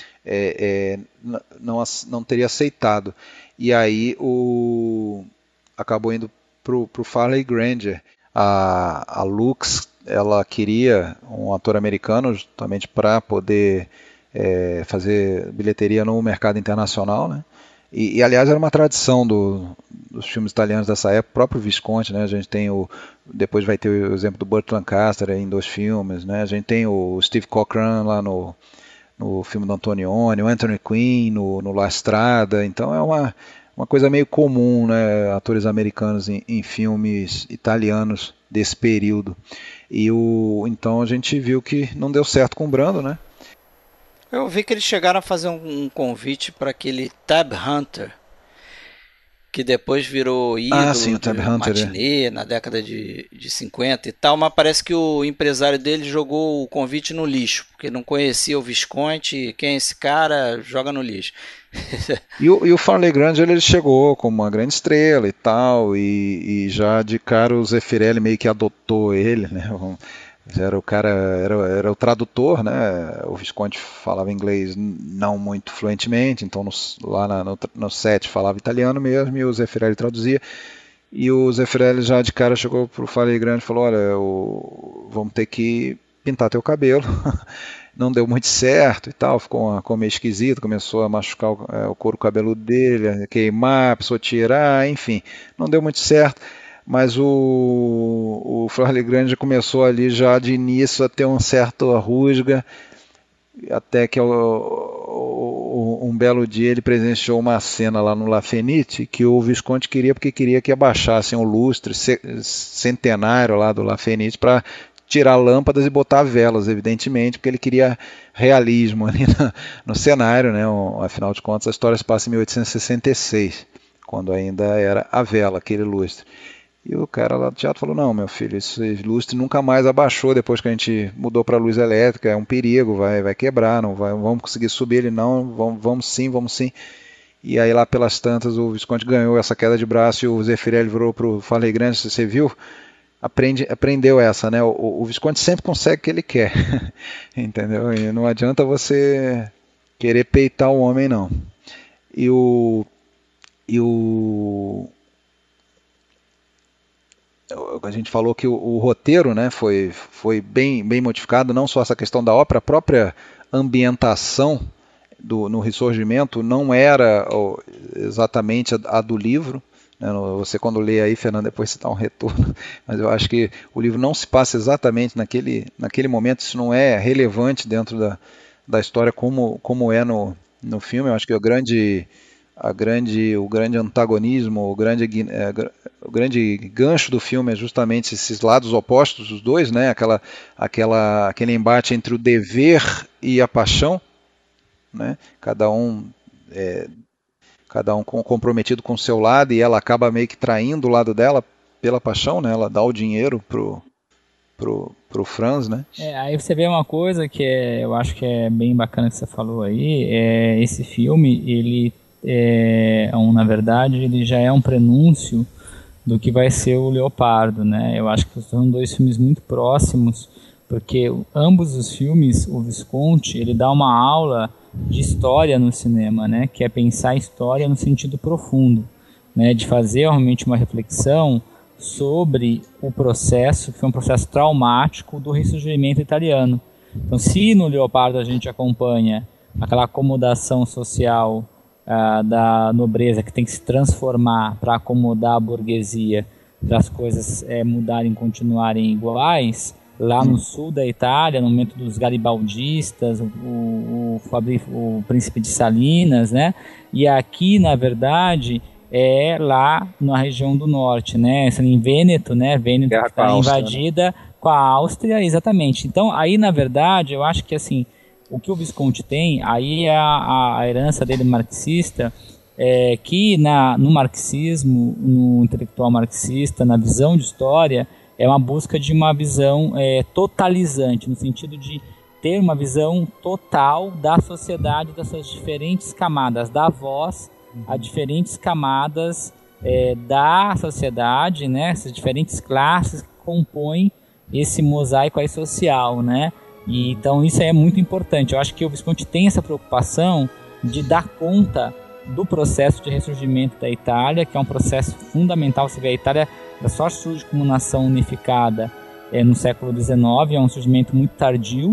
é, é, não, não teria aceitado. E aí o, acabou indo para o Farley Granger. A, a Lux, ela queria um ator americano justamente para poder é, fazer bilheteria no mercado internacional, né? E, e, aliás, era uma tradição do, dos filmes italianos dessa época, o próprio Visconti, né? A gente tem o, depois vai ter o exemplo do Burt Lancaster em dois filmes, né? A gente tem o Steve Cochran lá no, no filme do Antonioni, o Anthony Quinn no, no La Strada, então é uma, uma coisa meio comum, né? Atores americanos em, em filmes italianos desse período. E o, então a gente viu que não deu certo com o Brando, né? Eu vi que eles chegaram a fazer um, um convite para aquele Tab Hunter, que depois virou ídolo ah, sim, o Tab Hunter, matinê, é. na década de, de cinquenta e tal, mas parece que o empresário dele jogou o convite no lixo, porque não conhecia o Visconti, quem é esse cara, joga no lixo. e, o, e o Farley Granger, ele chegou como uma grande estrela e tal, e, e já de cara o Zeffirelli meio que adotou ele, né? Era o cara, era, era o tradutor, né? O Visconti falava inglês não muito fluentemente, então no, lá na, no, no set falava italiano mesmo e o Zeffirelli traduzia. E o Zeffirelli já de cara chegou pro Farley Granger e falou, olha, o, vamos ter que pintar teu cabelo. Não deu muito certo e tal, ficou, ficou meio esquisito, começou a machucar o, é, o couro cabeludo dele, a queimar, a pessoa tirar, enfim, não deu muito certo. Mas o, o Farley Granger começou ali já de início a ter um certo rusga, até que o, o, um belo dia ele presenciou uma cena lá no Lafayette que o Visconti queria, porque queria que abaixassem o lustre centenário lá do Lafayette para tirar lâmpadas e botar velas, evidentemente, porque ele queria realismo ali no, no cenário, né? Um, afinal de contas, a história se passa em mil oitocentos e sessenta e seis, quando ainda era a vela, aquele lustre. E o cara lá do teatro falou, não, meu filho, esse lustre nunca mais abaixou depois que a gente mudou para a luz elétrica, é um perigo, vai, vai quebrar, não vai, vamos conseguir subir ele não, vamos, vamos sim, vamos sim. E aí lá pelas tantas o Visconti ganhou essa queda de braço e o Zeffirelli virou para o Farley Grande, você viu? Aprende, aprendeu essa, né? O, o Visconti sempre consegue o que ele quer, entendeu? E não adianta você querer peitar o homem, não. E o... E o a gente falou que o, o roteiro, né, foi, foi bem, bem modificado, não só essa questão da ópera, a própria ambientação do, no Ressurgimento não era ó, exatamente a, a do livro. Né, você quando lê aí, Fernando, depois você dá um retorno, mas eu acho que o livro não se passa exatamente naquele, naquele momento, isso não é relevante dentro da, da história como, como é no, no filme. Eu acho que o grande... A grande, o grande antagonismo, o grande, é, o grande gancho do filme é justamente esses lados opostos dos dois, né? Aquela, aquela, aquele embate entre o dever e a paixão, né? Cada um, é, cada um comprometido com o seu lado e ela acaba meio que traindo o lado dela pela paixão, né? Ela dá o dinheiro pro pro, pro Franz, né? É, aí você vê uma coisa que é, eu acho que é bem bacana que você falou aí, é esse filme, ele É, um, na verdade, ele já é um prenúncio do que vai ser o Leopardo, né? Eu acho que são dois filmes muito próximos, porque ambos os filmes, o Visconti, ele dá uma aula de história no cinema, né? Que é pensar a história no sentido profundo, né? De fazer realmente uma reflexão sobre o processo, que foi um processo traumático do ressurgimento italiano. Então, se no Leopardo a gente acompanha aquela acomodação social Uh, da nobreza que tem que se transformar para acomodar a burguesia, das coisas é, mudarem e continuarem iguais, lá no sul da Itália, no momento dos garibaldistas, o, o, o, o príncipe de Salinas, né? E aqui, na verdade, é lá na região do norte, né? Em Vêneto, né? Vêneto está invadida, né? Com a Áustria, exatamente. Então, aí, na verdade, eu acho que assim, o que o Visconti tem, aí é a, a herança dele marxista, é, que na, no marxismo, no intelectual marxista, na visão de história, é uma busca de uma visão é, totalizante, no sentido de ter uma visão total da sociedade, dessas diferentes camadas, da voz a diferentes camadas é, da sociedade, né, essas diferentes classes que compõem esse mosaico aí social, né? E, então isso aí é muito importante. Eu acho que o Visconti tem essa preocupação de dar conta do processo de ressurgimento da Itália, que é um processo fundamental. Você vê, a Itália só surge como nação unificada é, no século dezenove, é um surgimento muito tardio.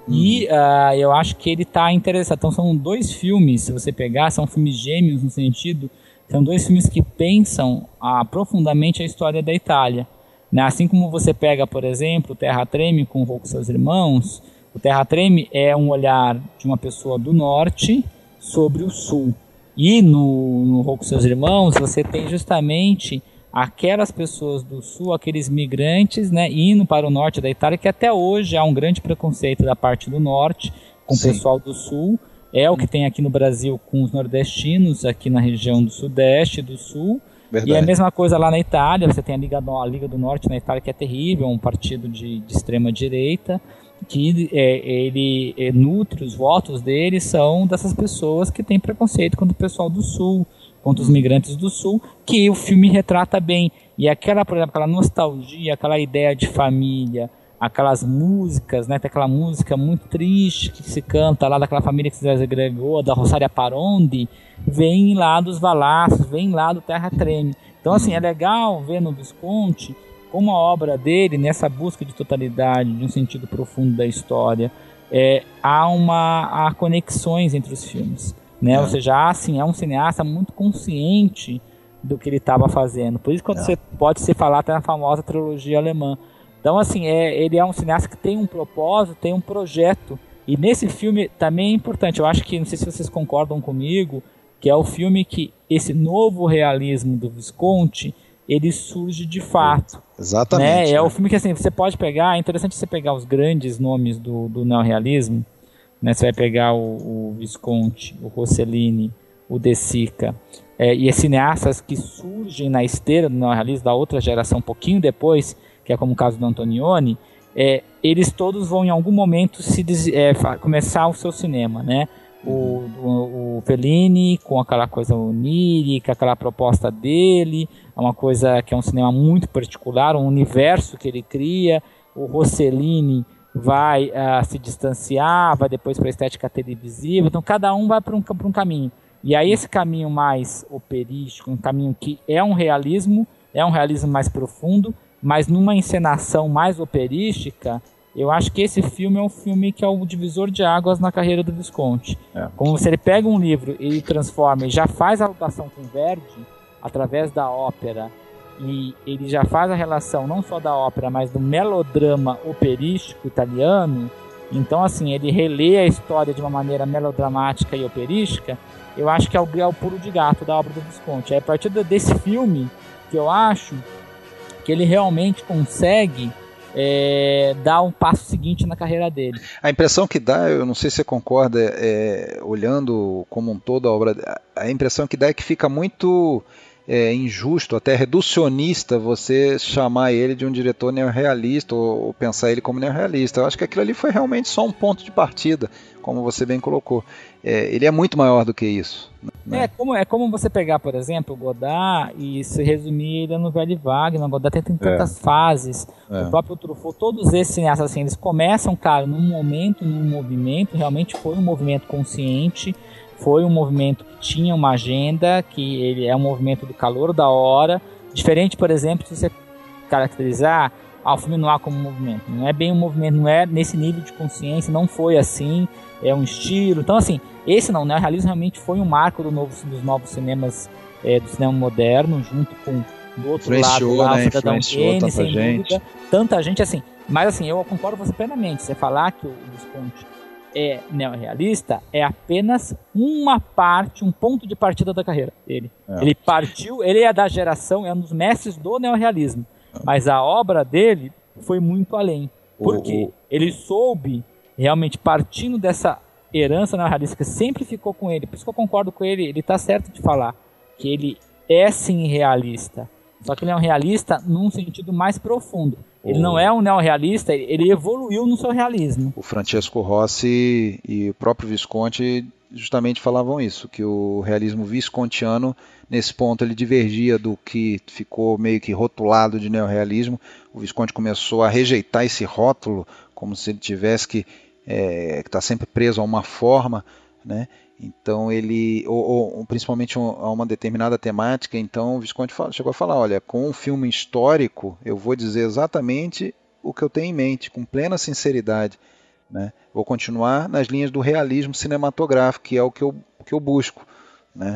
E uh, eu acho que ele está interessado. Então são dois filmes, se você pegar, são filmes gêmeos no sentido, são dois filmes que pensam ah, profundamente a história da Itália. Assim como você pega, por exemplo, o Terra Treme com o Voo com Seus Irmãos, o Terra Treme é um olhar de uma pessoa do norte sobre o sul. E no, no Voo com Seus Irmãos você tem justamente aquelas pessoas do sul, aqueles migrantes, né, indo para o norte da Itália, que até hoje há um grande preconceito da parte do norte com Sim. o pessoal do sul. É o que tem aqui no Brasil com os nordestinos, aqui na região do sudeste e do sul. Verdade. E é a mesma coisa lá na Itália, você tem a Liga, a Liga do Norte na Itália, que é terrível, um partido de, de extrema direita, que é, ele é, nutre, os votos dele são dessas pessoas que têm preconceito contra o pessoal do Sul, contra os migrantes do Sul, que o filme retrata bem. E aquela, por exemplo, aquela nostalgia, aquela ideia de família, aquelas músicas, né, tem aquela música muito triste que se canta lá daquela família que se desagregou, da Rosaria Parondi, vem lá dos Valaços, vem lá do Terra Treme. Então, assim, é legal ver no Visconti como a obra dele, nessa busca de totalidade, de um sentido profundo da história, é, há, uma, há conexões entre os filmes, né? É. Ou seja, assim, é um cineasta muito consciente do que ele estava fazendo. Por isso que é. você pode se falar até na famosa trilogia alemã. Então, assim, é, ele é um cineasta que tem um propósito, tem um projeto. E nesse filme também é importante, eu acho que, não sei se vocês concordam comigo, que é o filme que esse novo realismo do Visconti, ele surge de fato. Exatamente. Né? É né? o filme que assim, você pode pegar, é interessante você pegar os grandes nomes do, do neorrealismo, né? Você vai pegar o, o Visconti, o Rossellini, o De Sica, é, e as cineastas que surgem na esteira do neorrealismo da outra geração um pouquinho depois, que é como o caso do Antonioni, é, eles todos vão em algum momento se des, é, começar o seu cinema, né? O, o, o Fellini com aquela coisa onírica, aquela proposta dele, uma coisa que é um cinema muito particular, um universo que ele cria. O Rossellini vai uh, se distanciar, vai depois para a estética televisiva, então cada um vai para um, para um caminho. E aí esse caminho mais operístico, um caminho que é um realismo, é um realismo mais profundo, mas numa encenação mais operística, eu acho que esse filme é um filme que é o divisor de águas na carreira do Visconti. É. Como se ele pega um livro e transforma, e já faz a ligação com Verdi, através da ópera, e ele já faz a relação não só da ópera, mas do melodrama operístico italiano. Então, assim, ele relê a história de uma maneira melodramática e operística. Eu acho que é o, é o pulo de gato da obra do Visconti. É a partir desse filme que eu acho que ele realmente consegue É, dar um passo seguinte na carreira dele. A impressão que dá, eu não sei se você concorda, é, olhando como um todo a obra, a impressão que dá é que fica muito é, injusto, até reducionista, você chamar ele de um diretor neorrealista ou, ou pensar ele como neorrealista. Eu acho que aquilo ali foi realmente só um ponto de partida, como você bem colocou. É, ele é muito maior do que isso. Né? É, como, é como você pegar, por exemplo, o Godard e se resumir ele no Velho Wagner. O Godard tem, tem tantas é. fases, é. o próprio Truffaut, todos esses cineastas, assim, eles começam, cara, num momento, num movimento, realmente foi um movimento consciente, foi um movimento que tinha uma agenda, que ele é um movimento do calor da hora, diferente, por exemplo, se você caracterizar ah, o filme noir como um movimento, não é bem um movimento, não é nesse nível de consciência, não foi assim, é um estilo, então assim, esse não, né, o realismo realmente foi um marco do novo, dos novos cinemas, é, do cinema moderno, junto com do outro lado lá, né, o Cidadão Kane, sem gente. dúvida, tanta gente assim, mas assim, eu concordo com você plenamente, você falar que o Visconti é neorrealista, é apenas uma parte, um ponto de partida da carreira dele. É. Ele partiu, ele é da geração, é um dos mestres do neorrealismo, é. mas a obra dele foi muito além, porque o... ele soube, realmente partindo dessa herança neorrealista que sempre ficou com ele, por isso que eu concordo com ele, ele está certo de falar que ele é sim realista, só que ele é um realista num sentido mais profundo. Ele o... não é um neorrealista, ele evoluiu no seu realismo. O Francesco Rossi e o próprio Visconti justamente falavam isso, que o realismo viscontiano, nesse ponto, ele divergia do que ficou meio que rotulado de neorrealismo. O Visconti começou a rejeitar esse rótulo, como se ele tivesse que é, estar sempre preso a uma forma, né? Então ele, ou, ou principalmente a uma determinada temática, então o Visconti chegou a falar, olha, com um filme histórico eu vou dizer exatamente o que eu tenho em mente, com plena sinceridade, né? Vou continuar nas linhas do realismo cinematográfico, que é o que eu, que eu busco, né?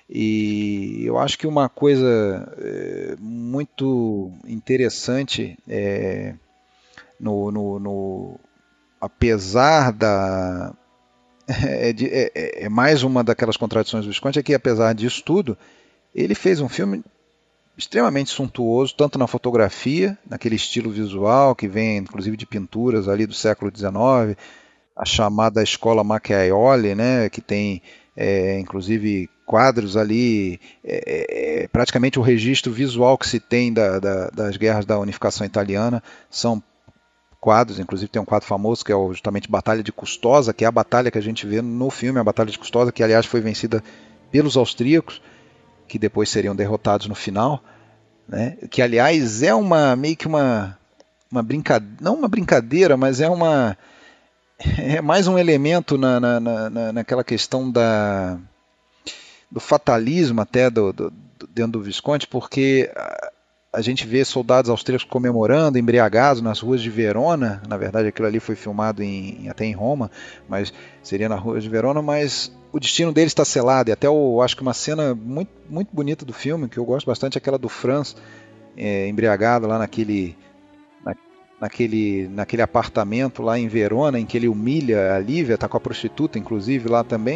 E eu acho que uma coisa é, muito interessante é, no, no, no, apesar da É, é, é mais uma daquelas contradições do Visconti, é que apesar disso tudo, ele fez um filme extremamente suntuoso, tanto na fotografia, naquele estilo visual que vem inclusive de pinturas ali do século dezenove, a chamada escola Macchiaioli, né, que tem é, inclusive quadros ali, é, é, praticamente o registro visual que se tem da, da, das guerras da unificação italiana, são quadros, inclusive tem um quadro famoso que é justamente Batalha de Custoza, que é a batalha que a gente vê no filme, a Batalha de Custoza, que aliás foi vencida pelos austríacos, que depois seriam derrotados no final, né? Que aliás é uma meio que uma, uma brincadeira, não uma brincadeira, mas é uma é mais um elemento na, na, na, naquela questão da, do fatalismo até do, do, dentro do Visconti, porque a gente vê soldados austríacos comemorando, embriagados nas ruas de Verona. Na verdade, aquilo ali foi filmado em, até em Roma, mas seria nas ruas de Verona, mas o destino deles está selado. E até eu acho que uma cena muito, muito bonita do filme, que eu gosto bastante, é aquela do Franz, é, embriagado lá naquele, na, naquele, naquele apartamento lá em Verona, em que ele humilha a Lívia, está com a prostituta, inclusive, lá também.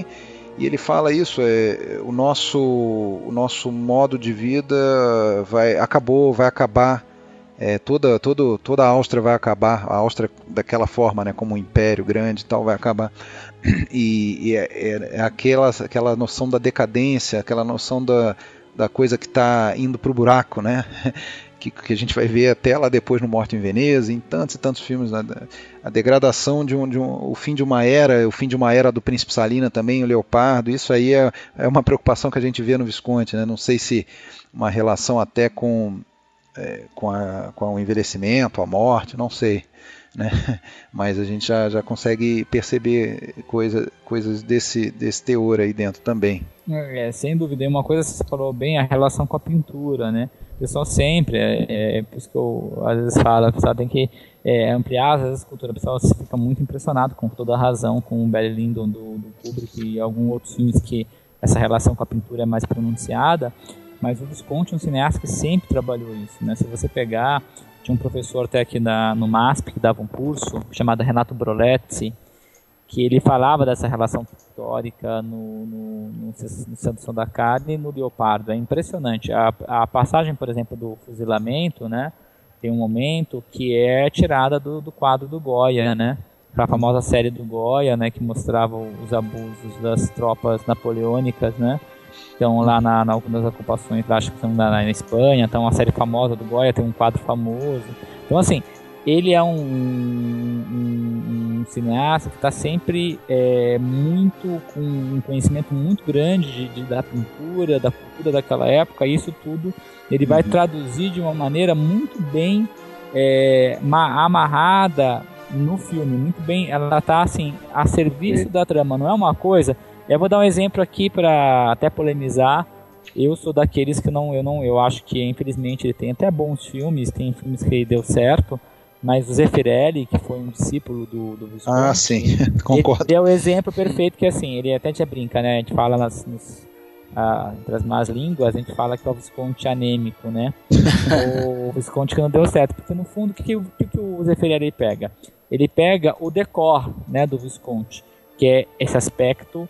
E ele fala isso, é, o, nosso, o nosso modo de vida vai, acabou, vai acabar, é, toda, toda, toda a Áustria vai acabar, a Áustria daquela forma, né, como um império grande e tal, vai acabar. E, e é, é, é aquela, aquela noção da decadência, aquela noção da, da coisa que está indo para o buraco, né? Que, que a gente vai ver até lá depois no Morte em Veneza, em tantos e tantos filmes, né? A degradação de um, de um, o fim de uma era, o fim de uma era do Príncipe Salina também, o Leopardo, isso aí é, é uma preocupação que a gente vê no Visconti, né? Não sei se uma relação até com, é, com, a, com o envelhecimento, a morte, não sei, né? Mas a gente já, já consegue perceber coisa, coisas desse, desse teor aí dentro também. É, sem dúvida, e uma coisa que você falou bem, a relação com a pintura, né? O pessoal sempre, é, é por isso que eu às vezes falo, o pessoal tem que é, ampliar as esculturas, o pessoal fica muito impressionado com toda a razão, com o Barry Lyndon do, do Kubrick e alguns outros filmes que essa relação com a pintura é mais pronunciada, mas o Visconti é um cineasta que sempre trabalhou isso, né? Se você pegar, tinha um professor até aqui na, no M A S P que dava um curso, chamado Renato Broletti, que ele falava dessa relação pictórica no, no, no, no Sedução da Carne e no Leopardo. É impressionante. A, a passagem, por exemplo, do fuzilamento, né, tem um momento que é tirada do, do quadro do Goya, né, a famosa série do Goya, né, que mostrava os abusos das tropas napoleônicas, né. Então, lá na, na, nas ocupações, acho que são na, na Espanha, então uma série famosa do Goya, tem um quadro famoso. Então, assim, ele é um, um, um cineasta que está sempre é, muito com um conhecimento muito grande de, de, da pintura, da cultura daquela época, e isso tudo ele vai traduzir de uma maneira muito bem é, amarrada no filme, muito bem, ela está assim, a serviço da trama, não é uma coisa. Eu vou dar um exemplo aqui para até polemizar. Eu sou daqueles que não, eu não, eu acho que infelizmente ele tem até bons filmes, tem filmes que deu certo. Mas o Zeffirelli, que foi um discípulo do, do Visconti, ah, sim, concordo. Ele é o exemplo perfeito que, assim, ele até te brinca, né? A gente fala nas, nos, ah, entre as más línguas, a gente fala que é o Visconti anêmico, né? O Visconti que não deu certo. Porque, no fundo, o que, que, o, que, que o Zeffirelli pega? Ele pega o decor, né, do Visconti, que é esse aspecto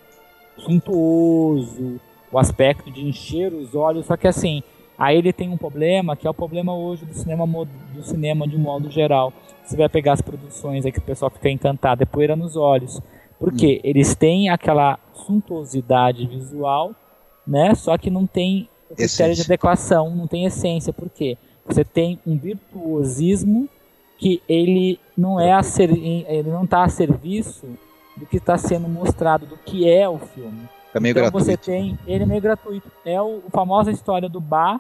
suntuoso, o aspecto de encher os olhos, só que, assim... Aí ele tem um problema, que é o problema hoje do cinema, do cinema de um modo geral. Você vai pegar as produções aí que o pessoal fica encantado, é poeira nos olhos. Porque hum. eles têm aquela suntuosidade visual, né? Só que não tem o critério de adequação, não tem essência. Por quê? Você tem um virtuosismo que ele não é a ser, ele não está a serviço do que está sendo mostrado, do que é o filme. É meio então gratuito. Você tem, ele é meio gratuito. É o, a famosa história do Bach,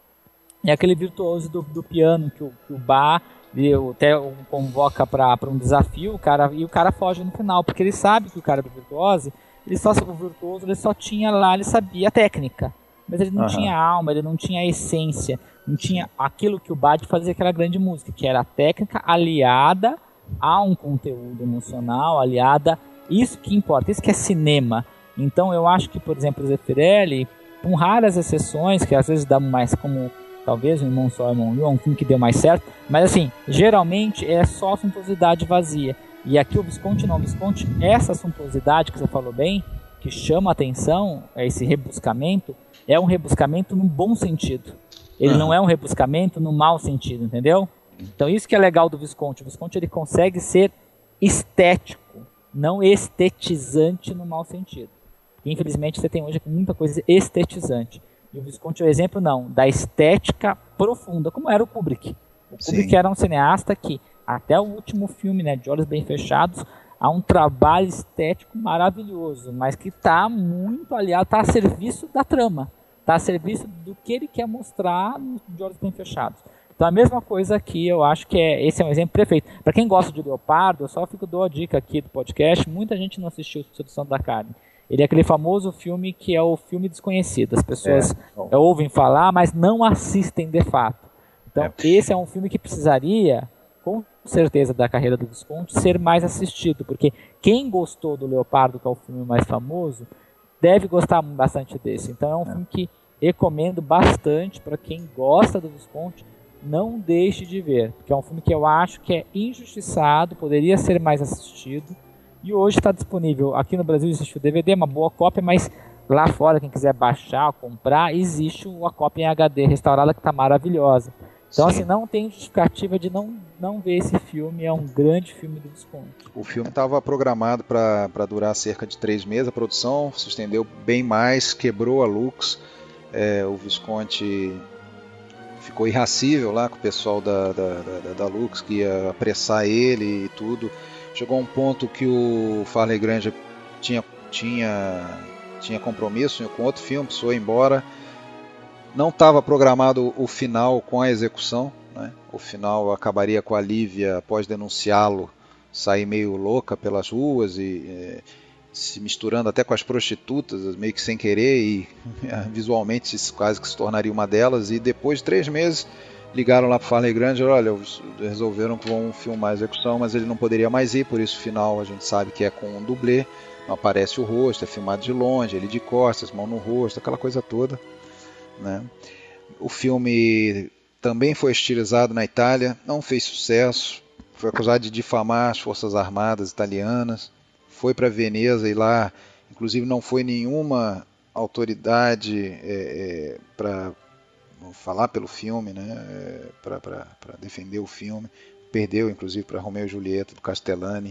é aquele virtuoso do, do piano que o, que o Bach ele, até o convoca para um desafio, o cara, e o cara foge no final, porque ele sabe que o cara é virtuoso, ele só, o virtuoso ele só tinha lá, ele sabia a técnica, mas ele não uhum. tinha alma, ele não tinha essência, não tinha aquilo que o Bach fazia, aquela grande música, que era a técnica aliada a um conteúdo emocional, aliada, isso que importa, isso que é cinema. Então eu acho que, por exemplo, o Zeffirelli, com raras exceções, que às vezes dá mais como, talvez, o Irmão Sol e o Irmão Liu, é um filme que deu mais certo, mas assim, geralmente é só suntuosidade vazia. E aqui o Visconti não, o Visconti, essa suntuosidade que você falou bem, que chama a atenção, esse rebuscamento, é um rebuscamento no bom sentido. Ele uhum. não é um rebuscamento no mau sentido, entendeu? Então isso que é legal do Visconti. O Visconti ele consegue ser estético, não estetizante no mau sentido. Infelizmente você tem hoje muita coisa estetizante. E o Visconti é o exemplo, não, da estética profunda, como era o Kubrick. O Kubrick Sim. era um cineasta que, até o último filme, né, de Olhos Bem Fechados, há um trabalho estético maravilhoso, mas que está muito aliado, está a serviço da trama, está a serviço do que ele quer mostrar no De Olhos Bem Fechados. Então a mesma coisa aqui, eu acho que é, esse é um exemplo perfeito. Para quem gosta de Leopardo, eu só fico dou a dica aqui do podcast, muita gente não assistiu Sedução da Carne. Ele é aquele famoso filme que é o filme desconhecido. As pessoas é, ouvem falar, mas não assistem de fato. Então, é. esse é um filme que precisaria, com certeza, da carreira do Visconti, ser mais assistido. Porque quem gostou do Leopardo, que é o filme mais famoso, deve gostar bastante desse. Então, é um é. filme que recomendo bastante para quem gosta do Visconti. Não deixe de ver. Porque é um filme que eu acho que é injustiçado, poderia ser mais assistido. E hoje está disponível, aqui no Brasil existe o D V D, uma boa cópia, mas lá fora, quem quiser baixar, comprar, existe uma cópia em H D restaurada que está maravilhosa. Então, Sim. assim, não tem justificativa de não, não ver esse filme, é um grande filme do Visconti. O filme estava programado para durar cerca de três meses, a produção se estendeu bem mais, quebrou a Lux, é, o Visconti ficou irracível lá com o pessoal da, da, da, da Lux, que ia apressar ele e tudo. Chegou a um ponto que o Farley Granger tinha, tinha, tinha compromisso com outro filme, precisou ir embora. Não estava programado o final com a execução, né? O final acabaria com a Lívia, após denunciá-lo, sair meio louca pelas ruas e é, se misturando até com as prostitutas, meio que sem querer, e visualmente quase que se tornaria uma delas. E depois de três meses ligaram lá para o Farley Granger, olha, resolveram que vão filmar a execução, mas ele não poderia mais ir, por isso o final a gente sabe que é com um dublê, não aparece o rosto, é filmado de longe, ele de costas, mão no rosto, aquela coisa toda. Né? O filme também foi estilizado na Itália, não fez sucesso, foi acusado de difamar as forças armadas italianas, foi para Veneza e lá, inclusive, não foi nenhuma autoridade é, é, para falar pelo filme, né? é, para defender o filme, perdeu inclusive para Romeo e Julieta do Castellani.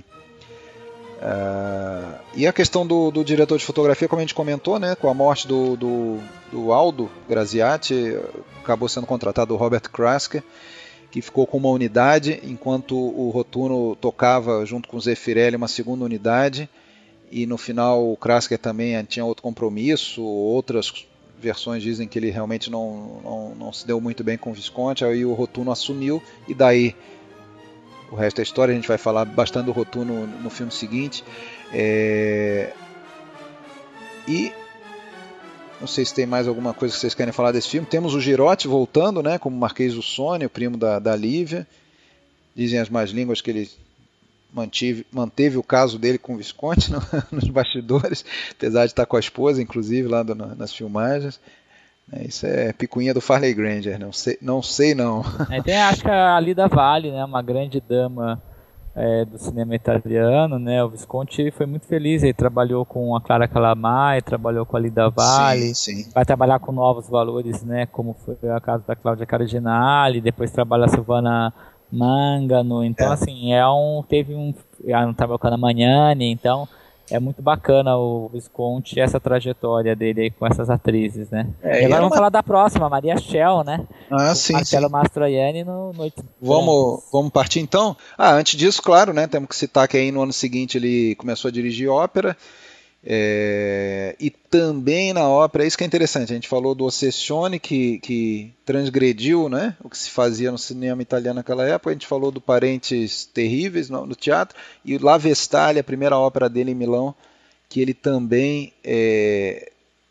Uh, e a questão do, do diretor de fotografia, como a gente comentou, né, com a morte do, do, do Aldo Graziati, acabou sendo contratado o Robert Krasker, que ficou com uma unidade, enquanto o Rotuno tocava junto com o Zeffirelli uma segunda unidade, e no final o Krasker também tinha outro compromisso. Outras versões dizem que ele realmente não, não, não se deu muito bem com o Visconti, aí o Rotuno assumiu, e daí o resto é história. A gente vai falar bastante do Rotuno no, no filme seguinte. É... E não sei se tem mais alguma coisa que vocês querem falar desse filme. Temos o Girotti voltando, né, como Marquês do Sônia, o primo da, da Lívia. Dizem as más línguas que ele mantive, manteve o caso dele com o Visconti no, nos bastidores, apesar de estar com a esposa, inclusive, lá do, nas filmagens. Isso é picuinha do Farley Granger, não sei não. Sei, não. É, tem, acho que a Lida Vale, né, uma grande dama é, do cinema italiano, né, o Visconti foi muito feliz, ele trabalhou com a Clara Calamai, trabalhou com a Lida Vale, sim, sim. Vai trabalhar com novos valores, né, como foi a casa da Cláudia Cardinale, depois trabalha a Silvana Mangano, então é. assim, é um, teve um, ela trabalhou com a Ana Magnani, então é muito bacana o Visconti, essa trajetória dele aí com essas atrizes, né? É, e agora vamos uma... falar da próxima, Maria Schell, né? Ah, sim, Marcelo sim. Mastroianni no Noite Vamos, vamos partir então? Ah, antes disso, claro, né? Temos que citar que aí no ano seguinte ele começou a dirigir ópera. É, e também na ópera, isso que é interessante, a gente falou do Ossessione, que, que transgrediu, né, o que se fazia no cinema italiano naquela época. A gente falou do Parentes Terríveis no, no teatro, e La Vestaglia, a primeira ópera dele em Milão, que ele também é,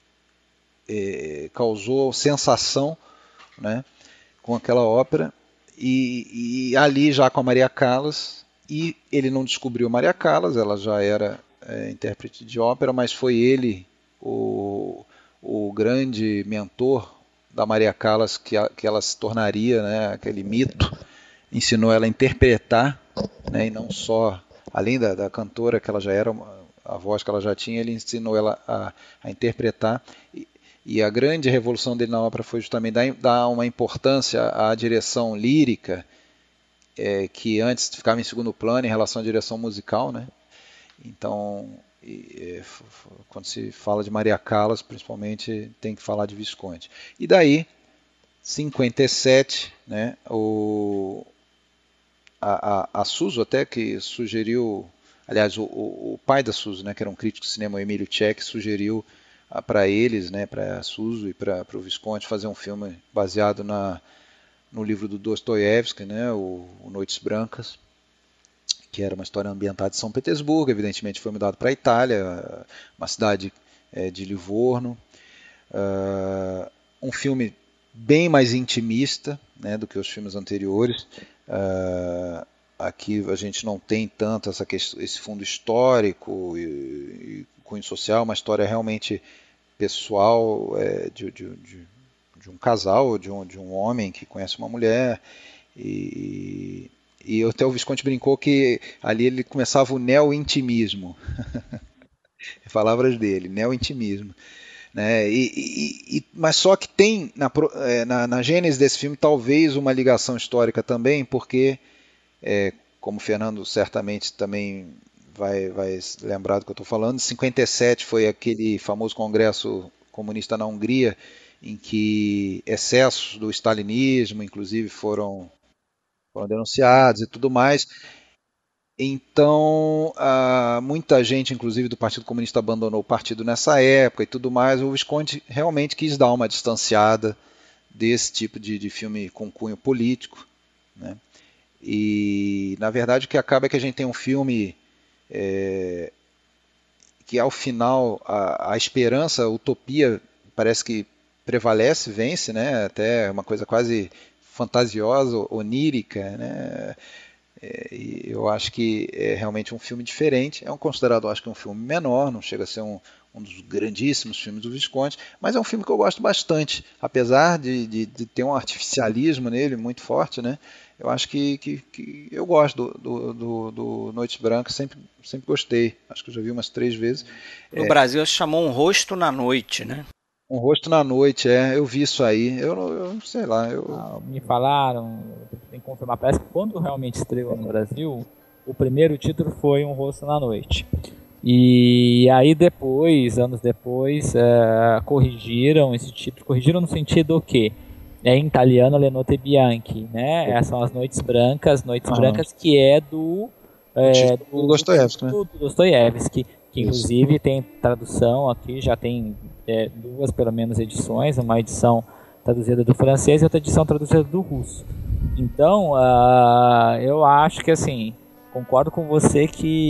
é, causou sensação, né, com aquela ópera, e, e ali já com a Maria Callas, e ele não descobriu Maria Callas, ela já era É, intérprete de ópera, mas foi ele o, o grande mentor da Maria Callas, que, a, que ela se tornaria, né, aquele mito, ensinou ela a interpretar, né, e não só, além da, da cantora que ela já era, a voz que ela já tinha, ele ensinou ela a, a interpretar, e, e a grande revolução dele na ópera foi justamente dar, dar uma importância à direção lírica, é, que antes ficava em segundo plano em relação à direção musical, né? Então, e, quando se fala de Maria Callas, principalmente, tem que falar de Visconti. E daí, cinquenta e sete, né, o, a, a, a Suso até que sugeriu, aliás, o, o, o pai da Suso, né, que era um crítico de cinema, o Emílio Cech, sugeriu para eles, né, para a Suso e para o Visconti, fazer um filme baseado na, no livro do Dostoiévski, né, o, o Noites Brancas, que era uma história ambientada em São Petersburgo, evidentemente foi mudado para a Itália, uma cidade é, de Livorno. Uh, um filme bem mais intimista, né, do que os filmes anteriores. Uh, aqui a gente não tem tanto essa questão, esse fundo histórico e, e cunho social, uma história realmente pessoal é, de, de, de, de um casal, de um, de um homem que conhece uma mulher e e até o Visconti brincou que ali ele começava o neo-intimismo. Palavras dele, neo-intimismo. Né? E, e, e, mas só que tem na, na, na gênese desse filme talvez uma ligação histórica também, porque, é, como o Fernando certamente também vai, vai lembrar do que eu estou falando, em cinquenta e sete foi aquele famoso congresso comunista na Hungria, em que excessos do stalinismo, inclusive, foram, foram denunciados e tudo mais. Então, ah, muita gente, inclusive do Partido Comunista, abandonou o partido nessa época e tudo mais. O Visconti realmente quis dar uma distanciada desse tipo de, de filme com cunho político, né? E, na verdade, o que acaba é que a gente tem um filme é, que, ao final, a, a esperança, a utopia, parece que prevalece, vence, né? Até uma coisa quase fantasiosa, onírica, né? E eu acho que é realmente um filme diferente. É um considerado, acho que um filme menor, não chega a ser um, um dos grandíssimos filmes do Visconti, mas é um filme que eu gosto bastante, apesar de, de, de ter um artificialismo nele muito forte, né? Eu acho que, que, que eu gosto do, do, do, do Noites Brancas, sempre, sempre gostei. Acho que eu já vi umas três vezes. No é, Brasil se chamou Um Rosto na Noite, né? Um Rosto na Noite, é, eu vi isso aí. Eu, eu sei lá, eu... Ah, me falaram, tem que confirmar, parece que quando realmente estreou no Brasil, o primeiro título foi Um Rosto na Noite. E aí depois, anos depois, é, corrigiram esse título, corrigiram no sentido que é em italiano Le Notte Bianche, né? Essas são as Noites Brancas, Noites Aham. Brancas, que é do, é, do, do Dostoiévski, né? do, do Dostoiévski, que Isso. inclusive tem tradução aqui, já tem é, duas pelo menos edições, uma edição traduzida do francês e outra edição traduzida do russo. Então, uh, eu acho que assim, concordo com você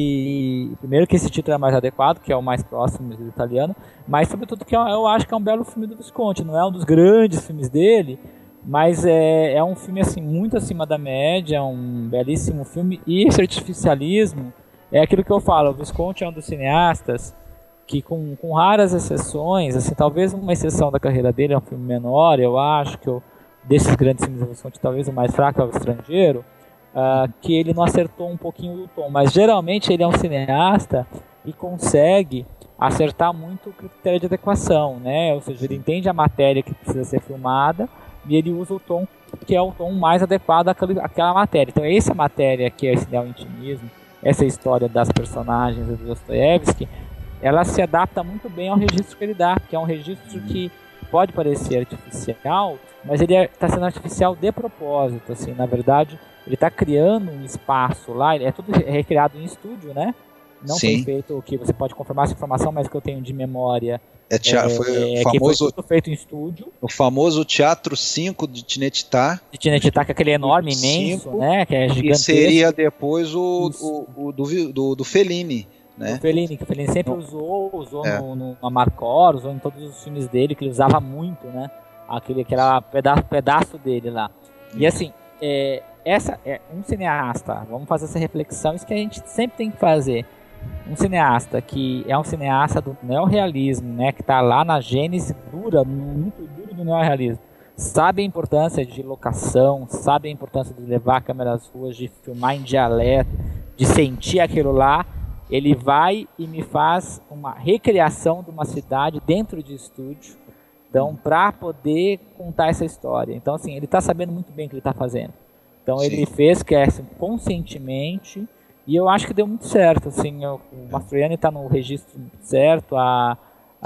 que primeiro que esse título é mais adequado, que é o mais próximo do italiano, mas sobretudo que eu, eu acho que é um belo filme do Visconti, não é um dos grandes filmes dele, mas é, é um filme assim muito acima da média, um belíssimo filme, e esse artificialismo é aquilo que eu falo, o Visconti é um dos cineastas que com, com raras exceções, assim, talvez uma exceção da carreira dele, é um filme menor, eu acho que eu, desses grandes filmes do Visconti, talvez o mais fraco é O Estrangeiro, uh, que ele não acertou um pouquinho do tom, mas geralmente ele é um cineasta e consegue acertar muito o critério de adequação, né? Ou seja, ele entende a matéria que precisa ser filmada e ele usa o tom que é o tom mais adequado àquela, àquela matéria. Então essa matéria que é esse neo-intimismo, essa história das personagens do Dostoiévski, ela se adapta muito bem ao registro que ele dá, que é um registro que pode parecer artificial, mas ele está sendo artificial de propósito, assim, na verdade, ele está criando um espaço lá, é tudo recriado em estúdio, né? Não Sim. foi feito o que você pode confirmar essa informação, mas que eu tenho de memória. É, tea- foi é, o famoso, foi tudo feito em estúdio. O famoso Teatro cinco de Tinetitá. De Tinetitá, que é aquele enorme, imenso, cinco, né? Que é Que gigantesco. seria depois o, o, o do, do, do Fellini, né? O Fellini, que o Fellini sempre usou, usou É. no, no Amarcord, usou em todos os filmes dele, que ele usava muito, né? Aquele, aquele pedaço, pedaço dele lá. E assim, é, essa é um cineasta, vamos fazer essa reflexão, isso que a gente sempre tem que fazer. Um cineasta que é um cineasta do neorrealismo, né, que está lá na gênese dura, muito duro do neorrealismo, sabe a importância de locação, sabe a importância de levar a câmera às ruas, de filmar em dialeto, de sentir aquilo lá. Ele vai e me faz uma recriação de uma cidade dentro de estúdio, então, para poder contar essa história. Então, assim, ele está sabendo muito bem o que ele está fazendo. Então, Sim. ele fez que é assim, conscientemente. E eu acho que deu muito certo, assim, o Mastroianni está no registro certo, a,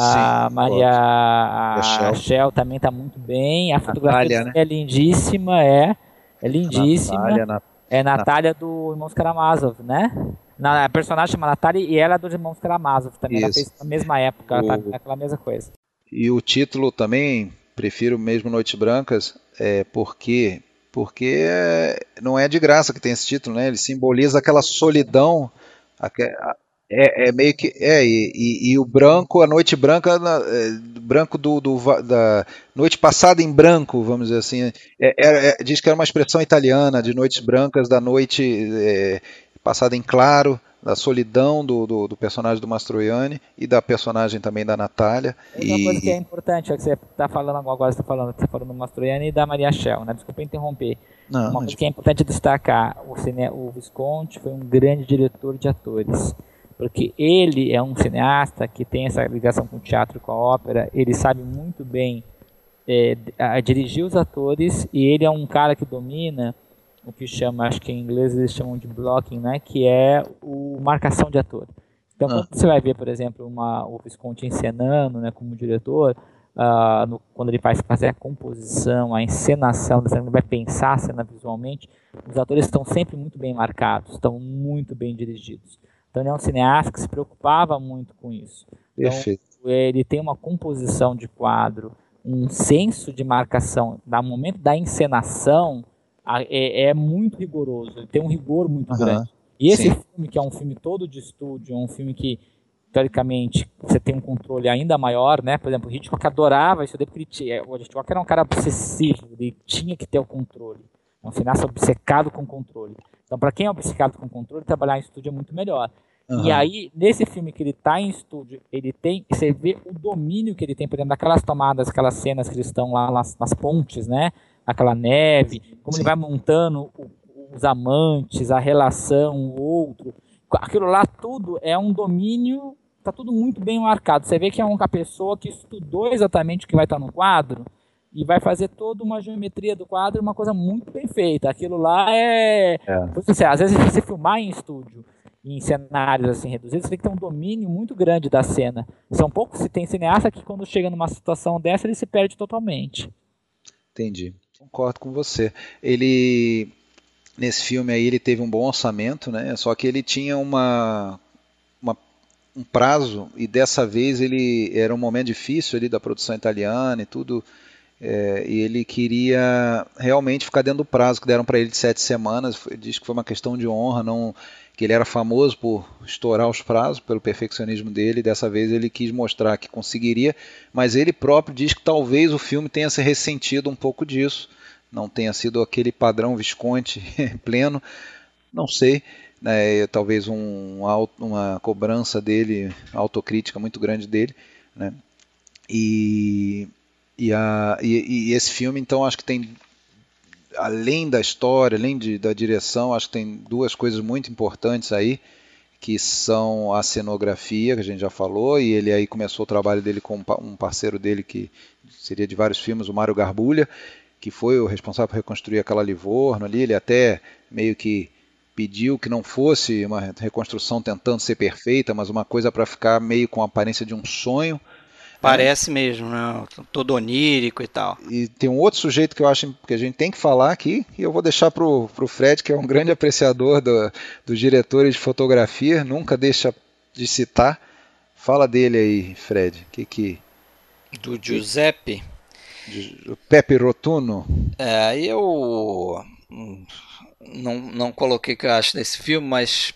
a Sim, Maria a, a Shell. a Shell também está muito bem, a fotografia Natália, né? é lindíssima, é, é lindíssima, Natália, na- é Natália do Irmãos Karamazov, né? Na, a personagem chama Natália e ela é dos Irmãos Karamazov também, ela Isso. fez na mesma época, ela O- tá naquela mesma coisa. E o título também, prefiro mesmo Noites Brancas, é porque, porque é- não é de graça que tem esse título, né? Ele simboliza aquela solidão, aque- é, é meio que é e, e- e o branco, a noite branca, na- é, branco do, do va- da noite passada em branco, vamos dizer assim, é, é- é- diz que era uma expressão italiana de noites brancas, da noite é, passada em claro, da solidão do, do, do personagem do Mastroianni e da personagem também da Natália. Uma e... coisa que é importante, é que você está falando agora, você está falando, você falando do Mastroianni e da Maria Schell, né? Desculpa interromper. Não, Uma mas... coisa que é importante destacar, o, cine, o Visconti foi um grande diretor de atores, porque ele é um cineasta que tem essa ligação com o teatro e com a ópera, ele sabe muito bem é, a dirigir os atores, e ele é um cara que domina o que chama, acho que em inglês eles chamam de blocking, né, que é o marcação de ator. Então, ah. quando você vai ver, por exemplo, uma, o Visconti encenando, né, como diretor, uh, no, quando ele faz fazer a composição, a encenação, ele vai pensar a cena visualmente, os atores estão sempre muito bem marcados, estão muito bem dirigidos. Então, ele é um cineasta que se preocupava muito com isso. Então, Perfeito. Ele tem uma composição de quadro, um senso de marcação, no momento da encenação, É, é muito rigoroso, tem um rigor muito uhum, grande. E esse sim. filme, que é um filme todo de estúdio, é um filme que, teoricamente, você tem um controle ainda maior, né? Por exemplo, o Hitchcock adorava isso, porque ele tinha, o Hitchcock era um cara obsessivo, ele tinha que ter o controle. É um cineasta obcecado com controle. Então, para quem é obcecado com controle, trabalhar em estúdio é muito melhor. Uhum. E aí, nesse filme que ele está em estúdio, ele tem, você vê o domínio que ele tem, por exemplo, daquelas tomadas, aquelas cenas que eles estão lá nas, nas pontes, né? Aquela neve, como Sim. ele vai montando o, os amantes, a relação, o outro. Aquilo lá tudo é um domínio, está tudo muito bem marcado. Você vê que é uma pessoa que estudou exatamente o que vai estar no quadro e vai fazer toda uma geometria do quadro, uma coisa muito bem feita. Aquilo lá é... é. Você, às vezes, você filmar em estúdio, em cenários assim reduzidos, você tem que ter um domínio muito grande da cena. São poucos, se tem cineasta que quando chega numa situação dessa, ele se perde totalmente. Entendi. Concordo com você. Ele, nesse filme aí, ele teve um bom orçamento, né? Só que ele tinha uma, uma, um prazo, e dessa vez ele era um momento difícil ali da produção italiana e tudo, é, e ele queria realmente ficar dentro do prazo que deram para ele de sete semanas. Ele diz que foi uma questão de honra, não, que ele era famoso por estourar os prazos, pelo perfeccionismo dele, e dessa vez ele quis mostrar que conseguiria, mas ele próprio diz que talvez o filme tenha se ressentido um pouco disso, não tenha sido aquele padrão Visconti pleno, não sei, né, talvez um, uma cobrança dele, autocrítica muito grande dele, né, e, e, a, e, e esse filme então acho que tem, além da história, além de, da direção, acho que tem duas coisas muito importantes aí, que são a cenografia, que a gente já falou, e ele aí começou o trabalho dele com um parceiro dele que seria de vários filmes, o Mário Garbulha, que foi o responsável por reconstruir aquela Livorno ali. Ele até meio que pediu que não fosse uma reconstrução tentando ser perfeita, mas uma coisa para ficar meio com a aparência de um sonho. Parece é. mesmo, né? Todo onírico e tal. E tem um outro sujeito que eu acho que a gente tem que falar aqui, e eu vou deixar para o Fred, que é um grande apreciador do, dos diretores de fotografia, nunca deixa de citar. Fala dele aí, Fred. Que que... Do Giuseppe? O Pepe Rotuno. É, eu não, não coloquei o que eu acho desse filme, mas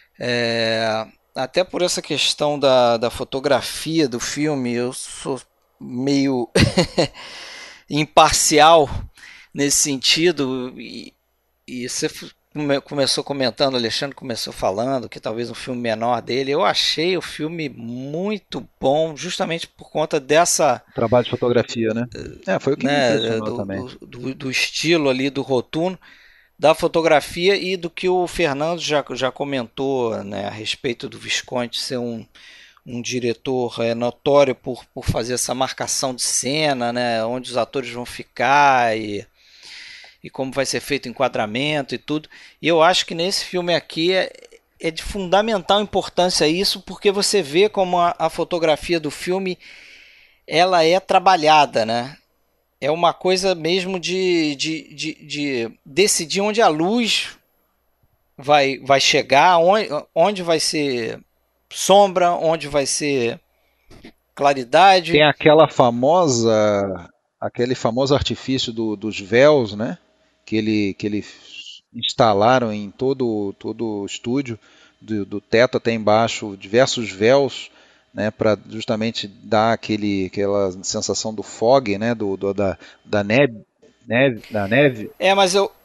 é, até por essa questão da, da fotografia do filme, eu sou meio imparcial nesse sentido, e, e você começou comentando, o Alexandre começou falando que talvez um filme menor dele. Eu achei o filme muito bom, justamente por conta dessa... Trabalho de fotografia, né? É, foi o que né, me impressionou do, também. Do, do, do estilo ali do Rotuno, da fotografia e do que o Fernando já, já comentou, né, a respeito do Visconti ser um, um diretor é, notório por, por fazer essa marcação de cena, né, onde os atores vão ficar e... e como vai ser feito o enquadramento e tudo. E eu acho que nesse filme aqui é, é de fundamental importância isso, porque você vê como a, a fotografia do filme ela é trabalhada, né? É uma coisa mesmo de, de, de, de decidir onde a luz vai, vai chegar, onde, onde vai ser sombra, onde vai ser claridade. Tem aquela famosa, aquele famoso artifício do, dos véus, né? Que ele que eles instalaram em todo todo o estúdio, do, do teto até embaixo, diversos véus, né, para justamente dar aquele, aquela sensação do fog, né, do, do da, da neve, neve, da neve. É, mas eu,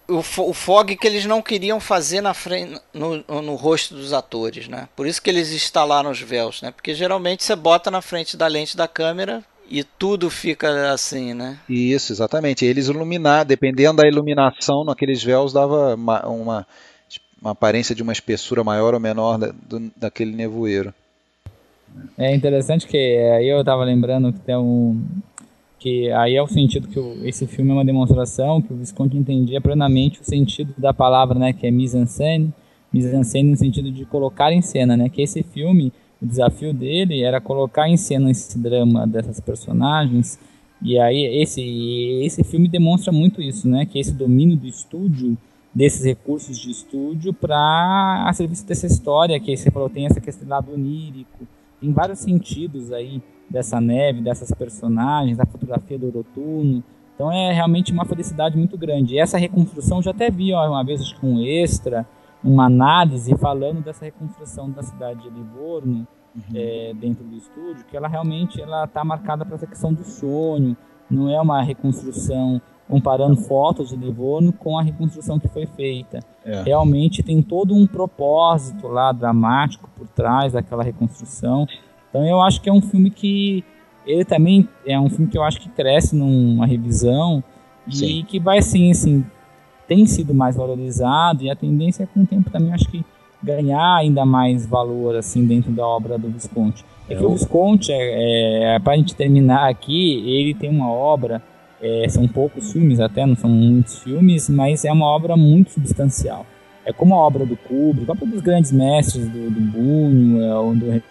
o, o fog que eles não queriam fazer na frente, no, no rosto dos atores, né? Por isso que eles instalaram os véus, né? Porque geralmente você bota na frente da lente da câmera e tudo fica assim, né? Isso, exatamente. Eles iluminar, dependendo da iluminação, naqueles véus dava uma, uma, uma aparência de uma espessura maior ou menor da, do, daquele nevoeiro. É interessante que aí eu estava lembrando que tem um... que aí é o sentido que o, esse filme é uma demonstração que o Visconti entendia plenamente o sentido da palavra, né, que é mise-en-scène, mise-en-scène no sentido de colocar em cena, né, que esse filme, o desafio dele era colocar em cena esse drama dessas personagens, e aí esse, esse filme demonstra muito isso, né, que esse domínio do estúdio, desses recursos de estúdio para a serviço dessa história, que você falou, tem essa questão lado onírico, tem vários sentidos aí, dessa neve, dessas personagens, a fotografia do outono. Então é realmente uma felicidade muito grande. E essa reconstrução, eu já até vi ó, uma vez, acho que um extra, uma análise falando dessa reconstrução da cidade de Livorno, uhum. é, dentro do estúdio, que ela realmente está marcada para essa questão do sonho, não é uma reconstrução comparando fotos de Livorno com a reconstrução que foi feita. É. Realmente tem todo um propósito lá dramático por trás daquela reconstrução. Então eu acho que é um filme que ele também é um filme que eu acho que cresce numa revisão sim. e que vai sim, assim, tem sido mais valorizado, e a tendência é com o tempo também acho que ganhar ainda mais valor assim dentro da obra do Visconti. É que o Visconti, é, é, para a gente terminar aqui, ele tem uma obra, é, são poucos filmes até, não são muitos filmes, mas é uma obra muito substancial. É como a obra do Kubrick, a obra dos grandes mestres do, do Buñuel, do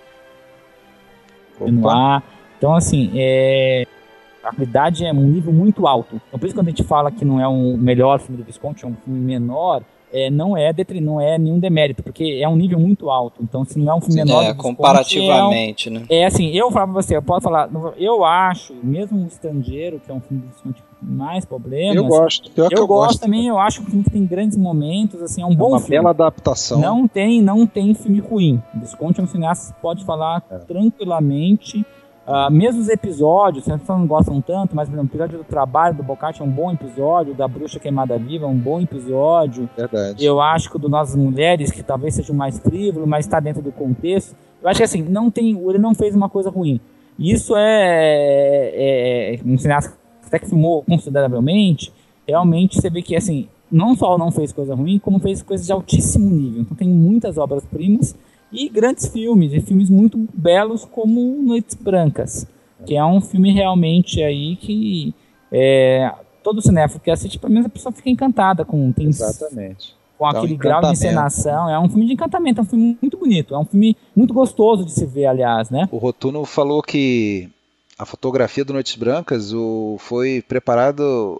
Renoir. Então, assim, é... a qualidade é um nível muito alto. Então, por isso, quando a gente fala que não é um melhor filme do Visconti, é um filme menor, é, não, é detri... não é nenhum demérito, porque é um nível muito alto. Então, se não é um filme Sim, menor é, do Visconti, comparativamente, é, um... né? é assim, eu falo pra você, eu posso falar, eu acho, mesmo o Estrangeiro, que é um filme do Visconti com mais problemas, eu gosto, pior que eu, eu gosto gosto também, eu acho que um filme que tem grandes momentos, assim, é um bom uma filme. Uma bela adaptação. Não tem, não tem filme ruim. O Visconti é um cineasta que pode falar é. tranquilamente. Uh, mesmo os episódios, vocês não gostam tanto, mas por exemplo, o episódio do Trabalho do Boccaccio é um bom episódio, da Bruxa Queimada Viva é um bom episódio. Verdade. Eu acho que o do Nossas Mulheres, que talvez seja o mais frívolo, mas está dentro do contexto. Eu acho que assim, não tem, ele não fez uma coisa ruim. Isso é, é, é um cineasta até que filmou consideravelmente. Realmente você vê que assim, não só não fez coisa ruim, como fez coisas de altíssimo nível. Então tem muitas obras-primas e grandes filmes, e filmes muito belos como Noites Brancas, que é um filme realmente aí que é, todo cinéfilo que assiste, pelo menos a pessoa fica encantada com, tem, exatamente. com Dá aquele um grau de encenação. É um filme de encantamento, é um filme muito bonito, é um filme muito gostoso de se ver, aliás, né? O Rotuno falou que a fotografia do Noites Brancas o, foi preparado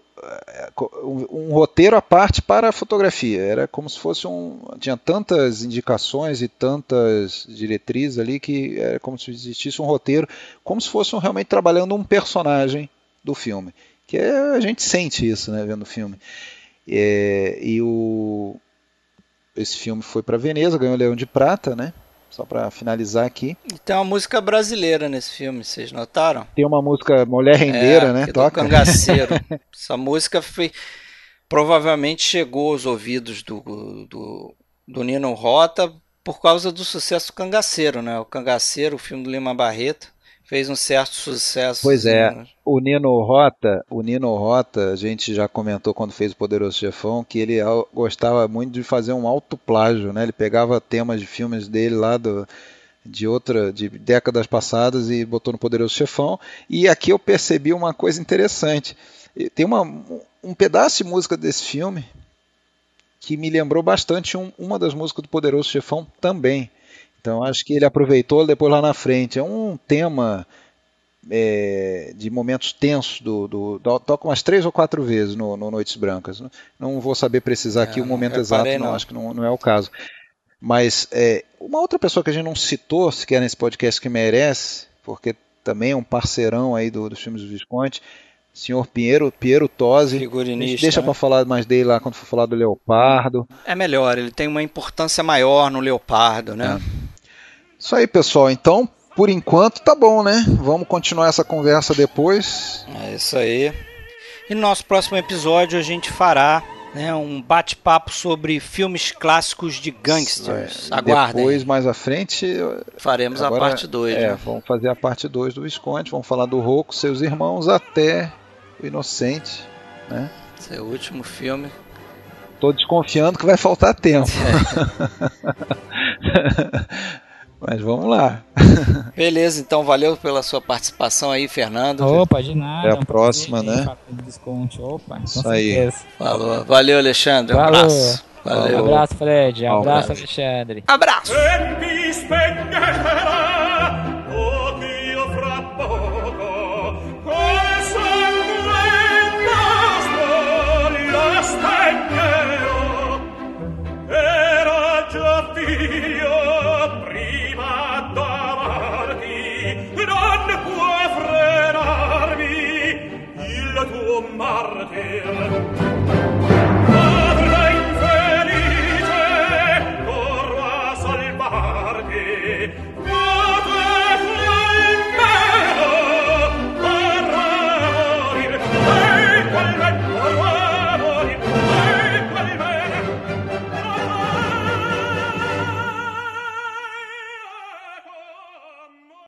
um, um roteiro à parte para a fotografia. Era como se fosse um... Tinha tantas indicações e tantas diretrizes ali que era como se existisse um roteiro, como se fosse um, realmente trabalhando um personagem do filme. Que é, a gente sente isso, né, vendo o filme. É, e o, esse filme foi para Veneza, ganhou o Leão de Prata, né? Só para finalizar aqui. E tem uma música brasileira nesse filme, vocês notaram? Tem uma música Mulher Rendeira, é, né? Que é Toca. do Cangaceiro. Essa música foi, provavelmente chegou aos ouvidos do, do, do Nino Rota por causa do sucesso do Cangaceiro, né? O Cangaceiro, o filme do Lima Barreto, fez um certo sucesso. Pois é, o Nino Rota, o Nino Rota, a gente já comentou quando fez o Poderoso Chefão, que ele gostava muito de fazer um autoplágio, né? Ele pegava temas de filmes dele lá do, de outra, de décadas passadas e botou no Poderoso Chefão. E aqui eu percebi uma coisa interessante. Tem uma, um pedaço de música desse filme que me lembrou bastante um, uma das músicas do Poderoso Chefão também. Então acho que ele aproveitou depois lá na frente. É um tema é, de momentos tensos, do, do, do, toca umas três ou quatro vezes no, no Noites Brancas. Não vou saber precisar aqui é, o momento exato, não, não, acho que não, não é o caso. Mas é, uma outra pessoa que a gente não citou, sequer nesse podcast, que merece, porque também é um parceirão aí do, dos filmes do Visconti, senhor Piero, Piero Tosi. Figurinista, deixa né? para falar mais dele lá quando for falar do Leopardo. É melhor, ele tem uma importância maior no Leopardo, né? É. Isso aí, pessoal. Então, por enquanto, tá bom, né? Vamos continuar essa conversa depois. É isso aí. E no nosso próximo episódio a gente fará né, um bate-papo sobre filmes clássicos de gangsters. É, Aguardem. Depois, mais à frente, faremos agora, a parte dois. É, né? vamos fazer a parte dois do Visconde, vamos falar do Rocco, seus irmãos, até o Inocente, né? Seu último filme. Tô desconfiando que vai faltar tempo. É. Mas vamos lá. Beleza, então valeu pela sua participação aí, Fernando. Opa, de nada. Até a próxima, né? Desconto. Opa, isso aí. Falou. Valeu, Alexandre. Um Falou. abraço. Valeu. Um abraço, Fred. Um Um abraço, abraço. Alexandre. Abraço. E mi spegnerà, o che io fra poco, come sanguento spoglio spegnerò. Era già figlio prima d'amarti, non può frenarmi il tuo martir.